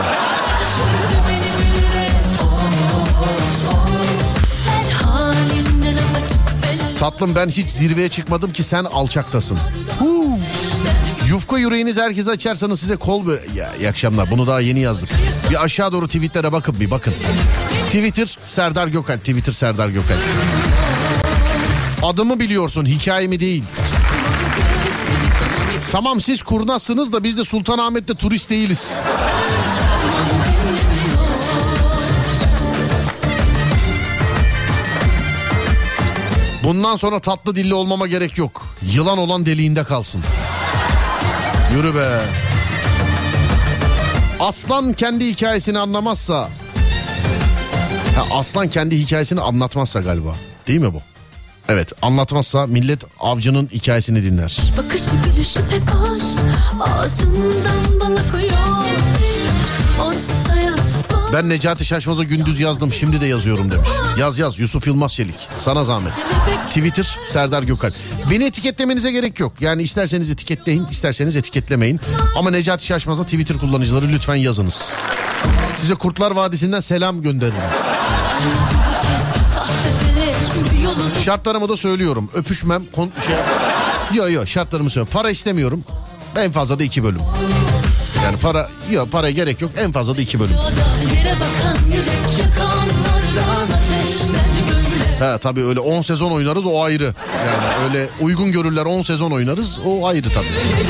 Tatlım ben hiç zirveye çıkmadım ki sen alçaktasın. Huu. Yufka yüreğiniz herkese açarsanız size kol bö... Ya iyi akşamlar, bunu daha yeni yazdık. Bir aşağı doğru tweetlere bakın bir bakın. Twitter Serdar Gökalp, Twitter Serdar Gökalp. Adımı biliyorsun, hikayemi değil. Tamam siz kurnazsınız da biz de Sultanahmet'te turist değiliz. Bundan sonra tatlı dilli olmama gerek yok. Yılan olan deliğinde kalsın. Yürü be. Aslan kendi hikayesini anlamazsa... Ha, aslan kendi hikayesini anlatmazsa galiba. Değil mi bu? Evet, anlatmazsa millet avcının hikayesini dinler. Bakışı gülüşü pek hoş, ağzından bal akıyor. Onsuz hayat bu. Ben Necati Şaşmaz'a gündüz yazdım, şimdi de yazıyorum demiş. Yaz yaz Yusuf Yılmaz Çelik. Sana zahmet. Twitter Serdar Gökalp. Beni etiketlemenize gerek yok. Yani isterseniz etiketleyin, isterseniz etiketlemeyin. Ama Necati Şaşmaz'a Twitter kullanıcıları lütfen yazınız. Size Kurtlar Vadisi'nden selam gönderirim. Şartlarımı da söylüyorum. Öpüşmem. Kon- şey... Yok yok şartlarımı söylüyorum. Para istemiyorum. En fazla da iki bölüm. Yani para yok, paraya gerek yok. En fazla da iki bölüm. Ha tabii öyle on sezon oynarız, o ayrı. Yani öyle uygun görürler on sezon oynarız, o ayrı tabii.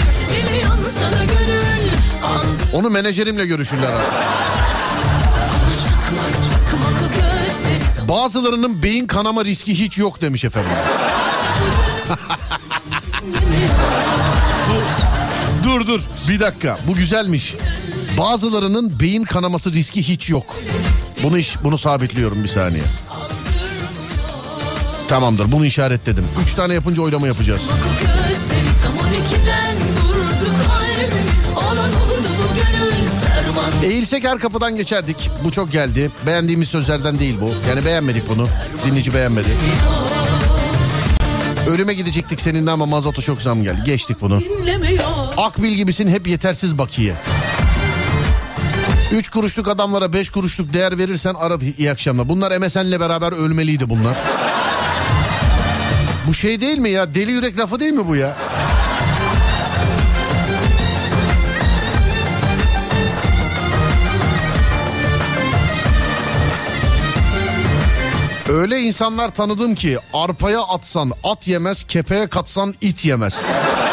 Onu menajerimle görüşürler artık. Bazılarının beyin kanama riski hiç yok demiş efendim. dur, dur dur bir dakika, bu güzelmiş. Bazılarının beyin kanaması riski hiç yok. Bunu iş, bunu sabitliyorum bir saniye. Tamamdır, bunu işaretledim. Üç tane yapınca oylama yapacağız. Eğilsek her kapıdan geçerdik. Bu çok geldi. Beğendiğimiz sözlerden değil bu. Yani beğenmedik bunu. Dinleyici beğenmedi. Ölüme gidecektik seninle ama mazota çok zam geldi. Geçtik bunu. Akbil gibisin, hep yetersiz bakiye. Üç kuruşluk adamlara beş kuruşluk değer verirsen aradı. İyi akşamlar. Bunlar M S N'le beraber ölmeliydi bunlar. Bu şey değil mi ya? Deli yürek lafı değil mi bu ya? Öyle insanlar tanıdım ki arpaya atsan at yemez, kepeğe katsan it yemez.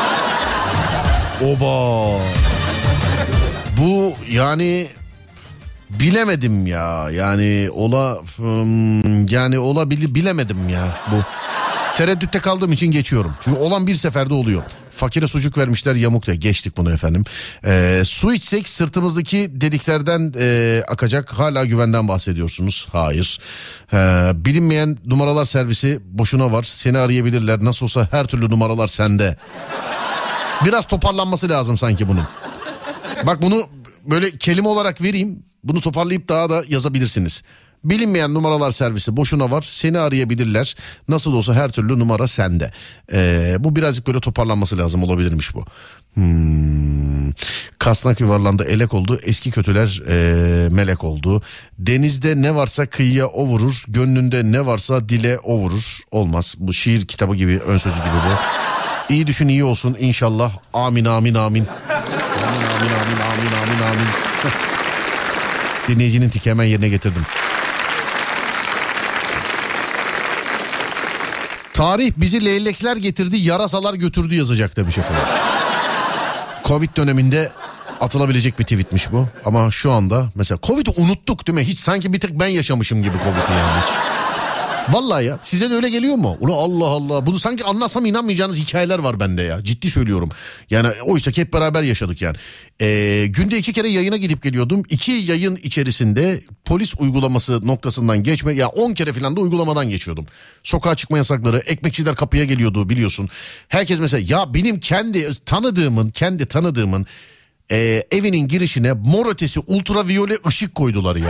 Oba. Bu yani bilemedim ya. Yani ola yani olabilir, bilemedim ya bu. Tereddütte kaldığım için geçiyorum. Çünkü olan bir seferde oluyor. Fakire sucuk vermişler yamuk diye. Geçtik bunu efendim. Ee, su içsek sırtımızdaki deliklerden e, akacak. Hala güvenden bahsediyorsunuz. Hayır. Ee, bilinmeyen numaralar servisi boşuna var. Seni arayabilirler. Nasıl olsa her türlü numaralar sende. Biraz toparlanması lazım sanki bunun. Bak bunu böyle kelime olarak vereyim. Bunu toparlayıp daha da yazabilirsiniz. Bilinmeyen numaralar servisi boşuna var. Seni arayabilirler. Nasıl olsa her türlü numara sende. Ee, bu birazcık böyle toparlanması lazım, olabilirmiş bu. Hmm. Kasnak yuvarlandı, elek oldu. Eski kötüler ee, melek oldu. Denizde ne varsa kıyıya o vurur. Gönlünde ne varsa dile o vurur. Olmaz. Bu şiir kitabı gibi, ön sözü gibi bu. İyi düşün, iyi olsun inşallah. Amin amin amin. Amin amin amin amin amin amin. Dinleyicinin tiki hemen yerine getirdim. Tarih bizi leylekler getirdi, yarasalar götürdü yazacak demiş efendim. Covid döneminde atılabilecek bir tweetmiş bu. Ama şu anda mesela Covid'i unuttuk değil mi? Hiç sanki bir tek ben yaşamışım gibi Covid'i yani hiç. Vallahi ya, size de öyle geliyor mu? Ulan Allah Allah, bunu sanki anlatsam inanmayacağınız hikayeler var bende ya. Ciddi söylüyorum. Yani oysa ki hep beraber yaşadık yani. Ee, günde iki kere yayına gidip geliyordum. İki yayın içerisinde polis uygulaması noktasından geçme ya on kere falan da uygulamadan geçiyordum. Sokağa çıkma yasakları, ekmekçiler kapıya geliyordu biliyorsun. Herkes mesela ya benim kendi tanıdığımın kendi tanıdığımın e, evinin girişine mor ötesi ultraviyole ışık koydular ya.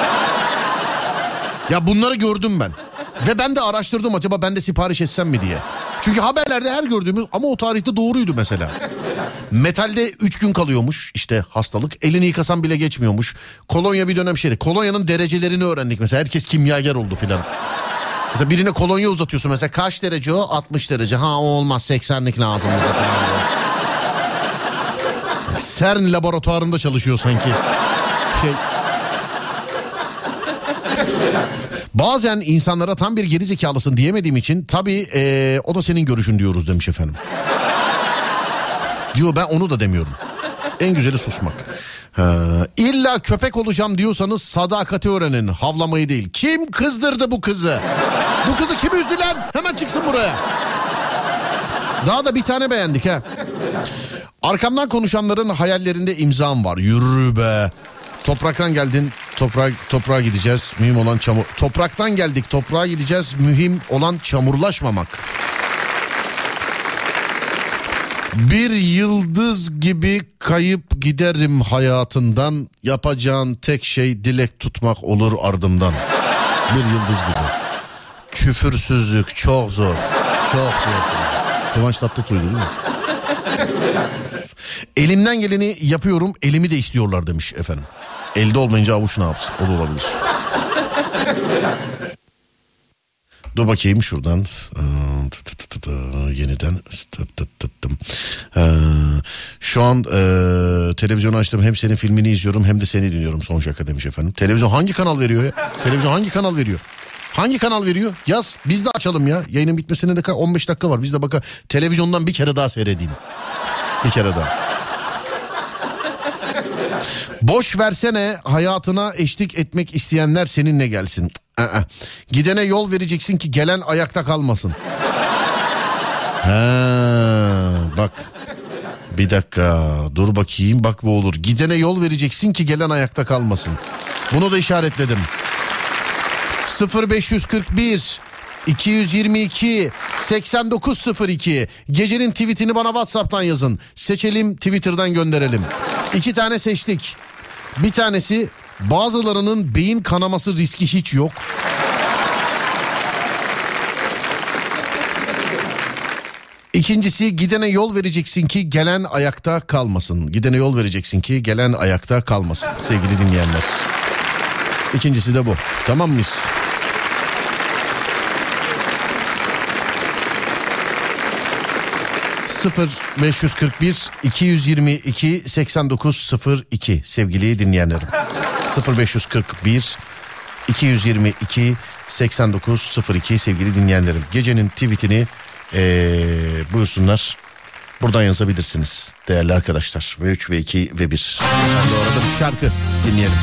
Ya bunları gördüm ben. Ve ben de araştırdım, acaba ben de sipariş etsem mi diye. Çünkü haberlerde her gördüğümüz, ama o tarihte doğruydu mesela. Metalde üç gün kalıyormuş işte hastalık. Elini yıkasan bile geçmiyormuş. Kolonya bir dönem şeydi. Kolonyanın derecelerini öğrendik mesela. Herkes kimyager oldu filan. Mesela birine kolonya uzatıyorsun mesela. Kaç derece o? altmış derece. Ha o olmaz, seksenlik lazım zaten. CERN laboratuvarında çalışıyor sanki. Şey... Bazen insanlara tam bir gerizekalısın diyemediğim için tabii ee, o da senin görüşün diyoruz demiş efendim. Diyor, ben onu da demiyorum. En güzeli susmak. Ha, illa köpek olacağım diyorsanız sadakati öğrenin, havlamayı değil. Kim kızdırdı bu kızı? Bu kızı kim üzdü lan? Hemen çıksın buraya. Daha da bir tane beğendik ha. Arkamdan konuşanların hayallerinde imzam var. Yürü be. Topraktan geldin, toprağa, toprağa gideceğiz. Mühim olan çamur. Topraktan geldik, toprağa gideceğiz. Mühim olan çamurlaşmamak. Bir yıldız gibi kayıp giderim hayatından. Yapacağın tek şey dilek tutmak olur ardımdan. Bir yıldız gibi. Küfürsüzlük çok zor. Çok zor. Kıvanç Tatlıtuğ'ydu değil mi? Elimden geleni yapıyorum, elimi de istiyorlar demiş efendim. Elde olmayınca avuç ne yapsın? O da olabilir. Dur bakayım şuradan. Yeniden. Şu an e, televizyonu açtım. Hem senin filmini izliyorum hem de seni dinliyorum. Son şaka demiş efendim. Televizyon hangi kanal veriyor ya? Televizyon hangi kanal veriyor? Hangi kanal veriyor? Yaz. Biz de açalım ya. Yayının bitmesine de on beş dakika var. Biz de bakalım. Televizyondan bir kere daha seyredeyim. Bir kere daha. Boş versene, hayatına eşlik etmek isteyenler seninle gelsin. Aa, gidene yol vereceksin ki gelen ayakta kalmasın. Ha, bak. Bir dakika. Dur bakayım, bak bu olur. Gidene yol vereceksin ki gelen ayakta kalmasın. Bunu da işaretledim. sıfır beş kırk bir iki yüz yirmi iki seksen dokuz sıfır iki. Gecenin tweetini bana WhatsApp'tan yazın. Seçelim, Twitter'dan gönderelim. İki tane seçtik. Bir tanesi, bazılarının beyin kanaması riski hiç yok. İkincisi, gidene yol vereceksin ki gelen ayakta kalmasın. Gidene yol vereceksin ki gelen ayakta kalmasın sevgili dinleyenler. İkincisi de bu. Tamam mıyız? sıfır beş kırk bir iki yüz yirmi iki seksen dokuz sıfır iki sevgili dinleyenlerim. sıfır beş kırk bir iki yüz yirmi iki seksen dokuz sıfır iki sevgili dinleyenlerim. Gecenin tweetini ee, buyursunlar. Buradan yazabilirsiniz değerli arkadaşlar. Ve üç ve iki ve bir. Yani bu arada bir şarkı dinleyelim.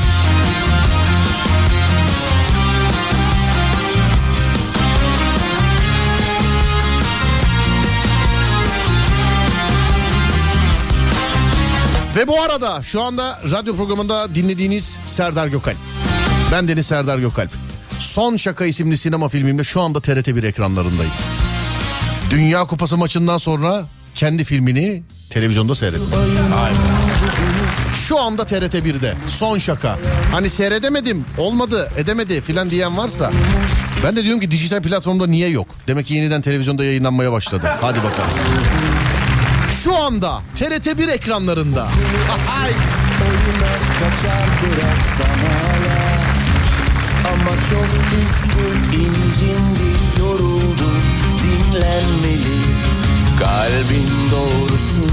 Ve bu arada şu anda radyo programında dinlediğiniz Serdar Gökalp. Ben Deniz Serdar Gökalp. Son Şaka isimli sinema filmimle şu anda T R T bir ekranlarındayım. Dünya Kupası maçından sonra kendi filmini televizyonda seyrettim. şu anda T R T birde. Son şaka. Hani seyredemedim, olmadı, edemedi filan diyen varsa ben de diyorum ki dijital platformda niye yok? Demek ki yeniden televizyonda yayınlanmaya başladı. Hadi bakalım. Şu anda T R T bir ekranlarında. Ay. Kaçar bıraksam hala. Ama çok düştüm, incindi, yoruldum, dinlenmeli. Kalbin doğrusu.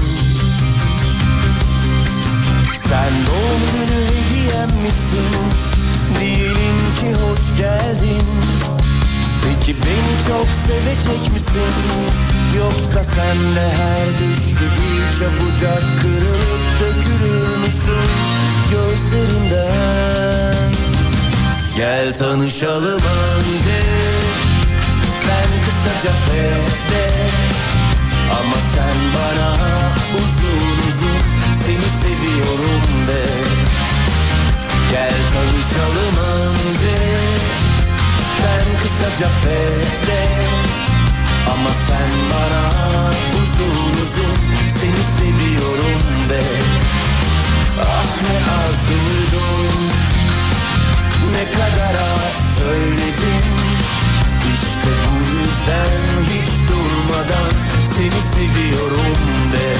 Sen doğum günü hediyem misin? Diyelim ki hoş geldin. Peki beni çok sevecek misin? Yoksa sen de her düştü bir çabucak kırılıp dökülür müsün gözlerimden? Gel tanışalım önce, ben kısaca fede. Ama sen bana uzun uzun seni seviyorum de. Gel tanışalım önce, ben kısaca fede. Ama sen bana uzun uzun seni seviyorum de. Ah ne az duydum, ne kadar az söyledim. İşte bu yüzden hiç durmadan seni seviyorum de.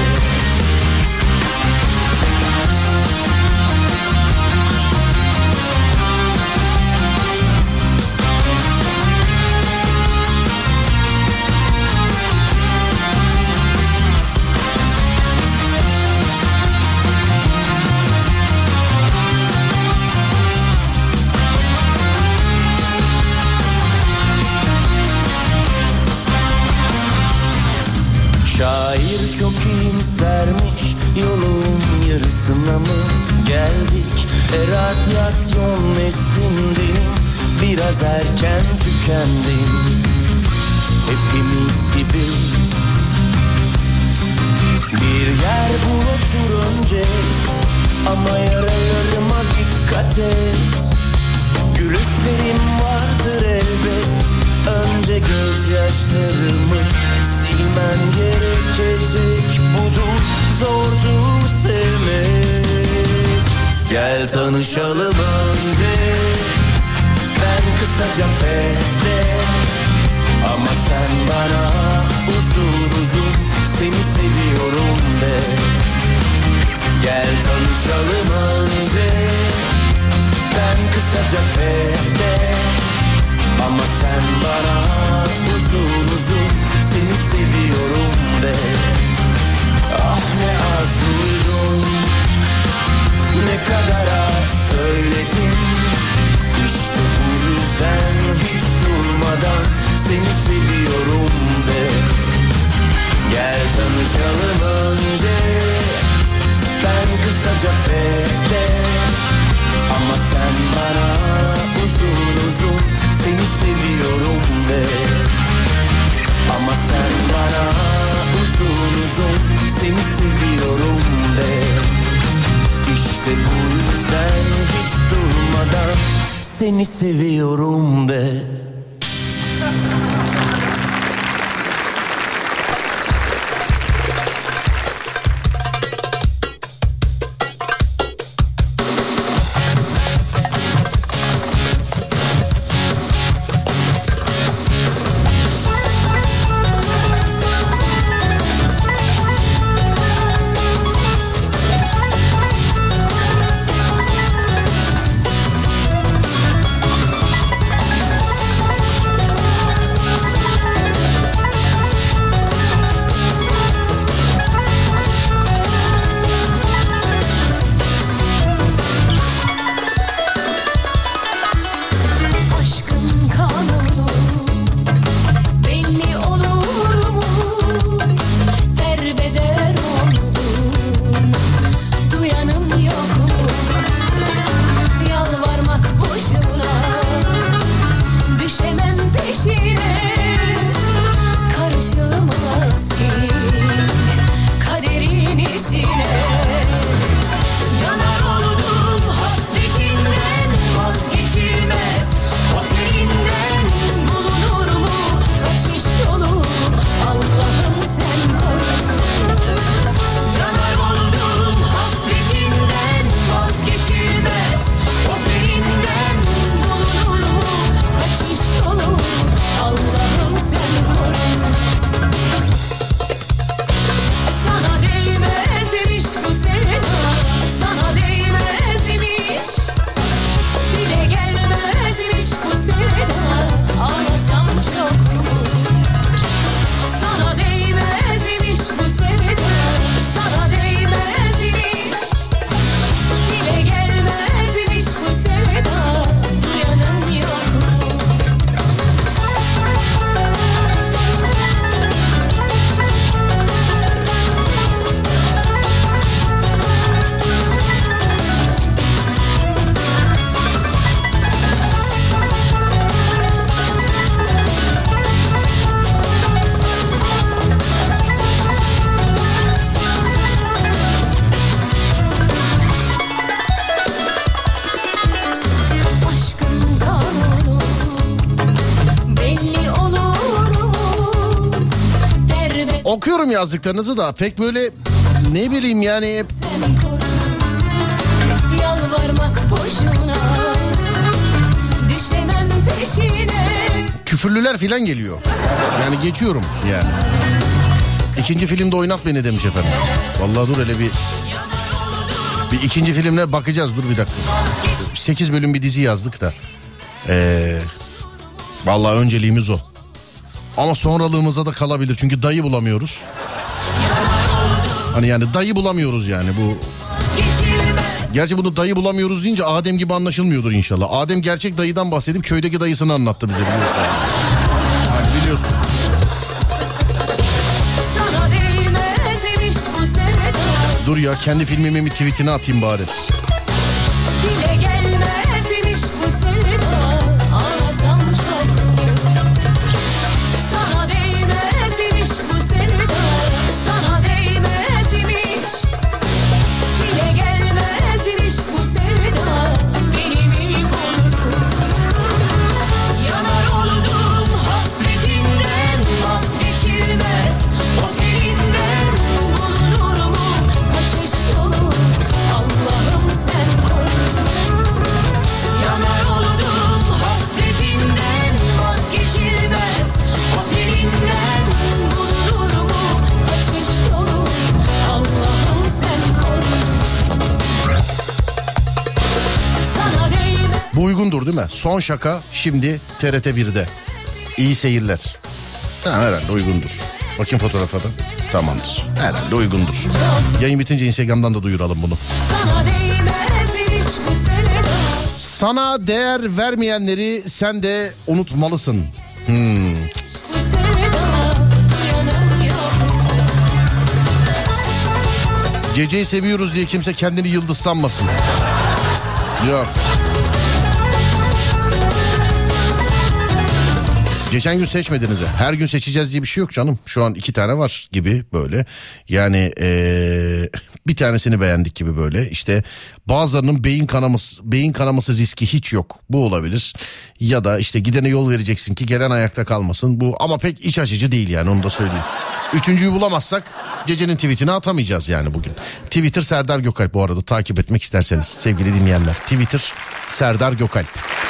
Şair çok iyimsermiş, yolun yarısına mı geldik? E radyasyon neslindenim, biraz erken tükendim. Hepimiz gibi bir yer bul otur önce. Ama yaralarıma dikkat et. Gülüşlerim vardır elbet. Önce gözyaşlarımı silmen gerekecek. Budur, zordur sevmek. Gel tanışalım önce, ben kısaca fede. Ama sen bana uzun uzun seni seviyorum de. Gel tanışalım önce, ben kısaca fede. Ama sen bana uzun uzun seni seviyorum de. Ah ne az duydum, ne kadar az söyledim. İşte bu yüzden hiç durmadan seni seviyorum de. Gel tanışalım önce, ben kısaca fede. Ama sen bana uzun uzun seni seviyorum de. Ama sen bana uzun uzun seni seviyorum de. İşte bu yüzden hiç durmadan seni seviyorum de. okuyorum yazdıklarınızı da pek böyle ne bileyim yani. Yalvarmak boşuna, düşemem peşine. Küfürlüler filan geliyor. Yani geçiyorum yani. İkinci filmde oynat beni demiş efendim. Vallahi dur hele bir bir ikinci filmle bakacağız, dur bir dakika. sekiz bölüm bir dizi yazdık da. Ee, vallahi önceliğimiz o. Ama sonralığımıza da kalabilir çünkü dayı bulamıyoruz. Hani yani dayı bulamıyoruz yani bu. Gerçi bunu dayı bulamıyoruz deyince Adem gibi anlaşılmıyordur inşallah. Adem gerçek dayıdan bahsedip köydeki dayısını anlattı bize, biliyorsun. Yani biliyorsun. Dur ya, kendi filmimin bir tweetini atayım bari. Dile gelmez imiş bu sevda, ağlasam çok. Sana değmez imiş bu sevda, sana değmez imiş. Dile gelmez imiş bu sevda, benim ilk olurdum. Yanar oldum hasretinden, vazgeçilmez otelinden. Bulunur mu kaçış yolu, Allah'ım sen koru. Yanar oldum hasretinden, vazgeçilmez otelinden. Bulunur mu kaçış yolu, Allah'ım sen koru. Sana değmez. Bu uygundur değil mi? Son şaka şimdi T R T birde. İyi seyirler. Ha, herhalde uygundur. Bakayım fotoğrafa da. Tamamdır. Herhalde uygundur. Yayın bitince Instagram'dan da duyuralım bunu. Sana değmez imiş bu sevda. Sana değer vermeyenleri sen de unutmalısın. Hmm. Bu sevda yanım yok. Geceyi seviyoruz diye kimse kendini yıldız sanmasın. Yok. Geçen gün seçmediniz ya. Her gün seçeceğiz diye bir şey yok canım. Şu an iki tane var gibi böyle. Yani ee, bir tanesini beğendik gibi böyle. İşte bazılarının beyin kanaması, beyin kanaması riski hiç yok. Bu olabilir. Ya da işte gidene yol vereceksin ki gelen ayakta kalmasın. Bu ama pek iç açıcı değil yani, onu da söyleyeyim. Üçüncüyü bulamazsak gecenin tweetini atamayacağız yani bugün. Twitter Serdar Gökalp bu arada, takip etmek isterseniz sevgili dinleyenler. Twitter Serdar Gökalp.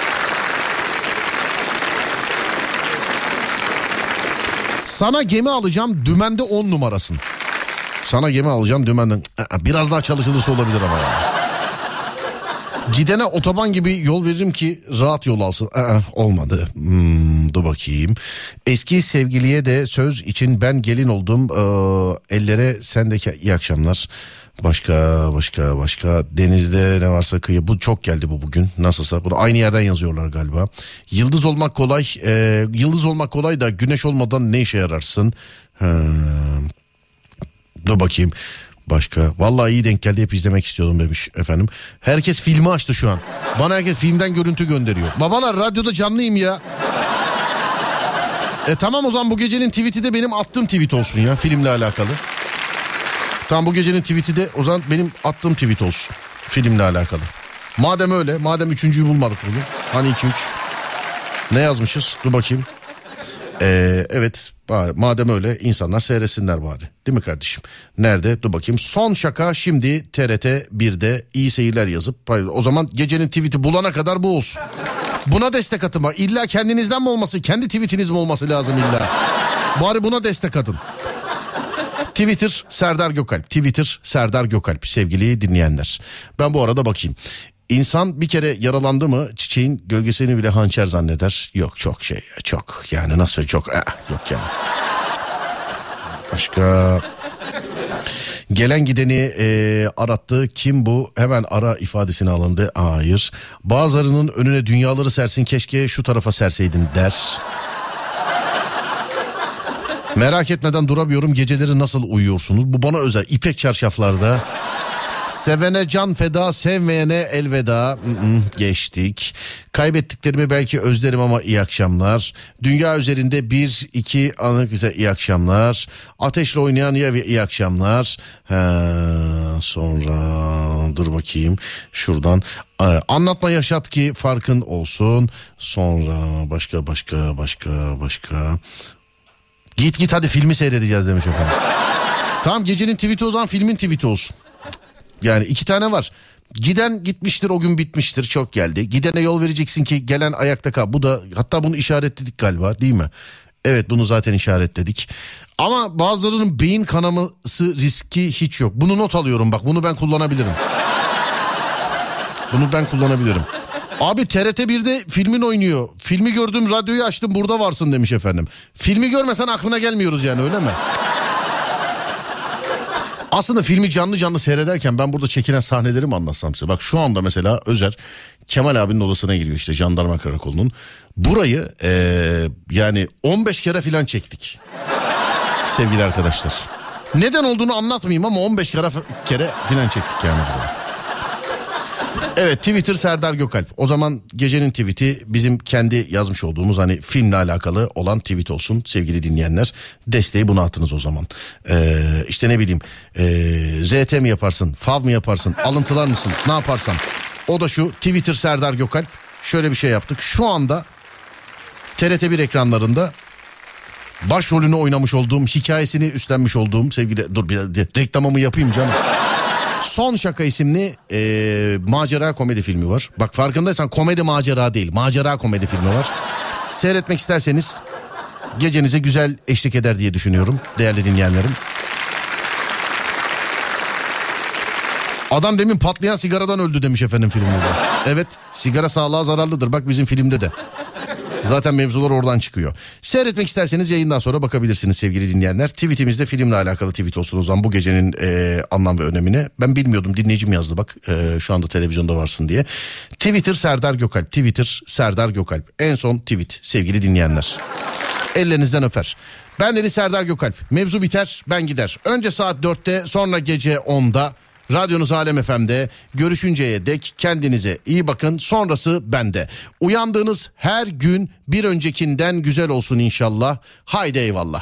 Sana gemi alacağım dümende on numarasın. Sana gemi alacağım dümenden. Biraz daha çalışılırsa olabilir ama yani. Gidene otoban gibi yol veririm ki rahat yol alsın. Aa, olmadı. Hmm, dur bakayım. Eski sevgiliye de söz için ben gelin oldum. Ee, ellere sendeki iyi akşamlar. Başka başka başka denizde ne varsa kıyı. Bu çok geldi bu bugün. Nasılsa bunu aynı yerden yazıyorlar galiba. Yıldız olmak kolay. E, yıldız olmak kolay da güneş olmadan ne işe yararsın? Ha. Dur bakayım. Başka. Vallahi iyi denk geldi, hep izlemek istiyordum demiş efendim. Herkes filmi açtı şu an. Bana herkes filmden görüntü gönderiyor. Babalar radyoda canlıyım ya. E tamam o zaman bu gecenin tweet'i de benim attığım tweet olsun ya, filmle alakalı. Tamam bu gecenin tweet'i de o zaman benim attığım tweet olsun. Filmle alakalı. Madem öyle, madem üçüncüyü bulmadık bugün. Hani iki üç. Ne yazmışız? Dur bakayım. Ee, evet madem öyle insanlar seyretsinler bari. Değil mi kardeşim? Nerede? Dur bakayım. Son şaka şimdi T R T birde, iyi seyirler yazıp. O zaman gecenin tweet'i bulana kadar bu olsun. Buna destek atın. İlla kendinizden mi olması, kendi tweetiniz mi olması lazım illa? Bari buna destek atın. Twitter Serdar Gökalp. Twitter Serdar Gökalp sevgili dinleyenler. Ben bu arada bakayım. İnsan bir kere yaralandı mı çiçeğin gölgesini bile hançer zanneder. Yok çok şey çok yani nasıl çok eh, yok yani. Başka gelen gideni e, arattı. Kim bu? Hemen ara ifadesini alındı. Hayır. Bazılarının önüne dünyaları sersin, keşke şu tarafa serseydin der. Merak etmeden duramıyorum, geceleri nasıl uyuyorsunuz? Bu bana özel. İpek çarşaflarda. Sevene can feda, sevmeyene elveda. Mm-mm, geçtik. Kaybettiklerimi belki özlerim ama iyi akşamlar. Dünya üzerinde bir iki anı bize iyi akşamlar. Ateşle oynayan ya iyi akşamlar. Ha, sonra dur bakayım şuradan. Anlatma yaşat ki farkın olsun. Sonra başka başka başka başka. Git git hadi filmi seyredeceğiz demiş efendim. Tamam, gecenin tweet'i o zaman filmin tweet'i olsun. Yani iki tane var. Giden gitmiştir, o gün bitmiştir, çok geldi. Gidene yol vereceksin ki gelen ayakta kal. Bu da, hatta bunu işaretledik galiba değil mi? Evet, bunu zaten işaretledik. Ama bazılarının beyin kanaması riski hiç yok. Bunu not alıyorum bak, bunu ben kullanabilirim. Bunu ben kullanabilirim. Abi T R T birde filmin oynuyor. Filmi gördüm, radyoyu açtım, burada varsın demiş efendim. Filmi görmesen aklına gelmiyoruz yani, öyle mi? Aslında filmi canlı canlı seyrederken ben burada çekilen sahneleri mi anlatsam size? Bak şu anda mesela Özer Kemal abinin odasına giriyor, işte jandarma karakolunun. Burayı ee, yani on beş kere filan çektik. Sevgili arkadaşlar. Neden olduğunu anlatmayayım ama on beş kere, kere filan çektik yani burada. Evet, Twitter Serdar Gökalp. O zaman gecenin tweet'i bizim kendi yazmış olduğumuz hani filmle alakalı olan tweet olsun sevgili dinleyenler. Desteği buna atınız o zaman. Ee, işte ne bileyim ee, Z T mi yaparsın, fav mı yaparsın, alıntılar mısın, ne yaparsan. O da şu, Twitter Serdar Gökalp. Şöyle bir şey yaptık. Şu anda T R T bir ekranlarında başrolünü oynamış olduğum, hikayesini üstlenmiş olduğum sevgili... Dur bir reklamımı yapayım canım. Son Şaka isimli e, macera komedi filmi var. Bak farkındaysan komedi macera değil, macera komedi filmi var. Seyretmek isterseniz gecenize güzel eşlik eder diye düşünüyorum değerli dinleyenlerim. Adam demin patlayan sigaradan öldü demiş efendim filmde. Evet, sigara sağlığa zararlıdır, bak bizim filmde de. Zaten mevzular oradan çıkıyor. Seyretmek isterseniz yayından sonra bakabilirsiniz sevgili dinleyenler. Tweetimizde filmle alakalı tweet olsun o zaman, bu gecenin e, anlam ve önemini. Ben bilmiyordum, dinleyicim yazdı bak e, şu anda televizyonda varsın diye. Twitter Serdar Gökalp, Twitter Serdar Gökalp. En son tweet sevgili dinleyenler. Ellerinizden öper. Ben Deniz Serdar Gökalp. Mevzu biter, ben gider. Önce saat dörtte, sonra gece onda. Radyonuz Alem F M'de. Görüşünceye dek kendinize iyi bakın. Sonrası bende. Uyandığınız her gün bir öncekinden güzel olsun inşallah. Haydi eyvallah.